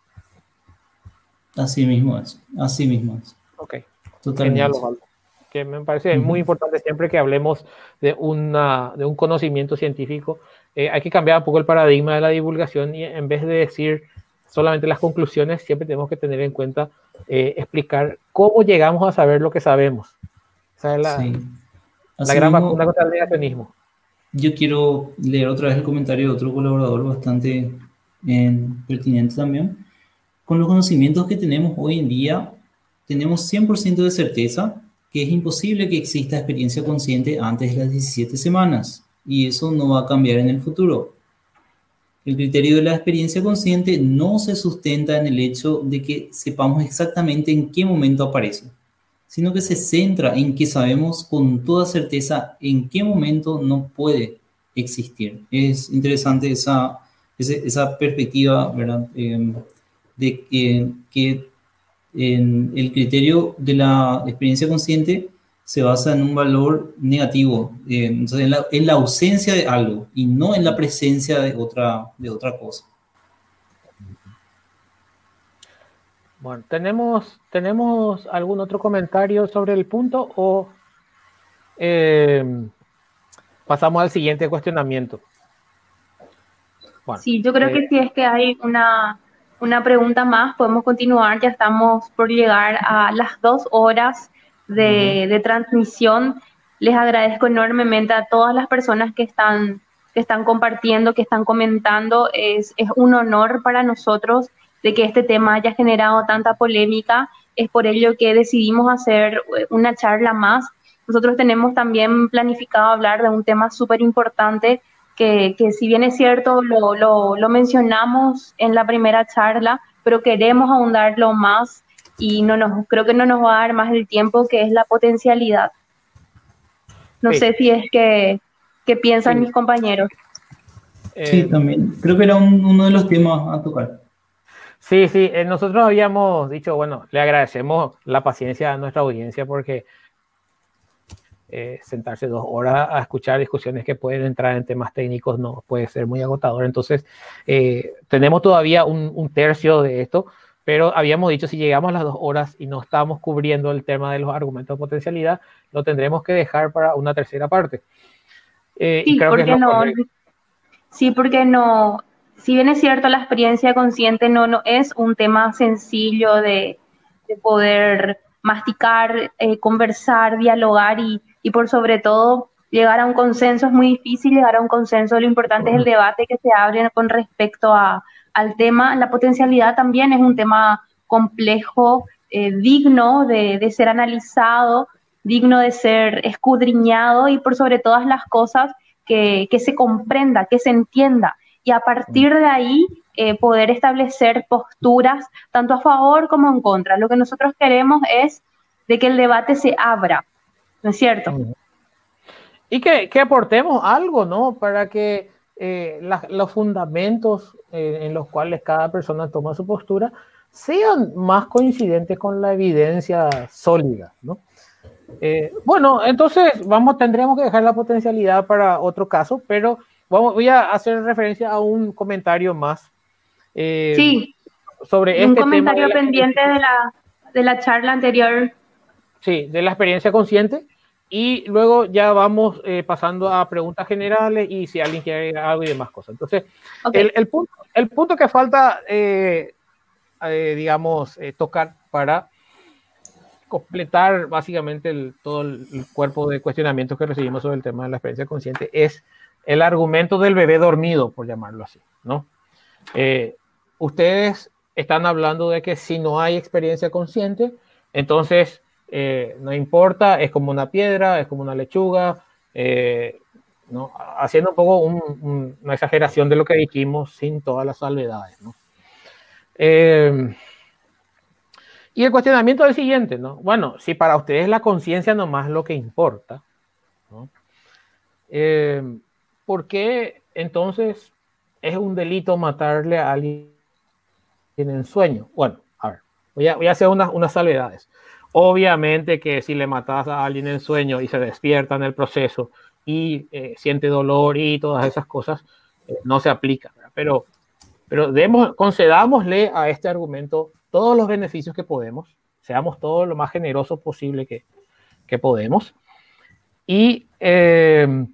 B: Así mismo es, así mismo es.
C: Ok,
B: Totalmente.
C: genial, Osvaldo. Que me parece
B: Uh-huh.
C: muy importante siempre que hablemos de, una, de un conocimiento científico, eh, hay que cambiar un poco el paradigma de la divulgación y en vez de decir solamente las conclusiones, siempre tenemos que tener en cuenta eh, explicar cómo llegamos a saber lo que sabemos. Esa es la,
B: Sí.
C: la
B: Así
C: gran
B: mismo,
C: vacuna contra el negacionismo.
B: yo quiero leer otra vez el comentario de otro colaborador bastante eh, pertinente también. Con los conocimientos que tenemos hoy en día, tenemos cien por ciento de certeza que es imposible que exista experiencia consciente antes de las diecisiete semanas, y eso no va a cambiar en el futuro. El criterio de la experiencia consciente no se sustenta en el hecho de que sepamos exactamente en qué momento aparece, sino que se centra en que sabemos con toda certeza en qué momento no puede existir. Es interesante esa, ese- esa perspectiva, ¿verdad? Eh, de que, que en el criterio de la experiencia consciente se basa en un valor negativo, eh, entonces en la, en la ausencia de algo y no en la presencia de otra, de otra cosa.
C: Bueno, ¿tenemos, ¿tenemos algún otro comentario sobre el punto o eh, pasamos al siguiente cuestionamiento? Bueno,
A: Sí, yo creo
C: eh,
A: que si es que hay una, una pregunta más, podemos continuar. Ya estamos por llegar a las dos horas de, de transmisión. Les agradezco enormemente a todas las personas que están, que están compartiendo, que están comentando. Es, es un honor para nosotros de que este tema haya generado tanta polémica. Es por ello que decidimos hacer una charla más. Nosotros tenemos también planificado hablar de un tema súper importante que, que si bien es cierto, lo, lo, lo mencionamos en la primera charla, pero queremos ahondarlo más y no nos, creo que no nos va a dar más el tiempo, que es la potencialidad. No
C: sí,
A: sé si es que, que piensan
C: sí.
A: mis compañeros.
B: Sí,
C: Eh,
B: también. Creo que era un- uno de los temas a tocar.
C: Sí, sí, eh, nosotros habíamos dicho, bueno, le agradecemos la paciencia a nuestra audiencia porque eh, sentarse dos horas a escuchar discusiones que pueden entrar en temas técnicos no puede ser muy agotador. Entonces, eh, tenemos todavía un, un tercio de esto, pero habíamos dicho si llegamos a las dos horas y no estamos cubriendo el tema de los argumentos de potencialidad, lo tendremos que dejar para una tercera parte. Eh, y
A: Sí,
C: creo que es
A: porque
C: lo
A: no,
C: correcto.
A: sí, porque no, si bien es cierto, la experiencia consciente no, no es un tema sencillo de, de poder masticar, eh, conversar, dialogar y, y por sobre todo llegar a un consenso. Es muy difícil llegar a un consenso, lo importante es el debate que se abre con respecto a, al tema. La potencialidad también es un tema complejo, eh, digno de, de ser analizado, digno de ser escudriñado y por sobre todas las cosas que, que se comprenda, que se entienda y a partir de ahí eh, poder establecer posturas tanto a favor como en contra. Lo que nosotros queremos es de que el debate se abra, ¿no es cierto?
C: Y que, que aportemos algo, ¿no? Para que eh, la, los fundamentos eh, en los cuales cada persona toma su postura sean más coincidentes con la evidencia sólida, ¿no? Eh, bueno, entonces vamos, tendremos que dejar la potencialidad para otro caso, pero vamos, voy a hacer referencia a un comentario más eh,
A: sí,
C: sobre este
A: un comentario
C: tema de la,
A: pendiente de la, de la charla anterior.
C: Sí, de la experiencia consciente. Y luego ya vamos eh, pasando a preguntas generales y si alguien quiere agregar algo y demás cosas. Entonces, okay. el, el, punto, el punto que falta, eh, eh, digamos, eh, tocar para completar básicamente el, todo el, el cuerpo de cuestionamientos que recibimos sobre el tema de la experiencia consciente es el argumento del bebé dormido, por llamarlo así, ¿no? Eh, ustedes están hablando de que si no hay experiencia consciente, entonces eh, no importa, es como una piedra, es como una lechuga, eh, ¿no? Haciendo un poco un, un, una exageración de lo que dijimos sin todas las salvedades, ¿no? Eh, y el cuestionamiento es el siguiente, ¿no? Bueno, si para ustedes la conciencia nomás es lo que importa, ¿no? Eh, ¿por qué entonces es un delito matarle a alguien en sueño? Bueno, a ver, voy a, voy a hacer unas, unas salvedades. Obviamente que si le matas a alguien en sueño y se despierta en el proceso y eh, siente dolor y todas esas cosas, eh, no se aplica, ¿verdad? Pero, pero demos, concedámosle a este argumento todos los beneficios que podemos, seamos todos lo más generosos posible que, que podemos. Y eh,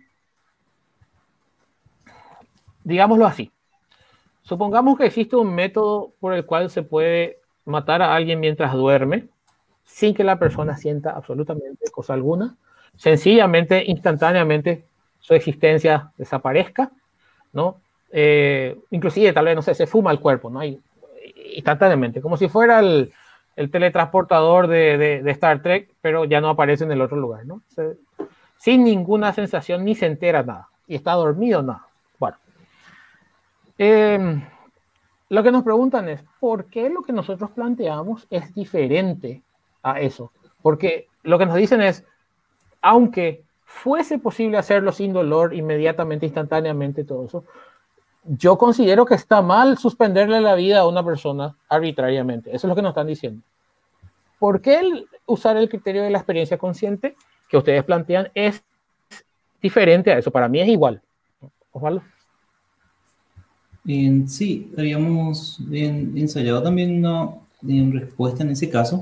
C: digámoslo así, supongamos que existe un método por el cual se puede matar a alguien mientras duerme, sin que la persona sienta absolutamente cosa alguna, sencillamente, instantáneamente, su existencia desaparezca, ¿no? Eh, inclusive, tal vez, no sé, se fuma el cuerpo, ¿no? Hay, instantáneamente, como si fuera el, el teletransportador de, de, de Star Trek, pero ya no aparece en el otro lugar, ¿no? Se, sin ninguna sensación, ni se entera nada, y está dormido, nada. Bueno, eh, lo que nos preguntan es, ¿por qué lo que nosotros planteamos es diferente a eso? Porque lo que nos dicen es, aunque fuese posible hacerlo sin dolor, inmediatamente, instantáneamente, todo eso, yo considero que está mal suspenderle la vida a una persona arbitrariamente. Eso es lo que nos están diciendo. ¿Por qué el usar el criterio de la experiencia consciente que ustedes plantean es diferente a eso? Para mí es igual. Osvaldo.
B: Eh, sí, habíamos en, ensayado también una en respuesta en ese caso.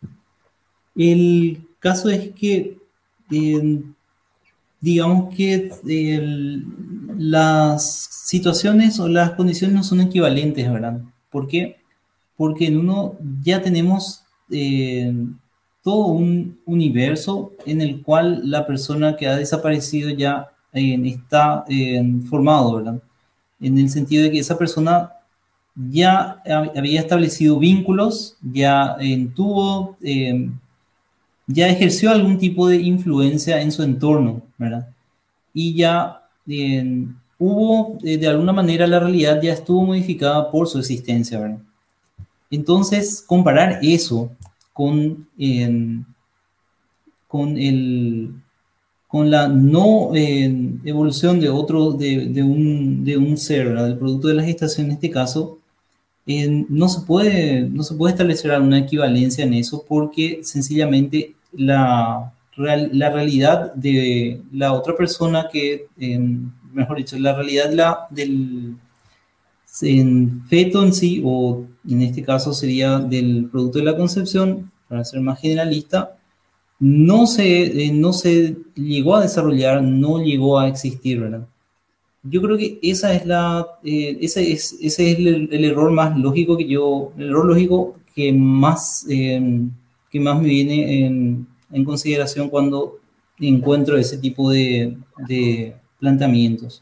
B: El caso es que, eh, digamos que el, las situaciones o las condiciones no son equivalentes, ¿verdad? ¿Por qué? Porque en uno ya tenemos eh, todo un universo en el cual la persona que ha desaparecido ya eh, está eh, formado, ¿verdad? En el sentido de que esa persona ya había establecido vínculos, ya eh, tuvo, eh, ya ejerció algún tipo de influencia en su entorno, ¿verdad? Y ya eh, hubo, eh, de alguna manera, la realidad ya estuvo modificada por su existencia, ¿verdad? Entonces, comparar eso con, eh, con el... con la no eh, evolución de otro, de, de, un, de un ser, ¿verdad? Del producto de la gestación en este caso, eh, no, se puede, no se puede establecer alguna equivalencia en eso porque sencillamente la, real, la realidad de la otra persona que, eh, mejor dicho, la realidad la, del en feto en sí, o en este caso sería del producto de la concepción, para ser más generalista, no se, eh, no se llegó a desarrollar, no llegó a existir, ¿verdad? Yo creo que esa es la, eh, ese es, ese es el, el error más lógico que yo, el error lógico que más, eh, que más me viene en, en consideración cuando encuentro ese tipo de, de planteamientos.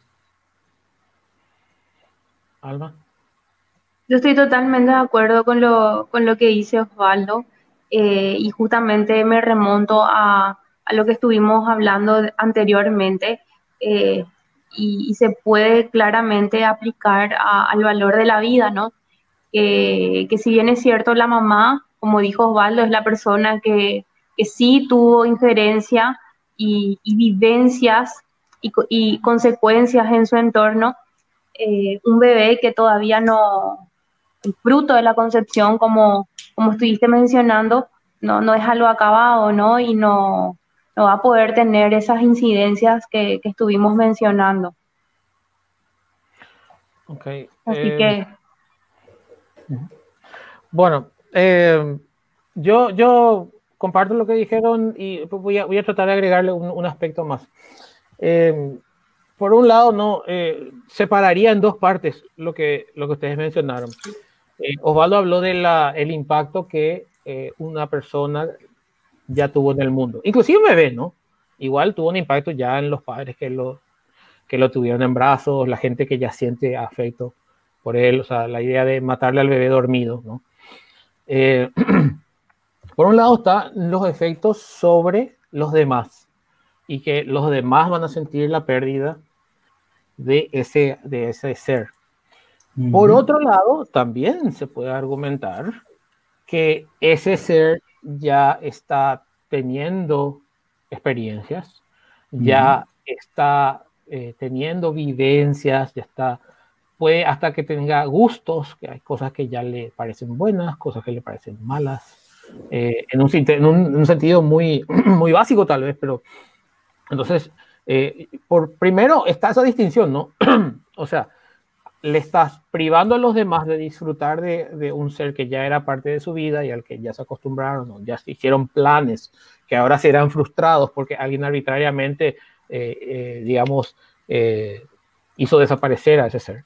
C: Alma.
A: Yo estoy totalmente de acuerdo con lo, con lo que dice Osvaldo, eh, y justamente me remonto a, a lo que estuvimos hablando de- anteriormente, eh, y, y se puede claramente aplicar a- al valor de la vida, ¿no? Que, que si bien es cierto, la mamá, como dijo Osvaldo, es la persona que, que sí tuvo injerencia y, y vivencias y, co- y consecuencias en su entorno. Eh, un bebé que todavía no, el fruto de la concepción, como, como estuviste mencionando, no, no es algo acabado, ¿no? Y no, no va a poder tener esas incidencias que, que estuvimos mencionando.
C: Ok.
A: Así
C: Eh,
A: que
C: bueno, eh, yo, yo comparto lo que dijeron y voy a, voy a tratar de agregarle un, un aspecto más. Eh, por un lado, no, eh, separaría en dos partes lo que, lo que ustedes mencionaron. Eh, Osvaldo habló del el impacto que eh, una persona ya tuvo en el mundo, inclusive un bebé, ¿no? Igual tuvo un impacto ya en los padres que lo, que lo tuvieron en brazos, la gente que ya siente afecto por él, o sea, la idea de matarle al bebé dormido, ¿no? Eh, por un lado están los efectos sobre los demás y que los demás van a sentir la pérdida de ese, de ese ser. Por
B: Uh-huh.
C: otro lado, también se puede argumentar que ese ser ya está teniendo experiencias,
B: Uh-huh.
C: ya está eh, teniendo vivencias, ya está, puede hasta que tenga gustos, que hay cosas que ya le parecen buenas, cosas que le parecen malas, eh, en, un, en, un, en, un, sentido muy, muy básico tal vez, pero entonces, eh, por primero está esa distinción, ¿no? O sea, le estás privando a los demás de disfrutar de, de, un ser que ya era parte de su vida y al que ya se acostumbraron, ¿no? Ya se hicieron planes que ahora serán frustrados porque alguien arbitrariamente, eh, eh, digamos, eh, hizo desaparecer a ese ser.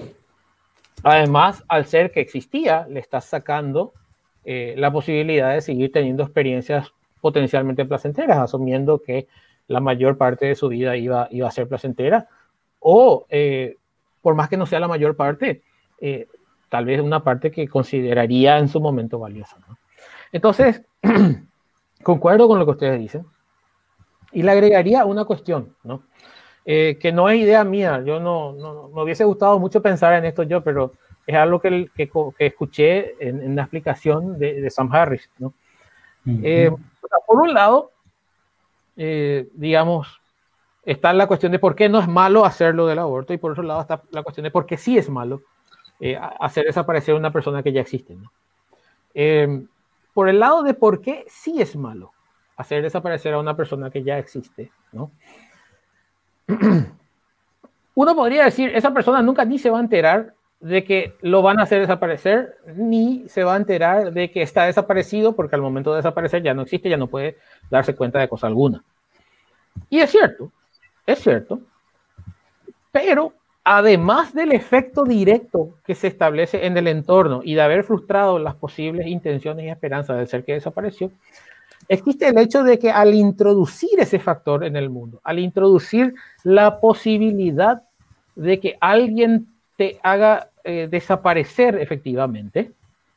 C: Además, al ser que existía, le estás sacando eh, la posibilidad de seguir teniendo experiencias potencialmente placenteras, asumiendo que la mayor parte de su vida iba, iba a ser placentera, o eh, por más que no sea la mayor parte, eh, tal vez una parte que consideraría en su momento valiosa, ¿no? Entonces, concuerdo con lo que ustedes dicen, y le agregaría una cuestión, ¿no? Eh, que no es idea mía, yo no, no, me hubiese gustado mucho pensar en esto yo, pero es algo que, que, que escuché en, en, la explicación de, de Sam Harris, ¿no? Uh-huh. Eh, o sea, por un lado, eh, digamos, está la cuestión de por qué no es malo hacerlo del aborto, y por otro lado está la cuestión de por qué sí es malo eh, hacer desaparecer a una persona que ya existe, ¿no? Eh, por el lado de por qué sí es malo hacer desaparecer a una persona que ya existe, ¿no? Uno podría decir, esa persona nunca ni se va a enterar de que lo van a hacer desaparecer, ni se va a enterar de que está desaparecido, porque al momento de desaparecer ya no existe, ya no puede darse cuenta de cosa alguna. Y es cierto, es cierto, pero además del efecto directo que se establece en el entorno y de haber frustrado las posibles intenciones y esperanzas del ser que desapareció, existe el hecho de que al introducir ese factor en el mundo, al introducir la posibilidad de que alguien te haga eh, desaparecer efectivamente,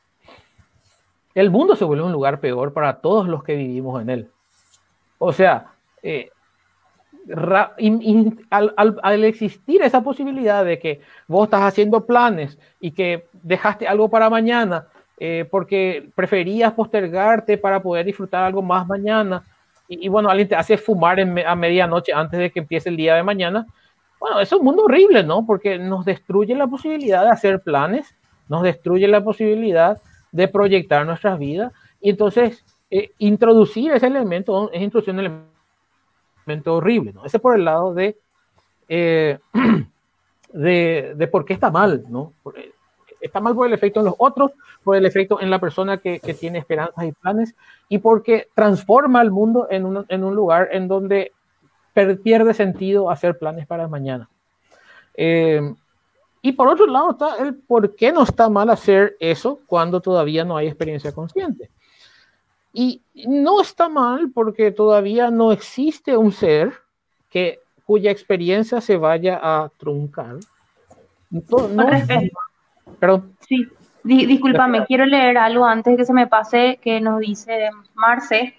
C: el mundo se vuelve un lugar peor para todos los que vivimos en él. O sea, eh, ra, in, in, al, al, al existir esa posibilidad de que vos estás haciendo planes y que dejaste algo para mañana, Eh, porque preferías postergarte para poder disfrutar algo más mañana, y, y bueno, alguien te hace fumar en me, a medianoche antes de que empiece el día de mañana. Bueno, eso es un mundo horrible, ¿no? Porque nos destruye la posibilidad de hacer planes, nos destruye la posibilidad de proyectar nuestras vidas, y entonces eh, introducir ese elemento es introducir un elemento horrible, ¿no? Ese por el lado de, eh, de, de por qué está mal, ¿no? Porque está mal por el efecto en los otros, por el efecto en la persona que, que tiene esperanzas y planes, y porque transforma el mundo en un, en un lugar en donde pierde sentido hacer planes para mañana. Eh, y por otro lado está el por qué no está mal hacer eso cuando todavía no hay experiencia consciente. Y no está mal porque todavía no existe un ser que, cuya experiencia se vaya a truncar. No,
A: Con
C: no está
A: respecto,
C: mal. Perdón.
A: sí, di- discúlpame, quiero leer algo antes de que se me pase que nos dice Marce.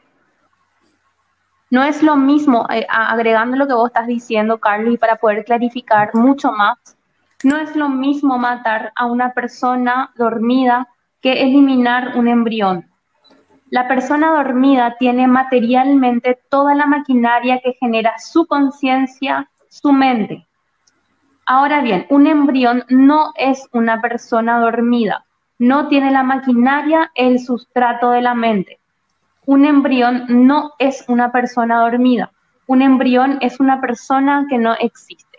A: No es lo mismo, eh, a- agregando lo que vos estás diciendo, Carlos, y para poder clarificar mucho más, no es lo mismo matar a una persona dormida que eliminar un embrión. La persona dormida tiene materialmente toda la maquinaria que genera su conciencia, su mente. Ahora bien, un embrión no es una persona dormida, no tiene la maquinaria, el sustrato de la mente. Un embrión no es una persona dormida, un embrión es una persona que no existe.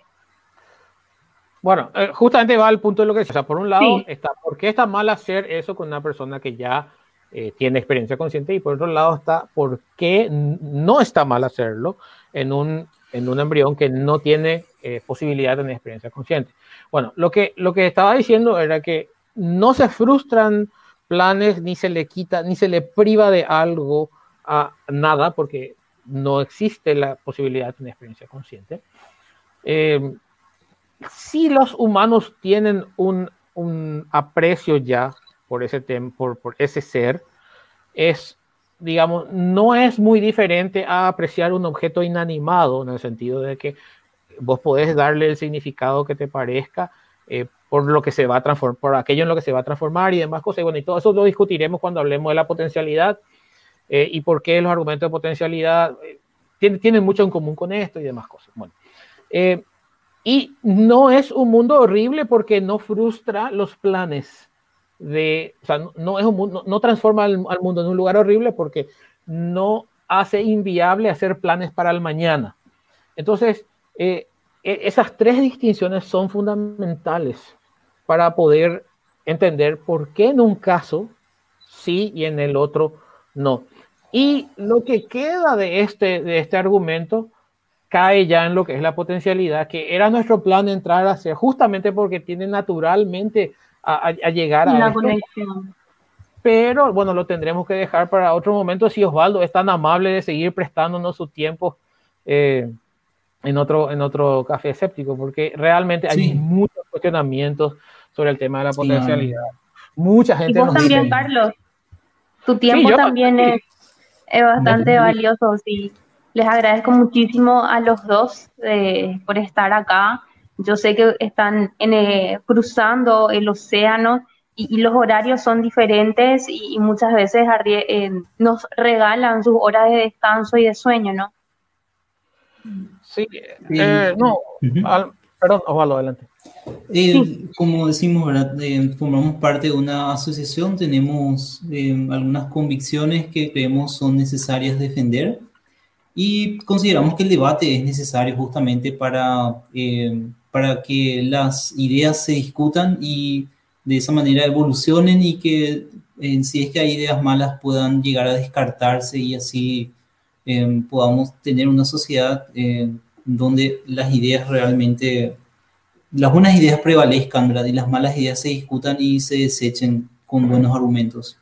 C: Bueno, eh, justamente va al punto de lo que decía. O sea, por un lado,
A: Sí,
C: está, ¿por qué está mal hacer eso con una persona que ya eh, tiene experiencia consciente? Y por otro lado está, ¿por qué no está mal hacerlo en un, en un embrión que no tiene eh, posibilidad de tener experiencia consciente? Bueno, lo que, lo que estaba diciendo era que no se frustran planes, ni se le quita, ni se le priva de algo a nada, porque no existe la posibilidad de tener experiencia consciente. Eh, si los humanos tienen un, un aprecio ya por ese, tem por, por ese ser, es, digamos, no es muy diferente a apreciar un objeto inanimado, en el sentido de que vos podés darle el significado que te parezca eh, por lo que se va a transformar, por aquello en lo que se va a transformar y demás cosas. Y bueno, y todo eso lo discutiremos cuando hablemos de la potencialidad eh, y por qué los argumentos de potencialidad eh, tienen, tienen mucho en común con esto y demás cosas. Bueno, eh, y no es un mundo horrible porque no frustra los planes de, o sea, no, no es un mundo, no, no transforma al, al mundo en un lugar horrible porque no hace inviable hacer planes para el mañana. Entonces, eh, esas tres distinciones son fundamentales para poder entender por qué en un caso sí y en el otro no. Y lo que queda de este, de este argumento cae ya en lo que es la potencialidad, que era nuestro plan entrar a hacer, justamente porque tiene naturalmente a, a, a llegar a
A: una
C: esto,
A: conexión.
C: pero bueno, lo tendremos que dejar para otro momento si Osvaldo es tan amable de seguir prestándonos su tiempo eh, en, otro, en otro café escéptico, porque realmente hay
B: Sí,
C: muchos cuestionamientos sobre el tema de la
B: sí, hay.
C: potencialidad. Mucha
A: Y
C: gente
A: vos
C: nos
A: también,
C: dice,
B: Mucho.
A: Carlos, tu
C: sí,
A: tiempo
C: yo
A: también
C: sí,
A: es, es bastante
C: me,
A: valioso. Sí. Les agradezco muchísimo a los dos eh, por estar acá. Yo sé que están en, eh, cruzando el océano y, y los horarios son diferentes y, y muchas veces arrie- eh, nos regalan sus horas de descanso y de sueño, ¿no?
C: sí,
B: Eh,
C: eh, no,
B: ujú.
C: al, perdón, Osvaldo, adelante.
A: Sí,
B: Eh, como decimos, ¿verdad? Eh, formamos parte de una asociación, tenemos eh, algunas convicciones que creemos son necesarias defender y consideramos que el debate es necesario justamente para, eh, para que las ideas se discutan y de esa manera evolucionen y que eh, si es que hay ideas malas puedan llegar a descartarse y así eh, podamos tener una sociedad eh, donde las ideas realmente las buenas ideas prevalezcan, ¿verdad? Y las malas ideas se discutan y se desechen con buenos argumentos.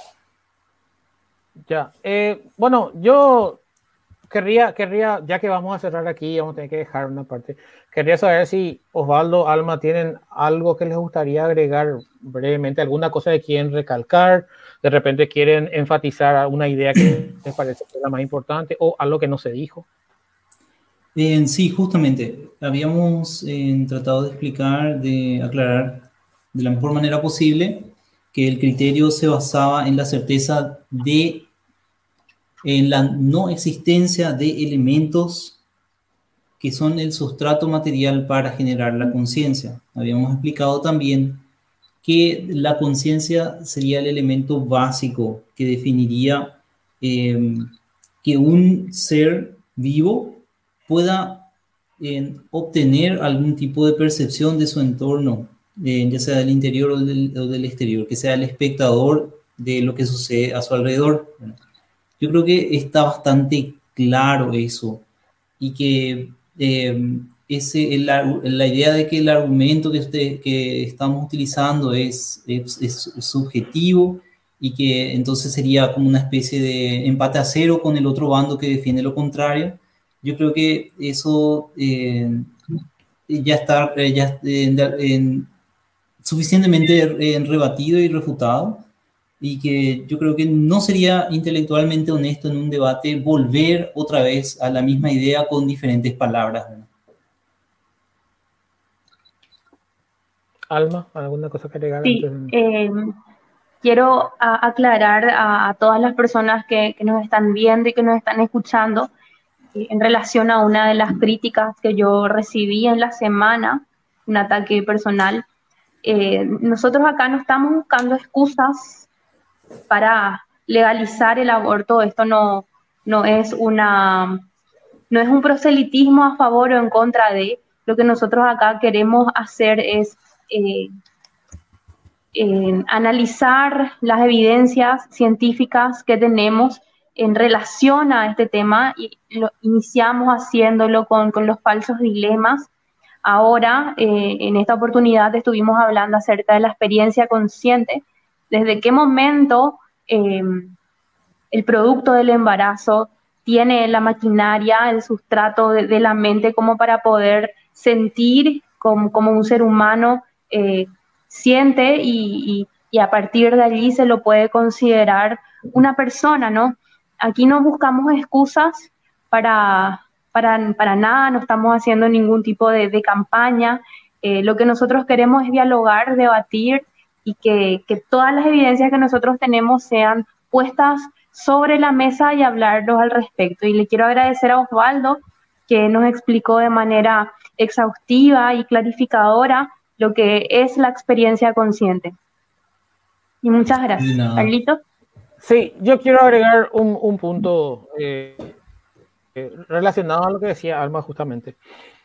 C: Ya, eh, bueno, yo querría, querría, ya que vamos a cerrar aquí, vamos a tener que dejar una parte. Querría saber si Osvaldo, Alma, tienen algo que les gustaría agregar brevemente, alguna cosa que quieren recalcar, de repente quieren enfatizar una idea que les parece que es la más importante o algo que no se dijo.
B: Eh, sí, justamente, habíamos eh, tratado de explicar, de aclarar de la mejor manera posible que el criterio se basaba en la certeza de en la no existencia de elementos que son el sustrato material para generar la conciencia. Habíamos explicado también que la conciencia sería el elemento básico que definiría eh, que un ser vivo pueda eh, obtener algún tipo de percepción de su entorno, eh, ya sea del interior o del, o del exterior, que sea el espectador de lo que sucede a su alrededor. Yo creo que está bastante claro eso y que eh, ese, el, la idea de que el argumento que, usted, que estamos utilizando es, es, es subjetivo y que entonces sería como una especie de empate a cero con el otro bando que defiende lo contrario. Yo creo que eso eh, ya está eh, ya, eh, en, suficientemente eh, rebatido y refutado, y que yo creo que no sería intelectualmente honesto en un debate volver otra vez a la misma idea con diferentes palabras, ¿no?
C: Alma, ¿alguna cosa que agregar
A: Sí,
C: antes?
A: eh, quiero a, aclarar a, a, todas las personas que, que, nos están viendo y que nos están escuchando eh, en relación a una de las críticas que yo recibí en la semana, un ataque personal. Eh, nosotros acá no estamos buscando excusas para legalizar el aborto. Esto no, no es una, no es un proselitismo a favor o en contra de. Lo que nosotros acá queremos hacer es eh, eh, analizar las evidencias científicas que tenemos en relación a este tema, y lo iniciamos haciéndolo con, con los falsos dilemas. Ahora, eh, en esta oportunidad estuvimos hablando acerca de la experiencia consciente, desde qué momento eh, el producto del embarazo tiene la maquinaria, el sustrato de, de la mente como para poder sentir como, como un ser humano eh, siente, y, y, y a partir de allí se lo puede considerar una persona, ¿no? Aquí no buscamos excusas para, para, para nada, no estamos haciendo ningún tipo de, de campaña. Eh, lo que nosotros queremos es dialogar, debatir, y que, que todas las evidencias que nosotros tenemos sean puestas sobre la mesa y hablarlos al respecto. Y le quiero agradecer a Osvaldo, que nos explicó de manera exhaustiva y clarificadora lo que es la experiencia consciente. Y muchas gracias. Carlitos.
C: Sí, yo quiero agregar un, un punto eh, eh, relacionado a lo que decía Alma justamente.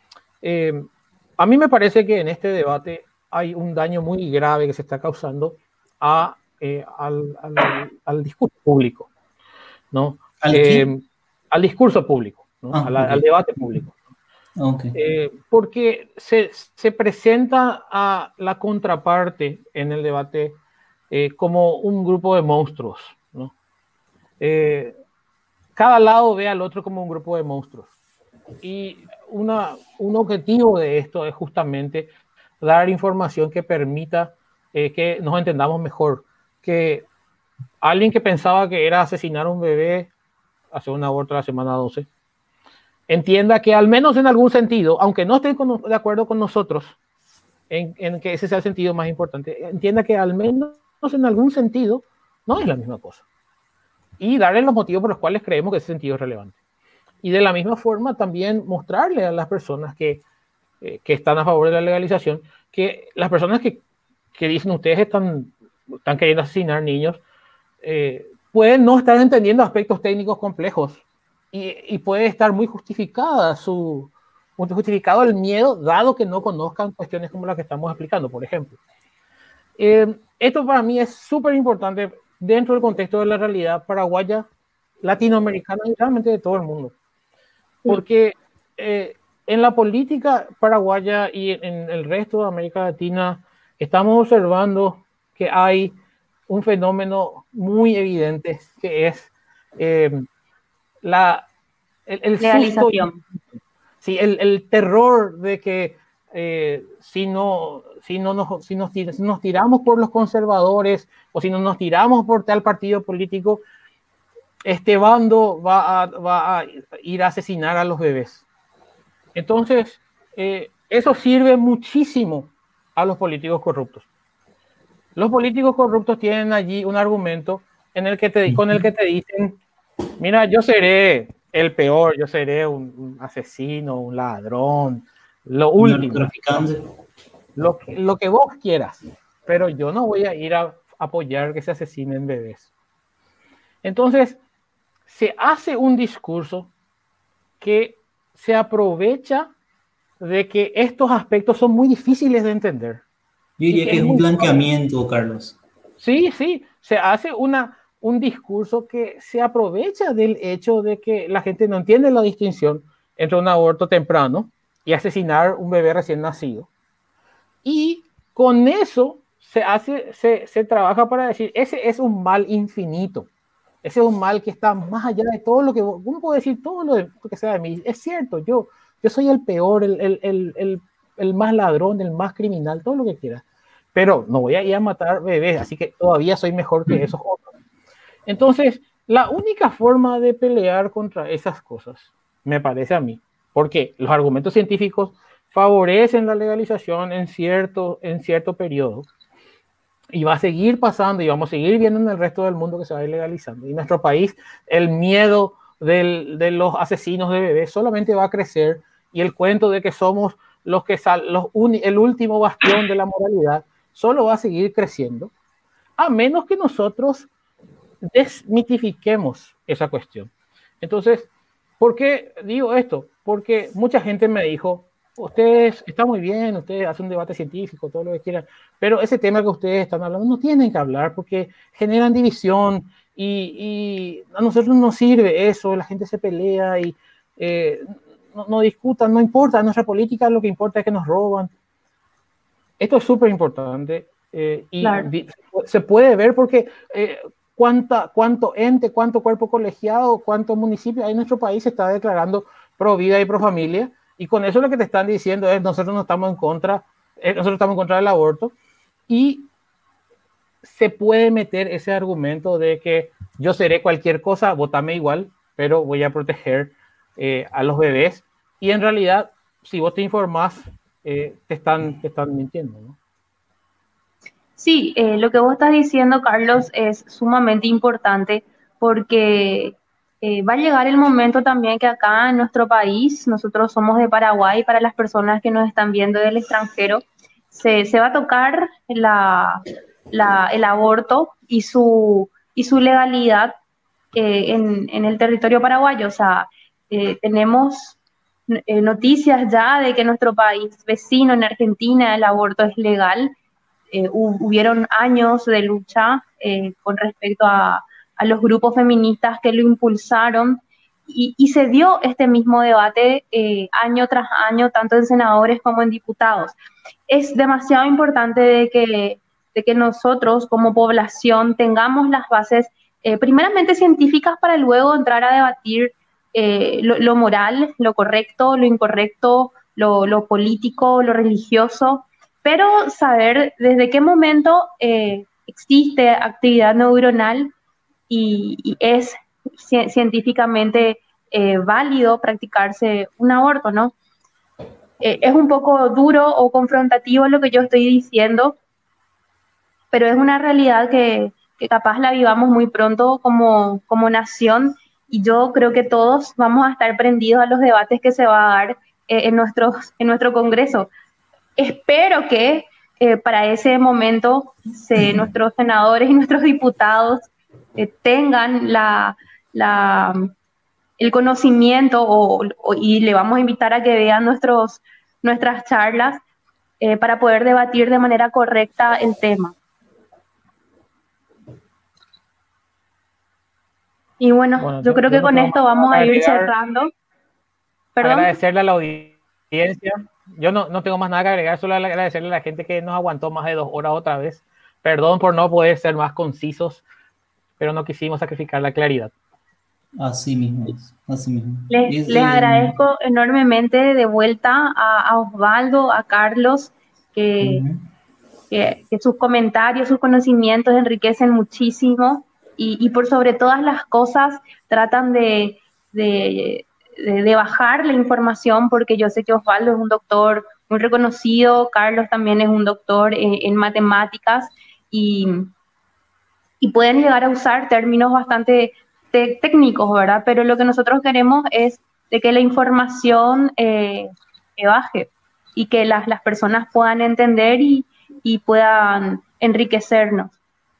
C: Eh, a mí me parece que en este debate hay un daño muy grave que se está causando a, eh, al, al, al discurso público, ¿no?
B: ¿Al
C: eh, al discurso público, ¿no?
B: Ah,
C: a la,
B: okay.
C: Al debate público.
B: Okay.
C: Eh, porque se, se presenta a la contraparte en el debate eh, como un grupo de monstruos, ¿no? Eh, cada lado ve al otro como un grupo de monstruos. Y una, un objetivo de esto es justamente dar información que permita eh, que nos entendamos mejor. Que alguien que pensaba que era asesinar a un bebé, hacer un aborto a la semana doce, entienda que al menos en algún sentido, aunque no esté con, de acuerdo con nosotros en, en que ese sea el sentido más importante, entienda que al menos en algún sentido no es la misma cosa. Y darle los motivos por los cuales creemos que ese sentido es relevante. Y de la misma forma también mostrarle a las personas que, eh, que están a favor de la legalización, que las personas que, que dicen ustedes están, están queriendo asesinar niños, eh, pueden no estar entendiendo aspectos técnicos complejos, y, y puede estar muy justificada su, muy justificado el miedo, dado que no conozcan cuestiones como las que estamos explicando, por ejemplo. Eh, esto para mí es súper importante dentro del contexto de la realidad paraguaya, latinoamericana y realmente de todo el mundo. Porque eh, en la política paraguaya y en el resto de América Latina estamos observando que hay un fenómeno muy evidente, que es eh, la, el, el susto, sí, el, el terror de que eh, si, no, si, no nos, si, nos tir, si nos tiramos por los conservadores o si no nos tiramos por tal partido político, este bando va a, va a ir a asesinar a los bebés. Entonces, eh, eso sirve muchísimo a los políticos corruptos. Los políticos corruptos tienen allí un argumento en el que te, con el que te dicen, mira, yo seré el peor, yo seré un, un asesino, un ladrón, lo último, lo, lo que vos quieras, pero yo no voy a ir a apoyar que se asesinen bebés. Entonces, se hace un discurso que se aprovecha de que estos aspectos son muy difíciles de entender.
B: Yo diría que, que es un blanqueamiento, fácil. Carlos.
C: Sí, sí, se hace una, un discurso que se aprovecha del hecho de que la gente no entiende la distinción entre un aborto temprano y asesinar un bebé recién nacido. Y con eso se hace, se, se trabaja para decir, ese es un mal infinito. Ese es un mal que está más allá de todo lo que... Uno puede decir todo lo, de, lo que sea de mí. Es cierto, yo, yo soy el peor, el, el, el, el, el más ladrón, el más criminal, todo lo que quieras. Pero no voy a ir a matar bebés, así que todavía soy mejor que esos otros. Entonces, la única forma de pelear contra esas cosas, me parece a mí, porque los argumentos científicos favorecen la legalización en cierto, en cierto periodo, y va a seguir pasando y vamos a seguir viendo en el resto del mundo que se va a ir legalizando. Y en nuestro país el miedo del, de los asesinos de bebés solamente va a crecer, y el cuento de que somos los que sal, los uni, el último bastión de la moralidad solo va a seguir creciendo, a menos que nosotros desmitifiquemos esa cuestión. Entonces, ¿por qué digo esto? Porque mucha gente me dijo, ustedes, está muy bien, ustedes hacen un debate científico, todo lo que quieran, pero ese tema que ustedes están hablando no tienen que hablar porque generan división y, y a nosotros no nos sirve eso, la gente se pelea y eh, no, no discutan, no importa, nuestra política lo que importa es que nos roban. Esto es súper importante eh, y
A: Claro.
C: se puede ver porque eh, cuánta, cuánto ente, cuánto cuerpo colegiado, cuánto municipio hay en nuestro país se está declarando pro vida y pro familia, y con eso lo que te están diciendo es nosotros no estamos en contra, eh, nosotros estamos en contra del aborto, y se puede meter ese argumento de que yo seré cualquier cosa, votame igual, pero voy a proteger eh, a los bebés, y en realidad si vos te informás eh, te, están, te están mintiendo, ¿no?
A: Sí, eh, lo que vos estás diciendo, Carlos, es sumamente importante porque eh, va a llegar el momento también que acá en nuestro país, nosotros somos de Paraguay, para las personas que nos están viendo del extranjero, se, se va a tocar la, la, el aborto y su, y su legalidad eh, en, en el territorio paraguayo. O sea, eh, tenemos eh, noticias ya de que en nuestro país vecino, en Argentina, el aborto es legal. Eh, hubieron años de lucha eh, con respecto a, a, los grupos feministas que lo impulsaron, y, y se dio este mismo debate eh, año tras año, tanto en senadores como en diputados. Es demasiado importante de que, de que nosotros como población tengamos las bases eh, primeramente científicas para luego entrar a debatir eh, lo, lo moral, lo correcto, lo incorrecto, lo, lo político, lo religioso, pero saber desde qué momento eh, existe actividad neuronal y, y es ci científicamente eh, válido practicarse un aborto, ¿no? Eh, es un poco duro o confrontativo lo que yo estoy diciendo, pero es una realidad que, que capaz la vivamos muy pronto como, como nación, y yo creo que todos vamos a estar prendidos a los debates que se va a dar eh, en, nuestros, en nuestro Congreso. Espero que eh, para ese momento se, nuestros senadores y nuestros diputados eh, tengan la, la, el conocimiento o, o, y le vamos a invitar a que vean nuestros, nuestras charlas eh, para poder debatir de manera correcta el tema. Y bueno, bueno yo, yo creo que yo con no esto vamos a ir cerrando.
C: ¿Perdón? Agradecerle a la audiencia. Yo no, no tengo más nada que agregar, solo agradecerle a la gente que nos aguantó más de dos horas otra vez. Perdón por no poder ser más concisos, pero no quisimos sacrificar la claridad.
B: Así mismo, así mismo.
A: Les,
B: es,
A: les
B: eh,
A: agradezco enormemente de vuelta a, a Osvaldo, a Carlos, que, uh-huh. que, que sus comentarios, sus conocimientos enriquecen muchísimo, y, y por sobre todas las cosas tratan de... de De, de bajar la información, porque yo sé que Osvaldo es un doctor muy reconocido, Carlos también es un doctor en, en matemáticas, y, y pueden llegar a usar términos bastante te, técnicos, ¿verdad? Pero lo que nosotros queremos es de que la información eh, baje y que las, las personas puedan entender y, y puedan enriquecernos.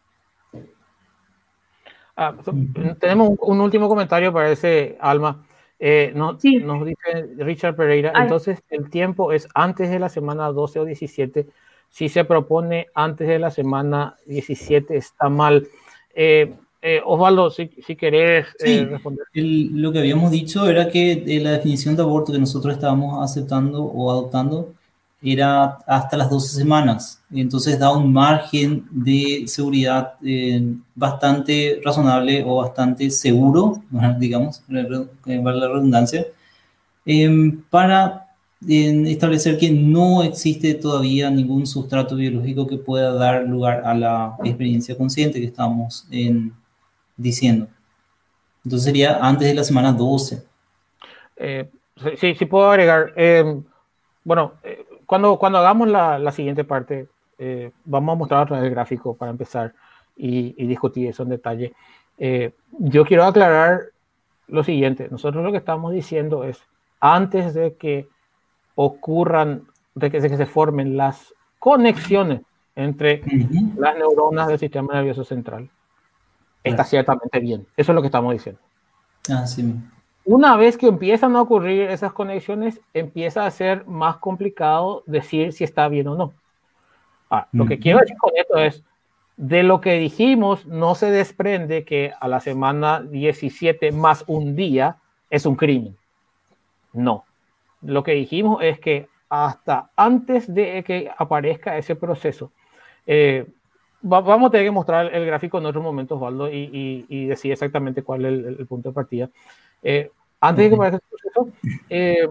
C: Ah, so, tenemos un, un último comentario para ese, Alma. Eh, no, sí. Nos dice Richard Pereira, Ay. Entonces el tiempo es antes de la semana doce o diecisiete. Si se propone antes de la semana diecisiete está mal. Eh, eh, Osvaldo, si, si querés
B: sí,
C: eh, responder.
B: El, lo que habíamos dicho era que eh, la definición de aborto que nosotros estábamos aceptando o adoptando era hasta las doce semanas. Entonces da un margen de seguridad eh, bastante razonable o bastante seguro, digamos, para la redundancia, eh, para eh, establecer que no existe todavía ningún sustrato biológico que pueda dar lugar a la experiencia consciente que estamos eh, diciendo. Entonces sería antes de la semana doce.
C: Eh, sí, sí puedo agregar. Eh, bueno, eh, cuando, cuando hagamos la, la siguiente parte, eh, vamos a mostrar otra vez el gráfico para empezar y, y discutir eso en detalle. Eh, yo quiero aclarar lo siguiente. Nosotros lo que estamos diciendo es, antes de que ocurran, de que, de que se formen las conexiones entre uh-huh. las neuronas del sistema nervioso central, está claro. Ciertamente bien. Eso es lo que estamos diciendo.
B: Ah, sí.
C: Una vez que empiezan a ocurrir esas conexiones, empieza a ser más complicado decir si está bien o no. Ah, lo uh-huh. que quiero decir con esto es, de lo que dijimos, no se desprende que a la semana diecisiete más un día es un crimen. No. Lo que dijimos es que hasta antes de que aparezca ese proceso, eh, va, vamos a tener que mostrar el gráfico en otros momentos, Osvaldo, y, y, y decir exactamente cuál es el, el punto de partida. Eh, antes de que aparezca ese proceso, eh,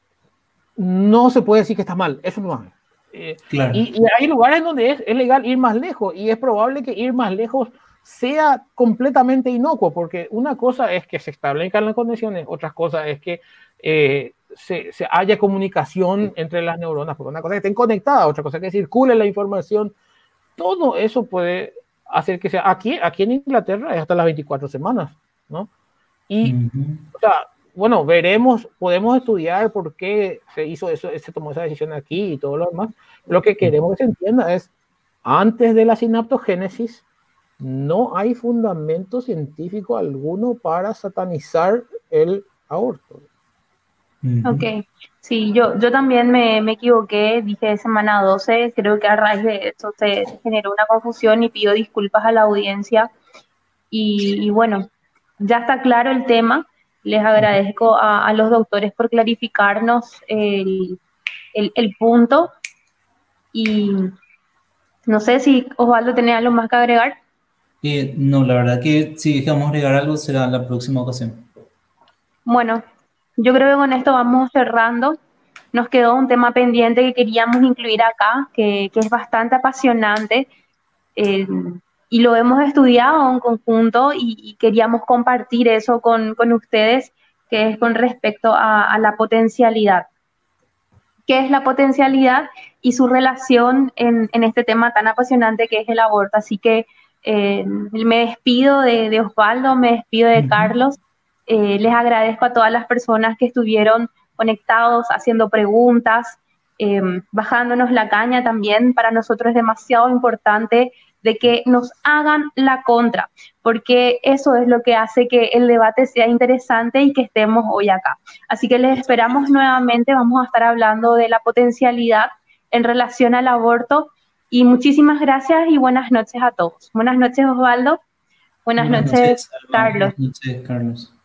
C: no se puede decir que está mal, eso no es. Eh, claro. y, y hay lugares donde es, es legal ir más lejos, y es probable que ir más lejos sea completamente inocuo, porque una cosa es que se establezcan las condiciones, otra cosa es que eh, se, se haya comunicación entre las neuronas, porque una cosa es que estén conectadas, otra cosa es que circule la información. Todo eso puede hacer que sea, aquí, aquí en Inglaterra es hasta las veinticuatro semanas, ¿no? Y, uh-huh. o sea, bueno, veremos, podemos estudiar por qué se hizo eso, se tomó esa decisión aquí y todo lo demás. Lo que queremos que se entienda es, antes de la sinaptogénesis, no hay fundamento científico alguno para satanizar el aborto.
A: Ok, sí, yo, yo también me, me equivoqué, dije semana doce, creo que a raíz de esto se, se generó una confusión y pido disculpas a la audiencia. Y, y bueno, ya está claro el tema, les agradezco a, a los doctores por clarificarnos el, el, el punto y no sé si Osvaldo tenía algo más que agregar.
B: Eh, no, la verdad que si dejamos agregar algo será en la próxima ocasión.
A: Bueno, yo creo que con esto vamos cerrando. Nos quedó un tema pendiente que queríamos incluir acá, que, que es bastante apasionante eh, y lo hemos estudiado en conjunto y, y queríamos compartir eso con, con ustedes, que es con respecto a, a la potencialidad. ¿Qué es la potencialidad y su relación en, en este tema tan apasionante que es el aborto? Así que eh, me despido de, de Osvaldo, me despido de uh-huh. Carlos. Eh, les agradezco a todas las personas que estuvieron conectados, haciendo preguntas, eh, bajándonos la caña también. Para nosotros es demasiado importante de que nos hagan la contra, porque eso es lo que hace que el debate sea interesante y que estemos hoy acá. Así que les esperamos nuevamente, vamos a estar hablando de la potencialidad en relación al aborto y muchísimas gracias y buenas noches a todos. Buenas noches, Osvaldo. Buenas, buenas noches, noches, Carlos.
B: Buenas noches, Carlos.